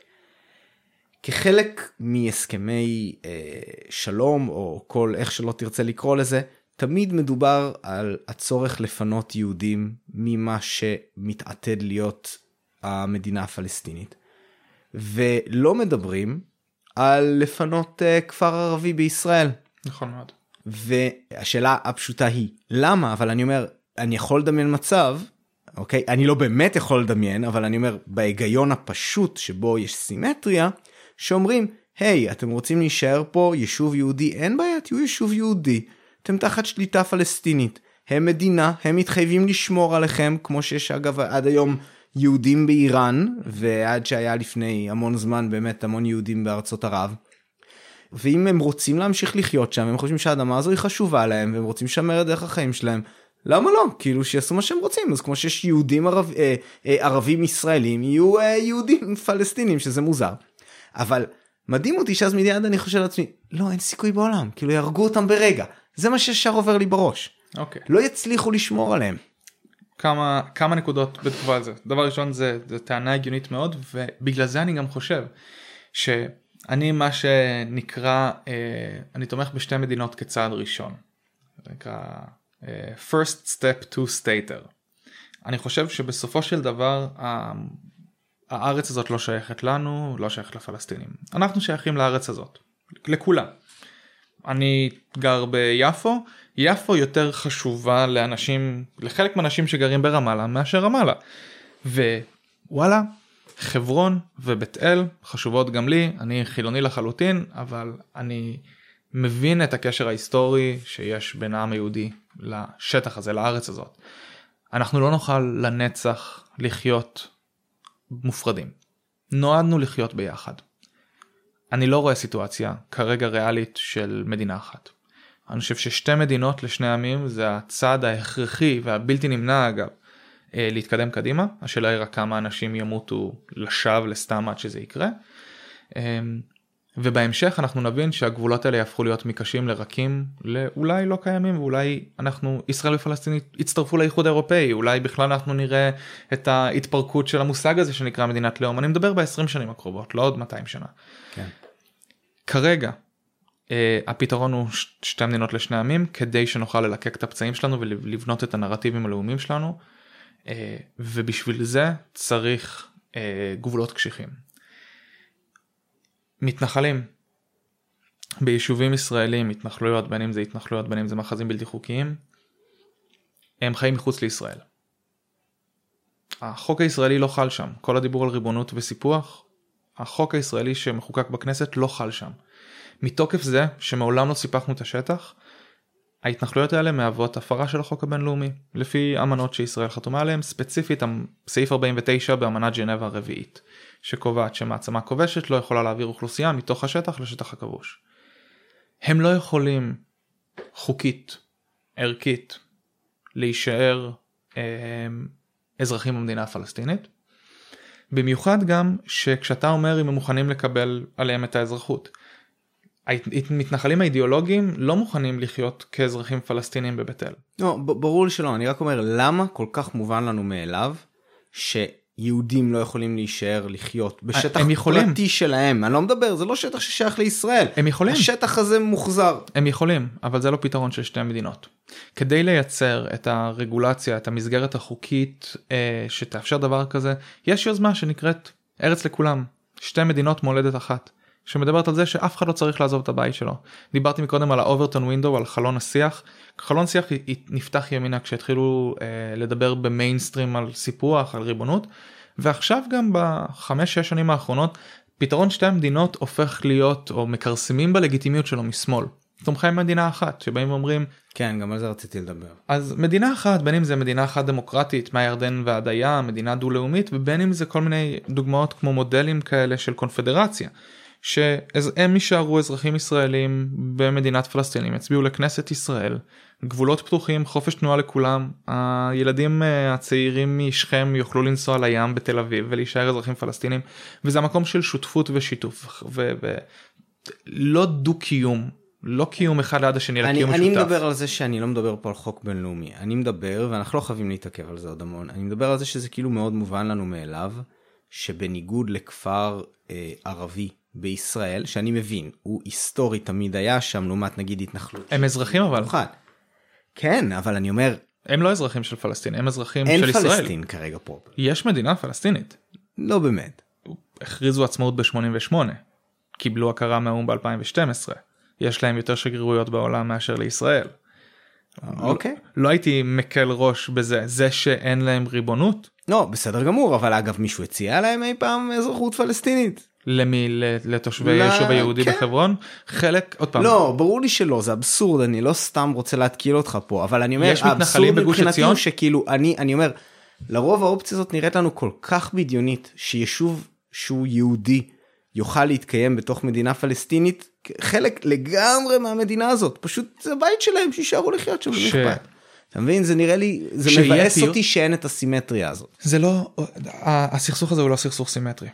כחלק מהסכמי אה, שלום, או כל איך שלא תרצה לקרוא לזה, תמיד מדובר על הצורך לפנות יהודים ממה שמתעתד להיות המדינה הפלסטינית. ולא מדברים על לפנות אה, כפר ערבי בישראל. נכון מאוד. והשאלה הפשוטה היא, למה? אבל אני אומר, אני יכול לדמיין מצב, אוקיי? אני לא באמת יכול לדמיין, אבל אני אומר, בהיגיון הפשוט שבו יש סימטריה, שאומרים, היי, אתם רוצים להישאר פה יישוב יהודי? אין בעיה, תהיו יישוב יהודי. אתם תחת שליטה פלסטינית. הם מדינה, הם מתחייבים לשמור עליכם, כמו שיש אגב עד היום יהודים באיראן, ועד שהיה לפני המון זמן באמת המון יהודים בארצות ערב. ואם הם רוצים להמשיך לחיות שם, הם חושבים שהאדמה הזו היא חשובה להם, והם רוצים לשמר את דרך החיים שלהם, למה לא? כאילו שיעשו מה שהם רוצים. אז כמו שיש יהודים ערב, אה, אה, ערבים ישראלים, יהיו אה, יהודים פלסטינים, שזה מוזר. אבל מדהים אותי שאז מיד אני חושב לעצמי, לא, אין סיכוי בעולם, כאילו יהרגו אותם ברגע. זה מה שישר עובר לי בראש. אוקיי. לא יצליחו לשמור עליהם. כמה, כמה נקודות בתגובה על זה. דבר ראשון, זה, זה טענה הגיונית מאוד, ובגלל זה אני גם חושב שאני מה שנקרא, אה, אני תומך בשתי מדינות כצעד ראשון. זה נקרא first step to stater. אני חושב שבסופו של דבר הארץ הזאת לא שייכת לנו, לא שייכת לפלסטינים. אנחנו שייכים לארץ הזאת, לכולם. אני גר ביפו, יפו יותר חשובה לאנשים, לחלק מהאנשים שגרים ברמאללה מאשר רמאללה. ווואלה, חברון ובית אל חשובות גם לי, אני חילוני לחלוטין, אבל אני מבין את הקשר ההיסטורי שיש בין העם היהודי לשטח הזה, לארץ הזאת. אנחנו לא נוכל לנצח לחיות מופרדים. נועדנו לחיות ביחד. אני לא רואה סיטואציה כרגע ריאלית של מדינה אחת. אני חושב ששתי מדינות לשני עמים זה הצעד ההכרחי והבלתי נמנע אגב להתקדם קדימה. השאלה היא רק כמה אנשים ימותו לשווא לסתם עד שזה יקרה. ובהמשך אנחנו נבין שהגבולות האלה יהפכו להיות מקשים לרקים, לאולי לא קיימים, ואולי אנחנו, ישראל ופלסטין יצטרפו לאיחוד האירופאי, אולי בכלל אנחנו נראה את ההתפרקות של המושג הזה שנקרא מדינת לאום. אני מדבר ב-עשרים שנים הקרובות, לא עוד מאתיים שנה. כן. כרגע, אה, הפתרון הוא שתי מדינות לשני עמים, כדי שנוכל ללקק את הפצעים שלנו ולבנות את הנרטיבים הלאומיים שלנו, אה, ובשביל זה צריך אה, גבולות קשיחים. מתנחלים ביישובים ישראלים, התנחלויות, בין אם זה התנחלויות, בין אם זה מאחזים בלתי חוקיים, הם חיים מחוץ לישראל. החוק הישראלי לא חל שם. כל הדיבור על ריבונות וסיפוח, החוק הישראלי שמחוקק בכנסת לא חל שם. מתוקף זה שמעולם לא סיפחנו את השטח, ההתנחלויות האלה מהוות הפרה של החוק הבינלאומי, לפי אמנות שישראל חתומה עליהן, ספציפית סעיף ארבעים ותשע באמנת ז'נבה הרביעית, שקובעת שמעצמה כובשת לא יכולה להעביר אוכלוסייה מתוך השטח לשטח הכבוש. הם לא יכולים חוקית, ערכית, להישאר אה, אזרחים במדינה הפלסטינית, במיוחד גם שכשאתה אומר אם הם מוכנים לקבל עליהם את האזרחות. המתנחלים האידיאולוגיים לא מוכנים לחיות כאזרחים פלסטינים בבית אל. לא, ברור לי שלא, אני רק אומר, למה כל כך מובן לנו מאליו שיהודים לא יכולים להישאר לחיות בשטח פרטי שלהם? אני לא מדבר, זה לא שטח ששייך לישראל. הם יכולים. השטח הזה מוחזר. הם יכולים, אבל זה לא פתרון של שתי המדינות. כדי לייצר את הרגולציה, את המסגרת החוקית אה, שתאפשר דבר כזה, יש יוזמה שנקראת ארץ לכולם, שתי מדינות מולדת אחת. שמדברת על זה שאף אחד לא צריך לעזוב את הבית שלו. דיברתי מקודם על ה-Overton window, על חלון השיח. חלון שיח נפתח ימינה כשהתחילו אה, לדבר במיינסטרים על סיפוח, על ריבונות, ועכשיו גם בחמש, שש שנים האחרונות, פתרון שתי המדינות הופך להיות, או מקרסמים בלגיטימיות שלו משמאל. תומכי מדינה אחת, שבאים ואומרים... כן, גם על זה רציתי לדבר. אז מדינה אחת, בין אם זה מדינה אחת דמוקרטית, מהירדן ועד הים, מדינה דו-לאומית, ובין אם זה כל מיני דוגמאות כמו מודלים כאלה של קונפדרציה. שהם יישארו אזרחים ישראלים במדינת פלסטינים, הצביעו לכנסת ישראל, גבולות פתוחים, חופש תנועה לכולם, הילדים הצעירים משכם יוכלו לנסוע לים בתל אביב ולהישאר אזרחים פלסטינים, וזה המקום של שותפות ושיתוף, ולא דו-קיום, לא קיום אחד ליד השני, אלא קיום משותף. אני מדבר על זה שאני לא מדבר פה על חוק בינלאומי, אני מדבר, ואנחנו לא חייבים להתעכב על זה עוד המון, אני מדבר על זה שזה כאילו מאוד מובן לנו מאליו, שבניגוד לכפר אה, ערבי, בישראל, שאני מבין, הוא היסטורי תמיד היה שם, לעומת נגיד התנחלות. הם אזרחים אבל. מוכן. כן, אבל אני אומר... הם לא אזרחים של פלסטין, הם אזרחים של ישראל. אין פלסטין כרגע פה. יש מדינה פלסטינית. לא באמת. הכריזו עצמאות ב-שמונים ושמונה. קיבלו הכרה מהאו"ם ב-אלפיים ושתים עשרה. יש להם יותר שגרירויות בעולם מאשר לישראל. אוקיי. לא, לא הייתי מקל ראש בזה. זה שאין להם ריבונות. לא, בסדר גמור, אבל אגב מישהו הציע להם אי פעם אזרחות פלסטינית. למי? לתושבי יישוב היהודי בחברון? חלק, עוד פעם. לא, ברור לי שלא, זה אבסורד, אני לא סתם רוצה להתקיל אותך פה, אבל אני אומר, האבסורד מבחינתי הוא שכאילו, אני, אני אומר, לרוב האופציה הזאת נראית לנו כל כך בדיונית, שיישוב שהוא יהודי יוכל להתקיים בתוך מדינה פלסטינית, חלק לגמרי מהמדינה הזאת, פשוט זה הבית שלהם, שישארו לחיות שם, ש... אתה מבין? זה נראה לי, זה מבאס אותי שאין את הסימטריה הזאת. זה לא, הסכסוך הזה הוא לא סכסוך סימטרי.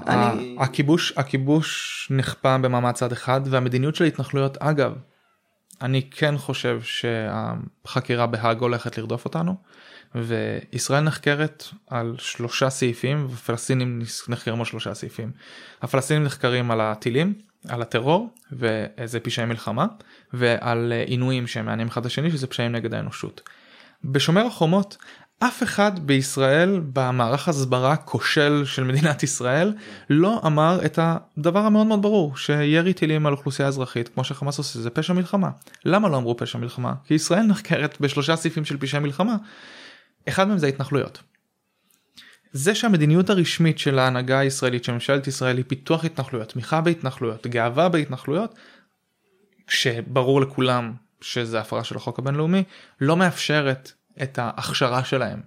הכיבוש, הכיבוש נחפה במעמד צד אחד, והמדיניות של ההתנחלויות, אגב, אני כן חושב שהחקירה בהאג הולכת לרדוף אותנו, וישראל נחקרת על שלושה סעיפים, ופלסטינים נחקרים על שלושה סעיפים. הפלסטינים נחקרים על הטילים, על הטרור, וזה פשעי מלחמה, ועל עינויים שהם מעניינים אחד השני, שזה פשעים נגד האנושות. בשומר החומות, אף אחד בישראל, במערך הסברה כושל של מדינת ישראל, לא אמר את הדבר המאוד מאוד ברור, שירי טילים על אוכלוסייה אזרחית, כמו שחמאס עושה, זה פשע מלחמה. למה לא אמרו פשע מלחמה? כי ישראל נחקרת בשלושה סעיפים של פשעי מלחמה. אחד מהם זה התנחלויות. זה שהמדיניות הרשמית של ההנהגה הישראלית, של ממשלת ישראל, היא פיתוח התנחלויות, תמיכה בהתנחלויות, גאווה בהתנחלויות, שברור לכולם שזה הפרה של החוק הבינלאומי, לא מאפשרת את ההכשרה שלהם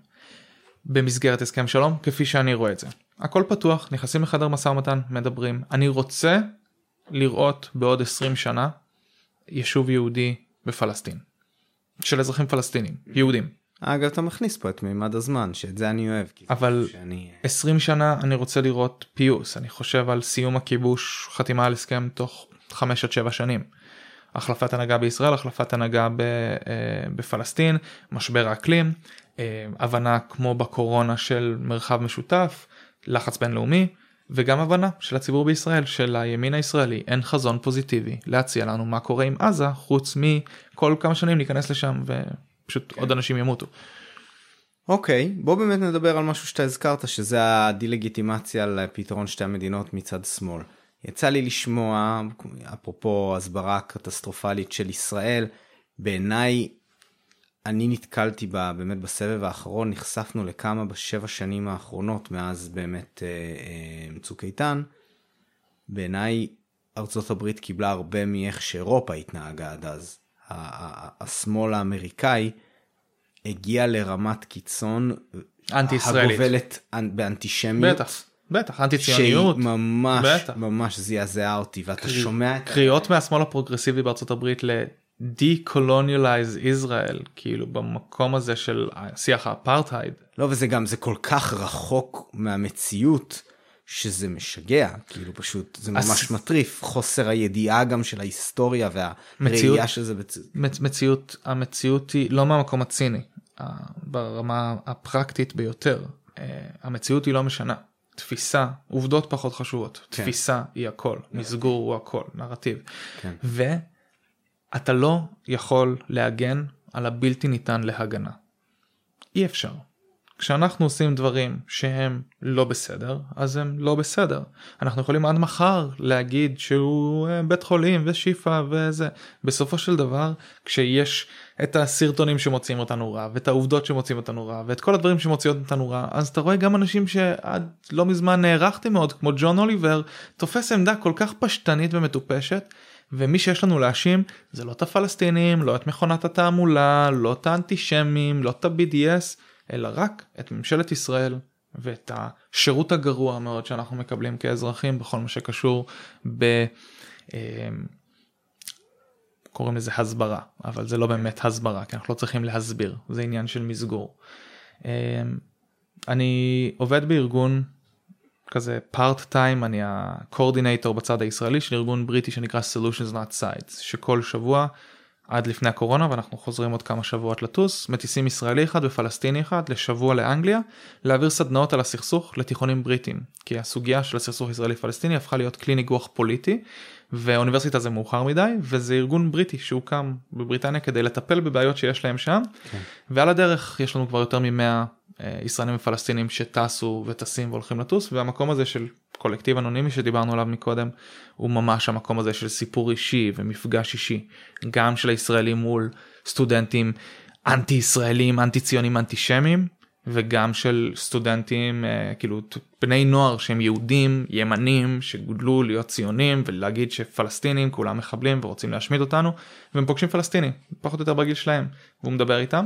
במסגרת הסכם שלום, כפי שאני רואה את זה. הכל פתוח, נכנסים לחדר משא ומתן, מדברים. אני רוצה לראות בעוד עשרים שנה יישוב יהודי בפלסטין, של אזרחים פלסטינים, יהודים. אגב, אתה מכניס פה את מימד הזמן, שאת זה אני אוהב. אבל שאני... עשרים שנה אני רוצה לראות פיוס, אני חושב על סיום הכיבוש, חתימה על הסכם תוך חמש עד שבע שנים. החלפת הנהגה בישראל, החלפת הנהגה בפלסטין, משבר האקלים, הבנה כמו בקורונה של מרחב משותף, לחץ בינלאומי, וגם הבנה של הציבור בישראל, של הימין הישראלי, אין חזון פוזיטיבי להציע לנו מה קורה עם עזה, חוץ מכל כמה שנים להיכנס לשם ופשוט עוד אנשים ימותו. אוקיי, בוא באמת נדבר על משהו שאתה הזכרת, שזה הדה-לגיטימציה לפתרון שתי המדינות מצד שמאל. יצא לי לשמוע, אפרופו הסברה קטסטרופלית של ישראל, בעיניי אני נתקלתי בה, באמת בסבב האחרון, נחשפנו לכמה בשבע שנים האחרונות, מאז באמת אה, אה, צוק איתן. בעיניי ארצות הברית קיבלה הרבה מאיך שאירופה התנהגה עד אז. השמאל האמריקאי הגיע לרמת קיצון, אנטי-ישראלית. הגובלת באנטישמיות. בטח. בטח, אנטי-ציוניות. שהיא ממש, בטח. ממש זעזעה אותי, ואתה קרי, שומע את... קריאות מהשמאל הפרוגרסיבי בארצות הברית ל-decolonialize Israel, כאילו במקום הזה של שיח האפרטהייד. לא, וזה גם, זה כל כך רחוק מהמציאות, שזה משגע, כאילו פשוט, זה ממש הס... מטריף, חוסר הידיעה גם של ההיסטוריה, והראייה של זה. בצ... מציאות, המציאות היא לא מהמקום הציני, ברמה הפרקטית ביותר. המציאות היא לא משנה. תפיסה, עובדות פחות חשובות. כן. תפיסה היא הכל, מסגור הוא הכל, נרטיב. כן. ואתה לא יכול להגן על הבלתי ניתן להגנה. אי אפשר. כשאנחנו עושים דברים שהם לא בסדר, אז הם לא בסדר. אנחנו יכולים עד מחר להגיד שהוא בית חולים ושיפה וזה. בסופו של דבר, כשיש את הסרטונים שמוציאים אותנו רע, ואת העובדות שמוציאים אותנו רע, ואת כל הדברים שמוציאים אותנו רע, אז אתה רואה גם אנשים שעד לא מזמן נערכתי מאוד, כמו ג'ון אוליבר, תופס עמדה כל כך פשטנית ומטופשת, ומי שיש לנו להאשים, זה לא את הפלסטינים, לא את מכונת התעמולה, לא את האנטישמים, לא את ה-בי די אס, אלא רק את ממשלת ישראל ואת השירות הגרוע מאוד שאנחנו מקבלים כאזרחים בכל מה שקשור ב... קוראים לזה הסברה, אבל זה לא באמת הסברה, כי אנחנו לא צריכים להסביר, זה עניין של מסגור. אני עובד בארגון כזה פארט טיים, אני הקורדינטור בצד הישראלי של ארגון בריטי שנקרא Solutions Not Sides, שכל שבוע עד לפני הקורונה, ואנחנו חוזרים עוד כמה שבועות לטוס, מטיסים ישראלי אחד ופלסטיני אחד לשבוע לאנגליה, להעביר סדנאות על הסכסוך לתיכונים בריטים, כי הסוגיה של הסכסוך ישראלי-פלסטיני הפכה להיות כלי ניגוח פוליטי, ואוניברסיטה זה מאוחר מדי, וזה ארגון בריטי שהוקם בבריטניה כדי לטפל בבעיות שיש להם שם, כן. ועל הדרך יש לנו כבר יותר ממאה ישראלים ופלסטינים שטסו וטסים והולכים לטוס, והמקום הזה של קולקטיב אנונימי שדיברנו עליו מקודם, הוא ממש המקום הזה של סיפור אישי ומפגש אישי, גם של הישראלים מול סטודנטים אנטי-ישראלים, אנטי-ציונים, אנטישמים, וגם של סטודנטים, כאילו בני נוער שהם יהודים, ימנים, שגודלו להיות ציונים, ולהגיד שפלסטינים כולם מחבלים ורוצים להשמיד אותנו, והם פוגשים פלסטינים, פחות או יותר בגיל שלהם, והוא מדבר איתם.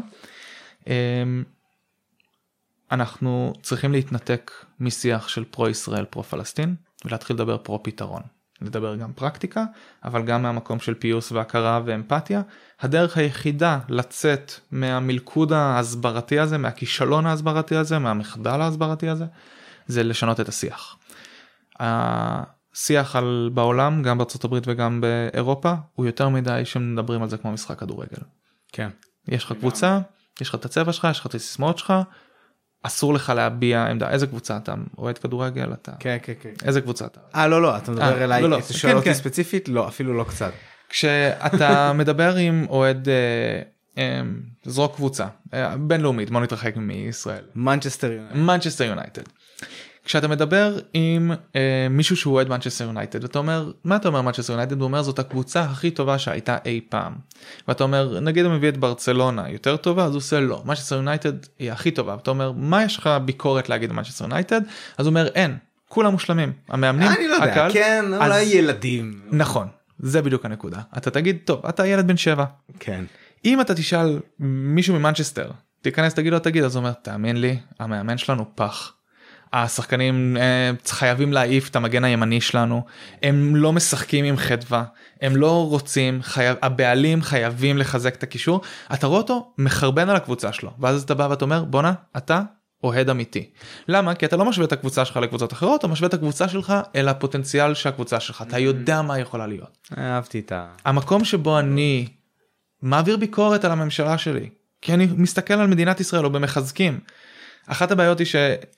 אנחנו צריכים להתנתק משיח של פרו-ישראל, פרו-פלסטין, ולהתחיל לדבר פרו-פתרון. לדבר גם פרקטיקה, אבל גם מהמקום של פיוס והכרה ואמפתיה. הדרך היחידה לצאת מהמלכוד ההסברתי הזה, מהכישלון ההסברתי הזה, מהמחדל ההסברתי הזה, זה לשנות את השיח. השיח על בעולם, גם בארצות הברית וגם באירופה, הוא יותר מדי שמדברים על זה כמו משחק כדורגל. כן. יש לך קבוצה, יש לך את הצבע שלך, יש לך את הסיסמאות שלך, אסור לך להביע עמדה. איזה קבוצה אתה? אוהד כדורגל אתה? כן, כן, כן. איזה קבוצה אתה? אה, לא, לא, אתה מדבר אליי, לא, לא. אתה שואל כן, אותי כן. ספציפית? לא, אפילו לא קצת. כשאתה מדבר עם אוהד אה, אה, זרוק קבוצה, אה, בינלאומית, בוא נתרחק מישראל. מנצ'סטר יונייטד. מנצ'סטר יונייטד. כשאתה מדבר עם אה, מישהו שהוא אוהד מנצ'סטר יונייטד, ואתה אומר, מה אתה אומר מנצ'סטר יונייטד? הוא אומר, זאת הקבוצה הכי טובה שהייתה אי פעם. ואתה אומר, נגיד הוא מביא את ברצלונה יותר טובה, אז הוא עושה לא, מנצ'סטר יונייטד היא הכי טובה. ואתה אומר, מה יש לך ביקורת להגיד על מנצ'סטר יונייטד? אז הוא אומר, אין, כולם מושלמים. המאמנים, אני לא יודע, הקהל, כן, אז... אולי ילדים. נכון, זה בדיוק הנקודה. אתה תגיד, טוב, אתה ילד בן שבע. כן. אם אתה תשאל מישהו ממנצ'סטר, תיכנס, תגיד לו, תגיד, אז הוא אומר, תאמין לי, המאמן שלנו פח. השחקנים אה, חייבים להעיף את המגן הימני שלנו, הם לא משחקים עם חדווה, הם לא רוצים, חייב, הבעלים חייבים לחזק את הקישור, אתה רואה אותו מחרבן על הקבוצה שלו, ואז אתה בא ואתה אומר, בונה, אתה אוהד אמיתי. למה? כי אתה לא משווה את הקבוצה שלך לקבוצות אחרות, אתה משווה את הקבוצה שלך אל הפוטנציאל של הקבוצה שלך, אתה יודע מה יכולה להיות. אהבתי את ה... המקום שבו אני מעביר ביקורת על הממשלה שלי, כי אני מסתכל על מדינת ישראל או במחזקים, אחת הבעיות היא ש...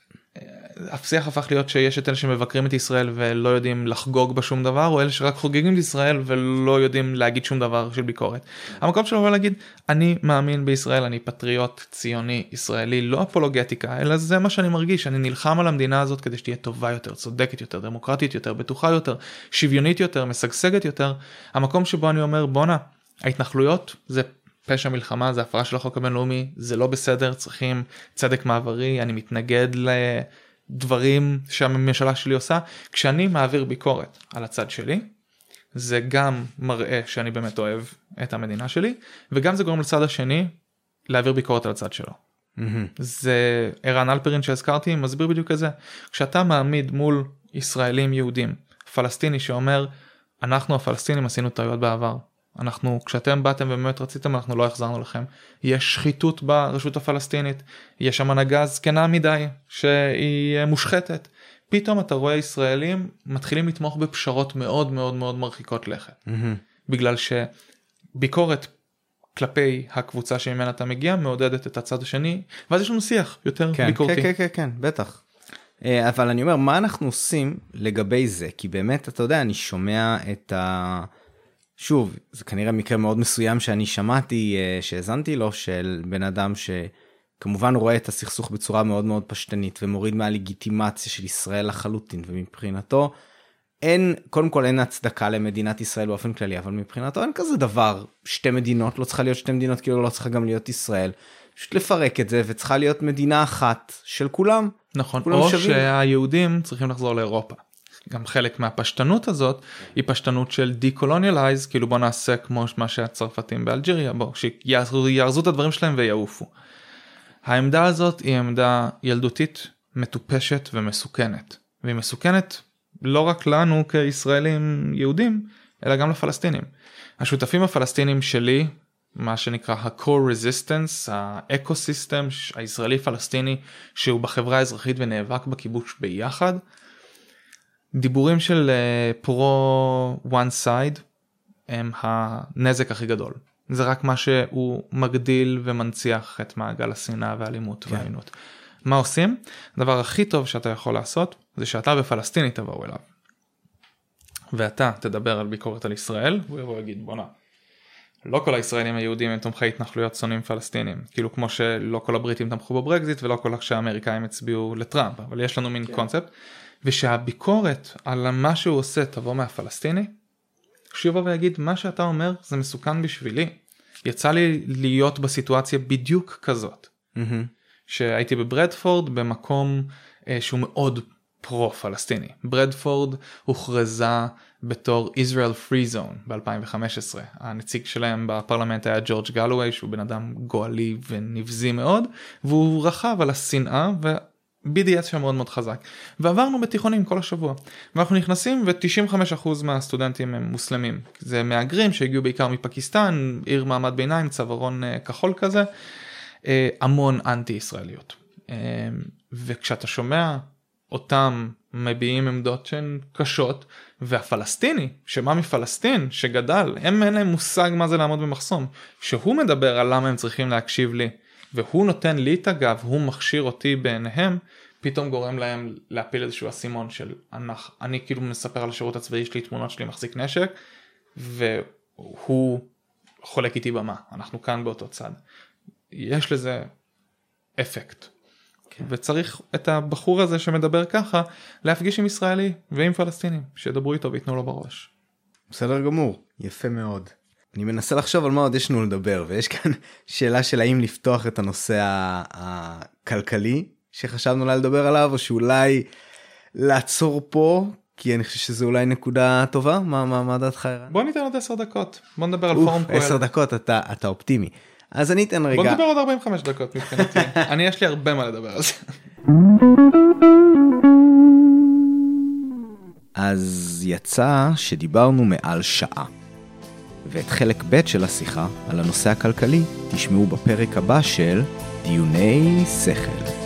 השיח הפך להיות שיש את אלה שמבקרים את ישראל ולא יודעים לחגוג בשום דבר, או אלה שרק חוגגים את ישראל ולא יודעים להגיד שום דבר של ביקורת. המקום שלו הוא להגיד, אני מאמין בישראל, אני פטריוט ציוני ישראלי, לא אפולוגטיקה, אלא זה מה שאני מרגיש, אני נלחם על המדינה הזאת כדי שתהיה טובה יותר, צודקת יותר, דמוקרטית יותר, בטוחה יותר, שוויונית יותר, משגשגת יותר. המקום שבו אני אומר, בונה, ההתנחלויות זה פשע מלחמה, זה הפרה של החוק הבינלאומי, זה לא בסדר, צריכים צדק מעברי, אני מתנגד לדברים שהממשלה שלי עושה. כשאני מעביר ביקורת על הצד שלי, זה גם מראה שאני באמת אוהב את המדינה שלי, וגם זה גורם לצד השני להעביר ביקורת על הצד שלו. Mm-hmm. זה ערן אלפרין שהזכרתי, מסביר בדיוק את זה. כשאתה מעמיד מול ישראלים יהודים, פלסטיני שאומר, אנחנו הפלסטינים עשינו טעויות בעבר, אנחנו, כשאתם באתם ובאמת רציתם, אנחנו לא החזרנו לכם. יש שחיתות ברשות הפלסטינית, יש שם הנהגה זקנה מדי, שהיא מושחתת. פתאום אתה רואה ישראלים מתחילים לתמוך בפשרות מאוד מאוד מאוד מרחיקות לכת. Mm-hmm. בגלל שביקורת כלפי הקבוצה שממנה אתה מגיע, מעודדת את הצד השני, ואז יש לנו שיח יותר כן, ביקורתי. כן, כן, כן, כן, בטח. אבל אני אומר, מה אנחנו עושים לגבי זה? כי באמת, אתה יודע, אני שומע את ה... שוב, זה כנראה מקרה מאוד מסוים שאני שמעתי, שהזנתי לו, של בן אדם שכמובן רואה את הסכסוך בצורה מאוד מאוד פשטנית, ומוריד מהלגיטימציה של ישראל לחלוטין, ומבחינתו אין, קודם כל אין הצדקה למדינת ישראל באופן כללי, אבל מבחינתו אין כזה דבר, שתי מדינות, לא צריכה להיות שתי מדינות, כאילו לא צריכה גם להיות ישראל, פשוט לפרק את זה, וצריכה להיות מדינה אחת של כולם. נכון, כולם או שווים. שהיהודים צריכים לחזור לאירופה. גם חלק מהפשטנות הזאת היא פשטנות של דיקולוניאלייז, כאילו בוא נעשה כמו מה שהצרפתים באלג'יריה, בוא, שיארזו את הדברים שלהם ויעופו. העמדה הזאת היא עמדה ילדותית, מטופשת ומסוכנת. והיא מסוכנת לא רק לנו כישראלים יהודים, אלא גם לפלסטינים. השותפים הפלסטינים שלי, מה שנקרא ה-core resistance, האקוסיסטם הישראלי-פלסטיני, שהוא בחברה האזרחית ונאבק בכיבוש ביחד, דיבורים של פרו one side הם הנזק הכי גדול. זה רק מה שהוא מגדיל ומנציח את מעגל השנאה והאלימות כן. והעינות. מה עושים? הדבר הכי טוב שאתה יכול לעשות זה שאתה בפלסטיני תבואו אליו. ואתה תדבר על ביקורת על ישראל, הוא יבוא להגיד בונה. לא כל הישראלים היהודים הם תומכי התנחלויות שונאים פלסטינים. כאילו כמו שלא כל הבריטים תמכו בברקזיט ולא כל האמריקאים הצביעו לטראמפ. אבל יש לנו מין כן. קונספט. ושהביקורת על מה שהוא עושה תבוא מהפלסטיני, שיבוא ויגיד, מה שאתה אומר זה מסוכן בשבילי. יצא לי להיות בסיטואציה בדיוק כזאת. Mm-hmm. שהייתי בברדפורד במקום אה, שהוא מאוד פרו-פלסטיני. ברדפורד הוכרזה בתור Israel Free Zone ב-אלפיים וחמש עשרה. הנציג שלהם בפרלמנט היה ג'ורג' גלווי, שהוא בן אדם גואלי ונבזי מאוד, והוא רחב על השנאה ו... בי די אס שם מאוד מאוד חזק, ועברנו בתיכונים כל השבוע, ואנחנו נכנסים ו-תשעים וחמישה אחוז מהסטודנטים הם מוסלמים, זה מהגרים שהגיעו בעיקר מפקיסטן, עיר מעמד ביניים, צווארון כחול כזה, המון אנטי ישראליות, וכשאתה שומע אותם מביעים עמדות שהן קשות, והפלסטיני שבא מפלסטין שגדל, הם אין להם מושג מה זה לעמוד במחסום, שהוא מדבר על למה הם צריכים להקשיב לי, והוא נותן לי את הגב, הוא מכשיר אותי בעיניהם, פתאום גורם להם להפיל איזשהו אסימון של אני, אני כאילו מספר על השירות הצבאי, יש לי תמונות שלי מחזיק נשק, והוא חולק איתי במה, אנחנו כאן באותו צד. יש לזה אפקט. כן. וצריך את הבחור הזה שמדבר ככה, להפגיש עם ישראלי ועם פלסטינים, שידברו איתו ויתנו לו בראש. בסדר גמור, יפה מאוד. אני מנסה לחשוב על מה עוד יש לנו לדבר, ויש כאן שאלה של האם לפתוח את הנושא הכלכלי, שחשבנו אולי לדבר עליו, או שאולי לעצור פה, כי אני חושב שזה אולי נקודה טובה. מה, מה, מה דעתך, ערן? בוא ניתן עוד עשר דקות. בוא נדבר על פורום קהלת. עשר דקות, אתה, אתה אופטימי. אז אני אתן רגע. בוא נדבר עוד ארבעים וחמש דקות מבחינתי. אני יש לי הרבה מה לדבר על זה. אז יצא שדיברנו מעל שעה. ואת חלק ב' של השיחה על הנושא הכלכלי תשמעו בפרק הבא של דיוני שכל.